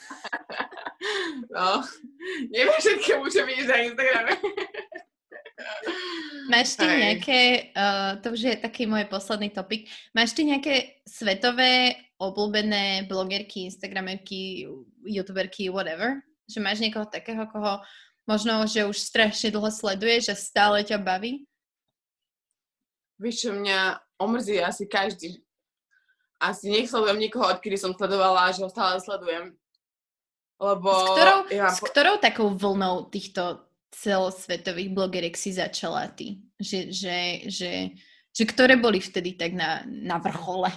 Speaker 1: No, neviem všetkému, čo vidíš na Instagrame.
Speaker 2: Máš ty Hej. nejaké, uh, to už je taký môj posledný topik, máš ty nejaké svetové obľúbené blogerky, instagramerky, youtuberky, whatever? Že máš niekoho takého, koho možno, že už strašne dlho sleduješ a stále ťa baví?
Speaker 1: Vieš čo, mňa omrzí asi každý. Asi nesledujem nikoho, odkedy som sledovala, že ho stále sledujem. Lebo...
Speaker 2: S ktorou,
Speaker 1: ja
Speaker 2: s ktorou takou vlnou týchto celosvetových blogeriek si začala ty? Že, že, že, že ktoré boli vtedy tak na, na vrchole?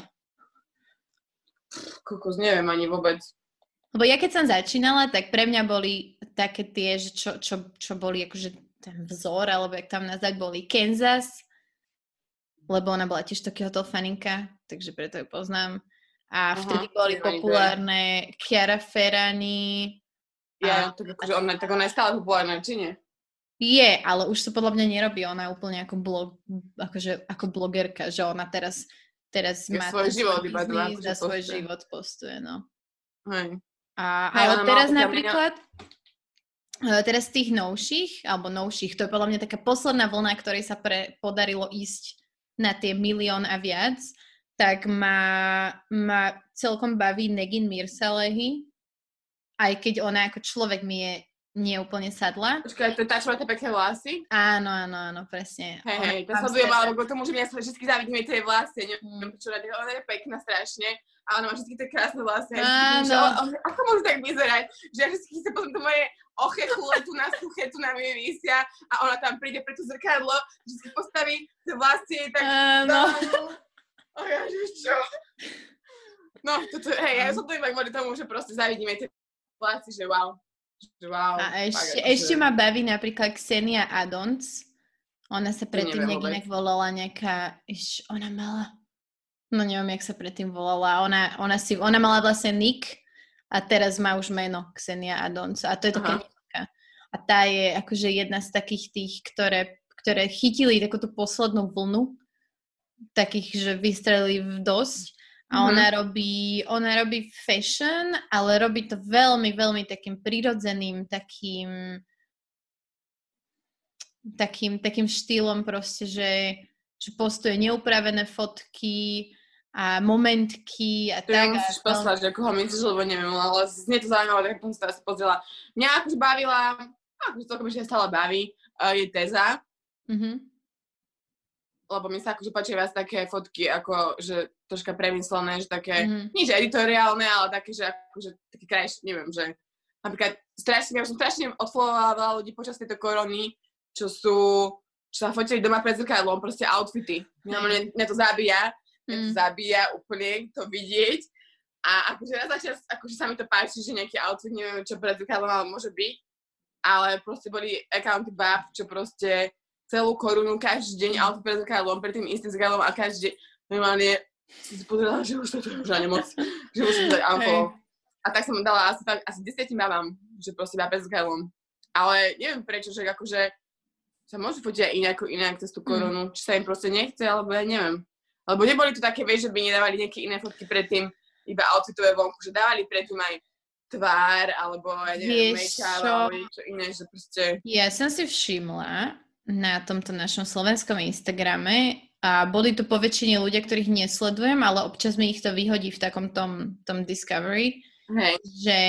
Speaker 1: Kokos, neviem ani vôbec.
Speaker 2: Lebo ja keď som začínala, tak pre mňa boli také tie, že čo, čo, čo boli akože ten vzor, alebo jak tam nazvať, boli Kansas, lebo ona bola tiež takého faninka, takže preto ju poznám. A Aha, vtedy boli populárne Chiara Ferrani.
Speaker 1: Ja, a, tak, akože ona, tak ona je stále populárna, či nie?
Speaker 2: Je, ale už sa podľa mňa nerobí. Ona je úplne ako, blog, akože, ako blogerka, že ona teraz, teraz
Speaker 1: je
Speaker 2: má
Speaker 1: svoj život, iba dva,
Speaker 2: za svoj postuje. život postuje, no.
Speaker 1: Hej.
Speaker 2: A, Hej, ale teraz napríklad, mňa... teraz z tých novších, alebo novších, to je podľa mňa taká posledná vlna, ktorej sa pre, podarilo ísť na tie milión a viac, tak ma, ma celkom baví Negin Mirsalehi, aj keď ona ako človek mi je neúplne sadla.
Speaker 1: Počkaj, to je tá, čo má tie pekné vlasy?
Speaker 2: Áno, áno, áno, presne.
Speaker 1: Hej, hej, to sledujem, ale k tomu, že mňa vždy závidíme tie vlasy, neviem, čo mm. ona je pekná strašne a ona má vždy tie krásne vlasy. Áno. Že, ako môže tak vyzerať? Že ja vždy sa potom to moje ochechule tu na suché, tu na mne vysia a ona tam príde pre to zrkadlo, vždy postaví tie vlasy, tak... Áno. A ja, že čo? No, toto, hej, ja som to iba kvôli tomu, že proste závidíme tie vlasy, že wow. Že wow.
Speaker 2: A ešte, ešte ma baví napríklad Xenia Adons. Ona sa predtým nejak volala nejaká, iš, ona mala, no neviem, jak sa predtým volala, ona, ona, si, ona mala vlastne nick a teraz má už meno Xenia Adons a to je taká nejaká. A tá je akože jedna z takých tých, ktoré, ktoré chytili takú tú poslednú vlnu, takých, že vystrelili v dosť. A ona mm-hmm. robí, ona robí fashion, ale robí to veľmi, veľmi takým prirodzeným, takým takým, takým štýlom proste, že, že postuje neupravené fotky a momentky a
Speaker 1: to
Speaker 2: tak.
Speaker 1: To musíš poslať, že koho myslíš, lebo neviem, ale znie to zaujímavé, tak som sa asi pozrela. Mňa akože bavila, akože celkom ešte stále baví, uh, je Teza. Mhm. Lebo mi sa akože páči viac také fotky, ako, že troška premyslené, že také, mm-hmm. nie že editoriálne, ale také, že akože také krajšie, neviem, že napríklad strašne, ja som strašne odfollovala veľa ľudí počas tejto korony, čo sú, čo sa fotili doma pred zrkadlom, proste outfity. Mňa, mňa to zabíja, mňa to zabíja úplne to vidieť a akože raz za čas, akože sa mi to páči, že nejaký outfit, neviem, čo pred zrkadlom ale môže byť, ale proste boli accounty bab, čo proste celú korunu, každý deň outfit pred zrkadlom, pred tým istým zrkadlom a každý deň normálne som si pozerala, že už to je už ani moc, že musím dať unfollow. A tak som dala asi, tak, asi desať babám, že proste iba pred zrkadlom. Ale neviem prečo, že akože sa môžu fotiť aj inak, inak cez tú korunu, mm. či sa im proste nechce, alebo ja neviem. Lebo neboli to také, vieš, že by nedávali nejaké iné fotky predtým, iba outfitové vonku, že dávali predtým aj tvár, alebo ja neviem, make-up, alebo niečo iné, že proste...
Speaker 2: Ja som si všimla na tomto našom slovenskom Instagrame a boli tu po väčšine ľudia, ktorých nesledujem, ale občas mi ich to vyhodí v takom tom, tom Discovery,
Speaker 1: hej.
Speaker 2: že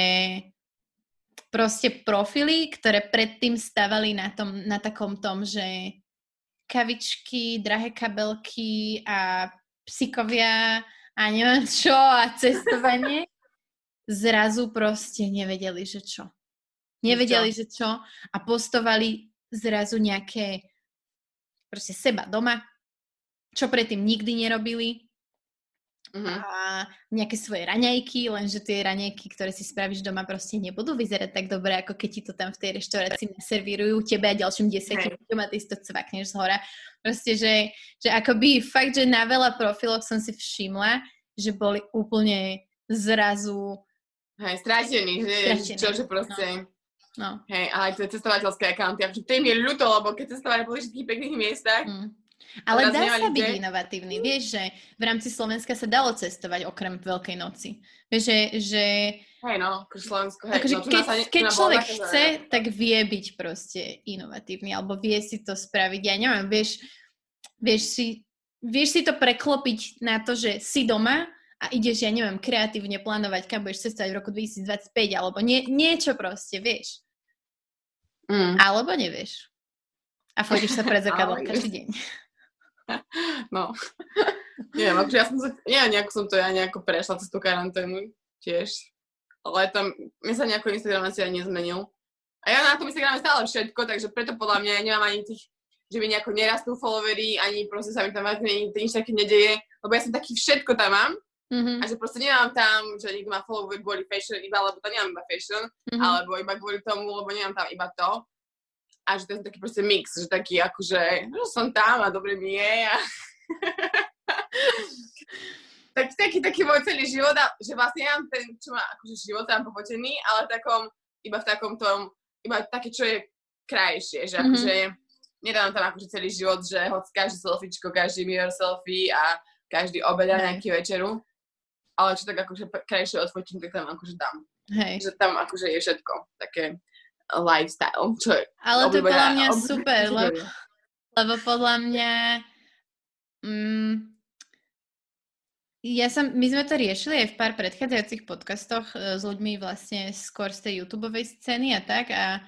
Speaker 2: proste profily, ktoré predtým stavali na, tom, na takom tom, že kavičky, drahé kabelky a psíkovia a neviem čo a cestovanie, zrazu proste nevedeli, že čo. Nevedeli, čo? že čo a postovali zrazu nejaké proste seba doma, čo predtým nikdy nerobili uh-huh. a nejaké svoje raňajky, lenže tie raňajky, ktoré si spravíš doma, proste nebudú vyzerať tak dobre, ako keď ti to tam v tej reštaurácii naservírujú tebe a ďalším desiatim ľuďom a ty si to cvakneš zhora. Proste, že, že akoby fakt, že na veľa profiloch som si všimla, že boli úplne zrazu
Speaker 1: hej, stratení, že čo, že proste... No. Hej, ale aj tie cestovateľské accounty, akože to im je ľúto, lebo keď cestovali po všetkých pekných miestach... Mm.
Speaker 2: Ale dá sa byť kde? Inovatívny. Vieš, že v rámci Slovenska sa dalo cestovať okrem Veľkej noci. Vieš, že... že...
Speaker 1: Hej, no, akože Slovensko, hej.
Speaker 2: Akože
Speaker 1: no,
Speaker 2: keď,
Speaker 1: ne,
Speaker 2: keď človek chce, ne? tak vie byť proste inovatívny, alebo vie si to spraviť. Ja neviem, vieš, vieš, si, vieš si to preklopiť na to, že si doma a ideš, ja neviem, kreatívne plánovať, kam budeš cestovať v roku dvetisícdvadsaťpäť, alebo nie, niečo proste, vieš. Mm. Alebo nevieš. A fotíš sa pred zrkadlom každý deň.
Speaker 1: No. Neviem, akože ja som sa, ja nejako som to ja nejako prešla cez tú karanténu tiež. Ale tam, mne sa nejako Instagram asi aj nezmenil. A ja na tom Instagrame stále všetko, takže preto podľa mňa ja nemám ani tých, že mi nejako nerastú followery, ani proste sa mi tam nič také nedeje, lebo ja som taký všetko tam mám. Mm-hmm. A že proste nemám tam, že niekto má follow kvôli fashion iba, lebo tam nemám iba fashion, mm-hmm. alebo iba kvôli tomu, lebo nemám tam iba to. A že to je taký proste mix, že taký akože, že som tam a dobre mi je. A... taký, taký, taký môj celý život, a, že vlastne ja mám ten, čo má akože život tam popotený, ale takom, iba v takom tom, iba také, čo je krajšie, že mm-hmm. akože nedám tam akože celý život, že hoď každý selfiečko, každý mirror selfie a každý obed a nejaký večeru. Ale čo tak akože krajšie odfotím, tak tam akože dám. Hej. Že tam akože je všetko také lifestyle, čo je
Speaker 2: ale to podľa mňa ob... super, lebo, lebo podľa mňa mm, ja som, my sme to riešili aj v pár predchádzajúcich podcastoch s ľuďmi vlastne skôr z tej YouTubeovej scény a tak a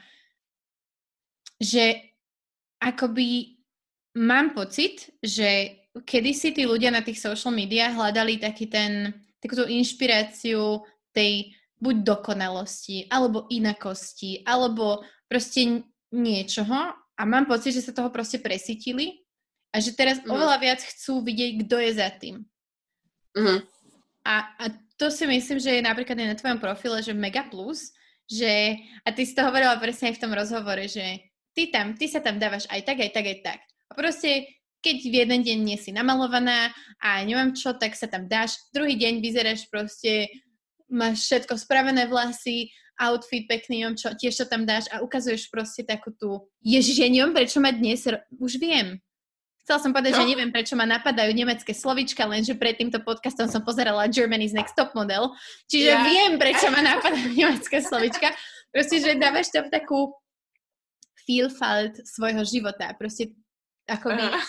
Speaker 2: že akoby mám pocit, že kedysi tí ľudia na tých social médiách hľadali taký ten takúto inšpiráciu tej buď dokonalosti, alebo inakosti, alebo proste niečoho a mám pocit, že sa toho proste presítili a že teraz mm. oveľa viac chcú vidieť, kto je za tým. Mm. A, a to si myslím, že je napríklad aj na tvojom profile, že mega plus, že, a ty si to hovorila presne aj v tom rozhovore, že ty tam, ty sa tam dávaš aj tak, aj tak, aj tak. A proste keď v jeden deň nie si namalovaná a neviem čo, tak sa tam dáš. Druhý deň vyzeráš proste, máš všetko spravené vlasy, outfit pekný, neviem čo, tiež to tam dáš a ukazuješ proste takú tú... Ježiš, ja neviem, prečo ma dnes... Už viem. Chcela som povedať, no. že neviem, prečo ma napadajú nemecké slovíčka, lenže pred týmto podcastom som pozerala Germany's Next Top Model, čiže yeah. viem, prečo ma napadajú nemecké slovíčka. Proste, že dávaš tam takú Vielfalt svojho života. Proste akoby... Uh.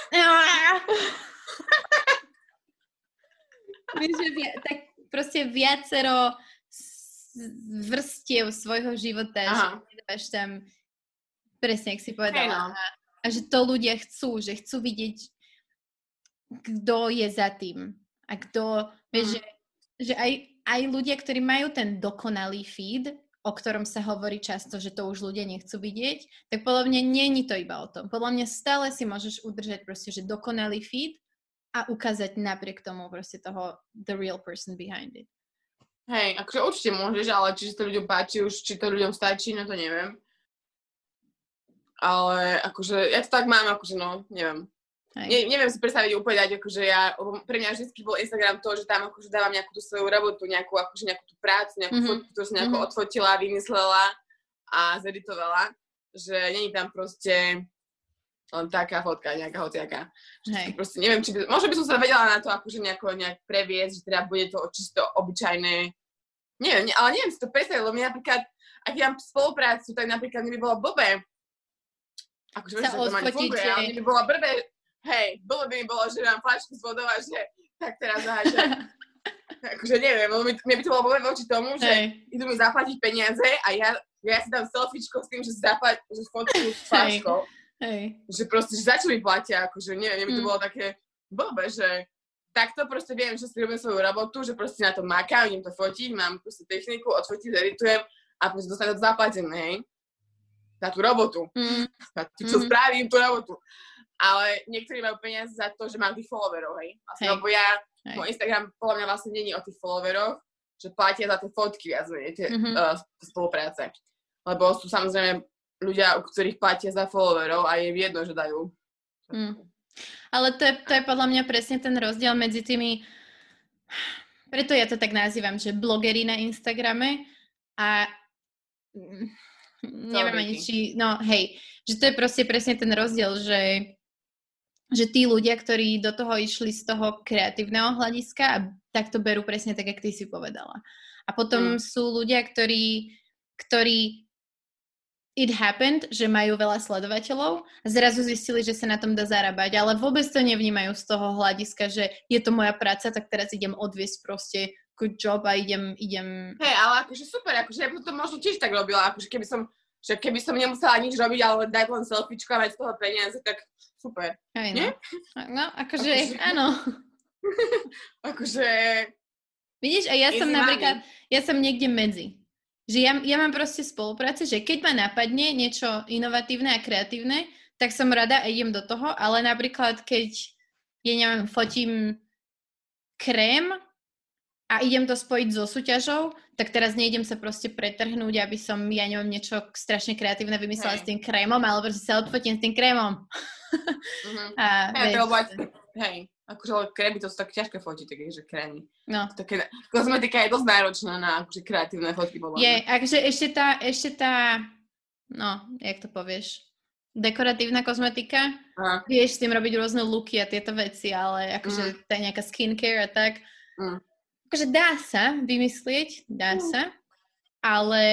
Speaker 2: Vieš, že via, tak proste viacero vrstiev svojho života, Aha. že dáš tam presne, jak si povedala. Hey, no. a, a že to ľudia chcú, že chcú vidieť, kto je za tým. A kto, mm. vieš, že, že aj, aj ľudia, ktorí majú ten dokonalý feed, o ktorom sa hovorí často, že to už ľudia nechcú vidieť, tak podľa mňa nie je to iba o tom. Podľa mňa stále si môžeš udržať proste, že dokonalý feed a ukázať napriek tomu proste toho the real person behind it.
Speaker 1: Hej, akože určite môžeš, ale či to ľuďom páči už, či to ľuďom stačí, no to neviem. Ale akože, ja to tak mám, akože no, neviem. Ne, neviem si predstaviť úplne dať, akože ja, pre mňa vždy bol Instagram to, že tam akože dávam nejakú tú svoju robotu, nejakú, akože nejakú tú prácu, nejakú mm-hmm. fotku, ktorú som nejako mm-hmm. odfotila, vymyslela a zeditovala, že není tam proste len taká fotka, nejaká hociaká. Proste neviem, či by, možno by som sa vedela na to akože nejako nejak previesť, že teda bude to čisto obyčajné, Nie, nie, ale neviem si to predstaviť, lebo mňa napríklad, ak ja mám spoluprácu, tak napríklad mne by bolo blbé, akože vieš, že to ma nefunguje, ale mne by bolo blbé, hej, blbé by mi bolo, že mám flašku s vodou a že tak teraz zaháčem. Akože neviem, lebo mi, mne by to bolo blbé voči tomu, že hey. idú mi zaplatiť peniaze a ja, ja si dám selfiečko s tým, že zaplať, že fotku s flaškou. Hey. Že proste, že za čo mi platia, akože neviem, mne by to mm. bolo také blbé, že takto proste viem, že si robím svoju robotu, že proste na to makám, idem to fotiť, mám proste techniku, odfotím, editujem a proste dostanem to zaplatené, hej, na tú robotu. Mm. Na tú, čo mm. spravím tú robotu. Ale niektorí majú peniaze za to, že mám tých followerov, hej. Vlastne, hey. Lebo ja, hey. môj Instagram podľa mňa vlastne není o tých followeroch, že platia za tie fotky viac menej, tie mm-hmm. uh, spolupráce. Lebo sú samozrejme ľudia, u ktorých platia za followerov a je jedno, že dajú.
Speaker 2: Mm. Ale to je, to je podľa mňa presne ten rozdiel medzi tými, preto ja to tak nazývam, že blogery na Instagrame a neviem ani či, no hej, že to je proste presne ten rozdiel, že, že tí ľudia, ktorí do toho išli z toho kreatívneho hľadiska a tak to berú presne tak, jak ty si povedala. A potom mm. sú ľudia, ktorí, ktorí it happened, že majú veľa sledovateľov a zrazu zistili, že sa na tom dá zarábať, ale vôbec to nevnímajú z toho hľadiska, že je to moja práca, tak teraz idem odviesť proste good job a idem, idem...
Speaker 1: Hej, ale akože super, akože ja by to možno tiež tak robila, akože keby som, že keby som nemusela nič robiť, ale dať len selfiečko a mať z toho peniaze, tak super.
Speaker 2: Hej, no. No, akože, akože... áno.
Speaker 1: akože...
Speaker 2: Vidíš, a ja som napríklad, ja som niekde medzi. Že ja, ja mám proste spolupráce, že keď ma napadne niečo inovatívne a kreatívne, tak som rada a idem do toho, ale napríklad keď, ja neviem, fotím krém a idem to spojiť so súťažou, tak teraz nejdem sa proste pretrhnúť, aby som, ja neviem, niečo strašne kreatívne vymyslela hej. s tým krémom, ale proste sa odfotím s tým krémom. Mm-hmm. a
Speaker 1: hej, to bať, hej, akože krémy, to sú tak ťažké fotiť, takže krémy. No. Také, kozmetika je dosť náročná na akože kreatívne fotky.
Speaker 2: Je, akože ešte tá, ešte tá, no, jak to povieš, dekoratívna kozmetika, aha. vieš s tým robiť rôzne looky a tieto veci, ale akože mm. tá nejaká skincare a tak, mm. akože dá sa vymyslieť, dá mm. sa, ale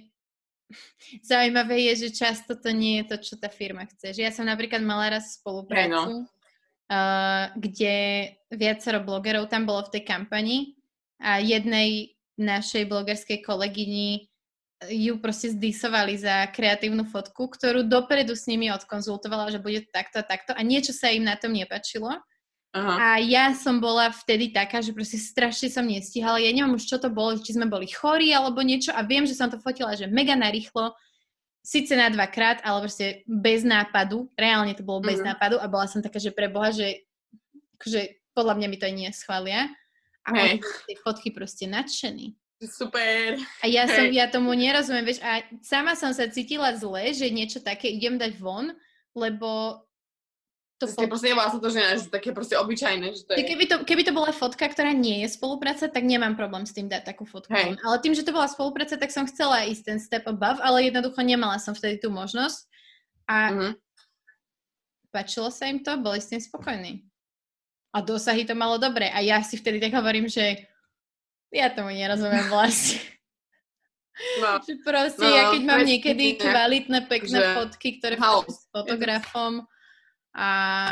Speaker 2: zaujímavé je, že často to nie je to, čo tá firma chce. Že ja som napríklad mala raz spoluprácu, hey, no. Uh, kde viacero blogerov tam bolo v tej kampani a jednej našej blogerskej kolegyni ju proste zdisovali za kreatívnu fotku, ktorú dopredu s nimi odkonzultovala, že bude takto a takto a niečo sa im na tom nepáčilo. Aha. A ja som bola vtedy taká, že proste strašne som nestíhala. Ja neviem už, čo to bolo, či sme boli chorí alebo niečo a viem, že som to fotila, že mega narýchlo, síce na dvakrát, ale proste bez nápadu. Reálne to bolo bez mm. nápadu a bola som taká, že pre Boha, že akože podľa mňa mi to nie schvália. A hey. Oni tie fotky proste nadšení.
Speaker 1: Super.
Speaker 2: A ja, som, ja tomu nerozumiem, vieš, a sama som sa cítila zle, že niečo také idem dať von, lebo to
Speaker 1: fot... proste nebola som to, že také proste obyčajné. Že to je...
Speaker 2: keby, to, keby to bola fotka, ktorá nie je spolupráca, tak nemám problém s tým dať takú fotku. Hey. Ale tým, že to bola spolupráca, tak som chcela ísť ten step above, ale jednoducho nemala som vtedy tú možnosť. A mm-hmm. páčilo sa im to, boli s tým spokojní. A dosahy to malo dobre. A ja si vtedy tak hovorím, že ja tomu nerozumiem vlastne. No. Že proste, no, ja keď mám niekedy kvalitné, pekné že... fotky, ktoré fotky s fotografom, A,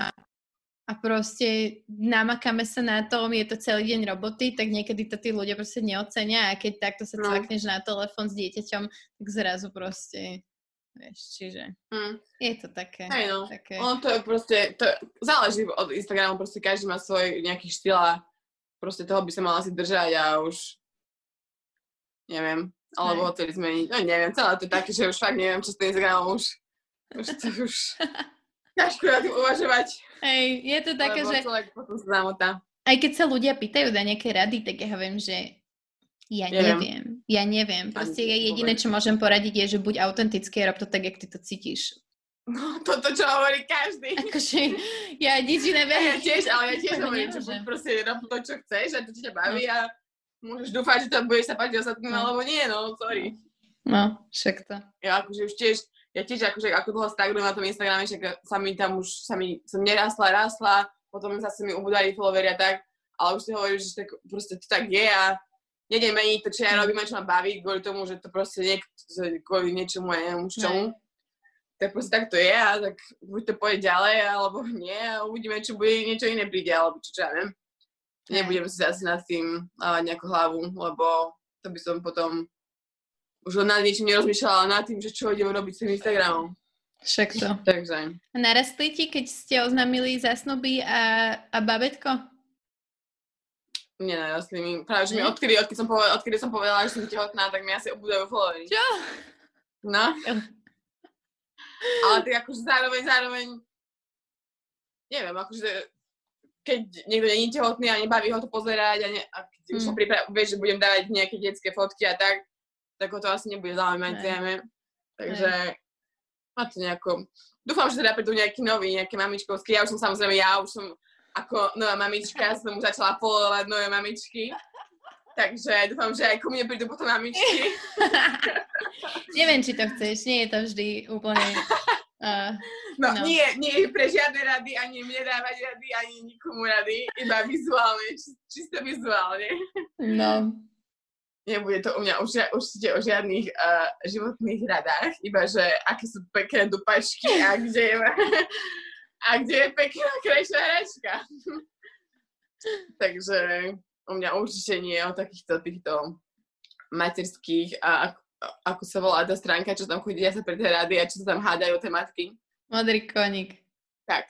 Speaker 2: a proste namakáme sa na tom, je to celý deň roboty, tak niekedy to tí ľudia proste neocenia a keď takto sa no. cvakneš na telefón s dieťaťom, tak zrazu proste, vieš, čiže mm. je to také.
Speaker 1: Hej no,
Speaker 2: také...
Speaker 1: ono to je proste, to záleží od Instagramu, proste každý má svoj nejaký štýl a proste toho by sa mal asi držať a už neviem, alebo ho chceli zmeniť, no neviem, celé to je také, že už fakt neviem, čo s tým Instagramom už, už to už... ťažko na tým uvažovať.
Speaker 2: Hej, je to také, že... Aj keď sa ľudia pýtajú na nejaké rady, tak ja hovorím, že ja neviem. neviem. Ja neviem. Proste ja jediné, čo môžem poradiť, je, že buď autentický a rob to tak, jak ty to cítiš.
Speaker 1: No, toto, čo hovorí každý.
Speaker 2: Akože, ja nič iné
Speaker 1: ja tiež, ale ja tiež hovorím, že buď proste rob to, čo chceš a to, čo ťa baví no. a môžeš dúfať, že to budeš sa páčiť ostatným, no. alebo nie, no, sorry.
Speaker 2: No, však to.
Speaker 1: Ja akože už tiež Ja tiež akože ako dlho stagnujem na tom Instagrame, však sa mi tam už, sa mi, som nerastla, rastla, potom zase mi ubudali followery a tak, ale už si hovorím, že tak proste to tak je a nejdem meniť to, čo ja robím, čo ma baví, kvôli tomu, že to proste niekto, kvôli niečomu, ja neviem už čomu. Ne. Tak proste tak to je a tak buď to pôjde ďalej, alebo nie a uvidíme, čo bude, niečo iné príde, alebo čo, čo ja viem. Ne. Nebudem si asi nad tým lávať nejakú hlavu, lebo to by som potom už nad niečím nerozmýšľala, nad tým, že čo idem robiť s tým Instagramom.
Speaker 2: Však to.
Speaker 1: Takže.
Speaker 2: A narastli ti, keď ste oznámili zásnuby a, a babetko?
Speaker 1: Nenarastli mi. Práve, že mi odkedy, odkedy, som povedala, odkedy som povedala, že som tehotná, tak mi asi obúdajú followery.
Speaker 2: Čo?
Speaker 1: No. Ale tak akože zároveň, zároveň neviem, akože keď niekto nie je tehotný a nebaví ho to pozerať a, ne, a keď mm. už som pripravená, vieš, že budem dávať nejaké detské fotky a tak, tak ho to asi nebude zaujímať, zrejme. Takže má to nejako... Dúfam, že teda prídu nejaký nový, nejaké mamičkovské. Ja už som samozrejme, ja už som ako nová mamička, som už začala followovať nové mamičky. Takže dúfam, že aj ku mne prídu potom mamičky.
Speaker 2: Neviem, či to chceš, nie je to vždy úplne... Uh,
Speaker 1: no, no, nie, nie pre žiadne rady, ani mne dávať rady, ani nikomu rady, iba vizuálne, či, čisto vizuálne. No. Nebude to u mňa už, určite o žiadnych uh, životných radách, iba že aké sú pekné dupačky a kde je, a kde je pekná krajšia hračka. Takže u mňa určite nie o takýchto týchto materských a ako sa volá tá stránka, čo tam chodia sa pre tie rady a čo sa tam hádajú tie matky.
Speaker 2: Modrý koník.
Speaker 1: Tak.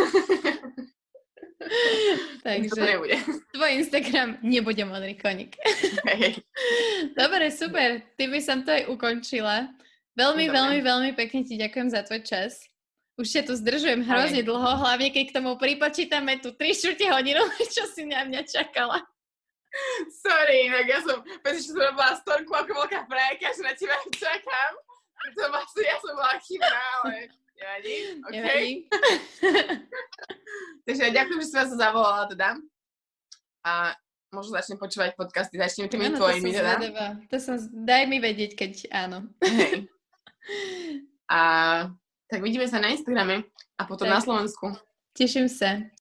Speaker 2: Takže tvoj Instagram nebude modrý koník. Hey. Dobre, super. Ty by som to aj ukončila. Veľmi, Dobre. veľmi, veľmi pekne ti ďakujem za tvoj čas. Už ťa tu zdržujem hrozne dlho, hlavne keď k tomu pripočítame tú tri štvrte hodinu, čo si na mňa čakala.
Speaker 1: Sorry, tak ja som, pretože som robila storku ako veľká frajka, že na teba čakám. To vlastne ja som bola chybná, ale nevadí, okej? Okay? Takže ďakujem, že si vás zavolala teda. A možno začnem počúvať podcasty, začnem tými ano, tvojimi teda.
Speaker 2: To som, daj mi vedieť, keď áno.
Speaker 1: Hej. A tak vidíme sa na Instagrame a potom tak. Na Slovensku.
Speaker 2: Teším sa.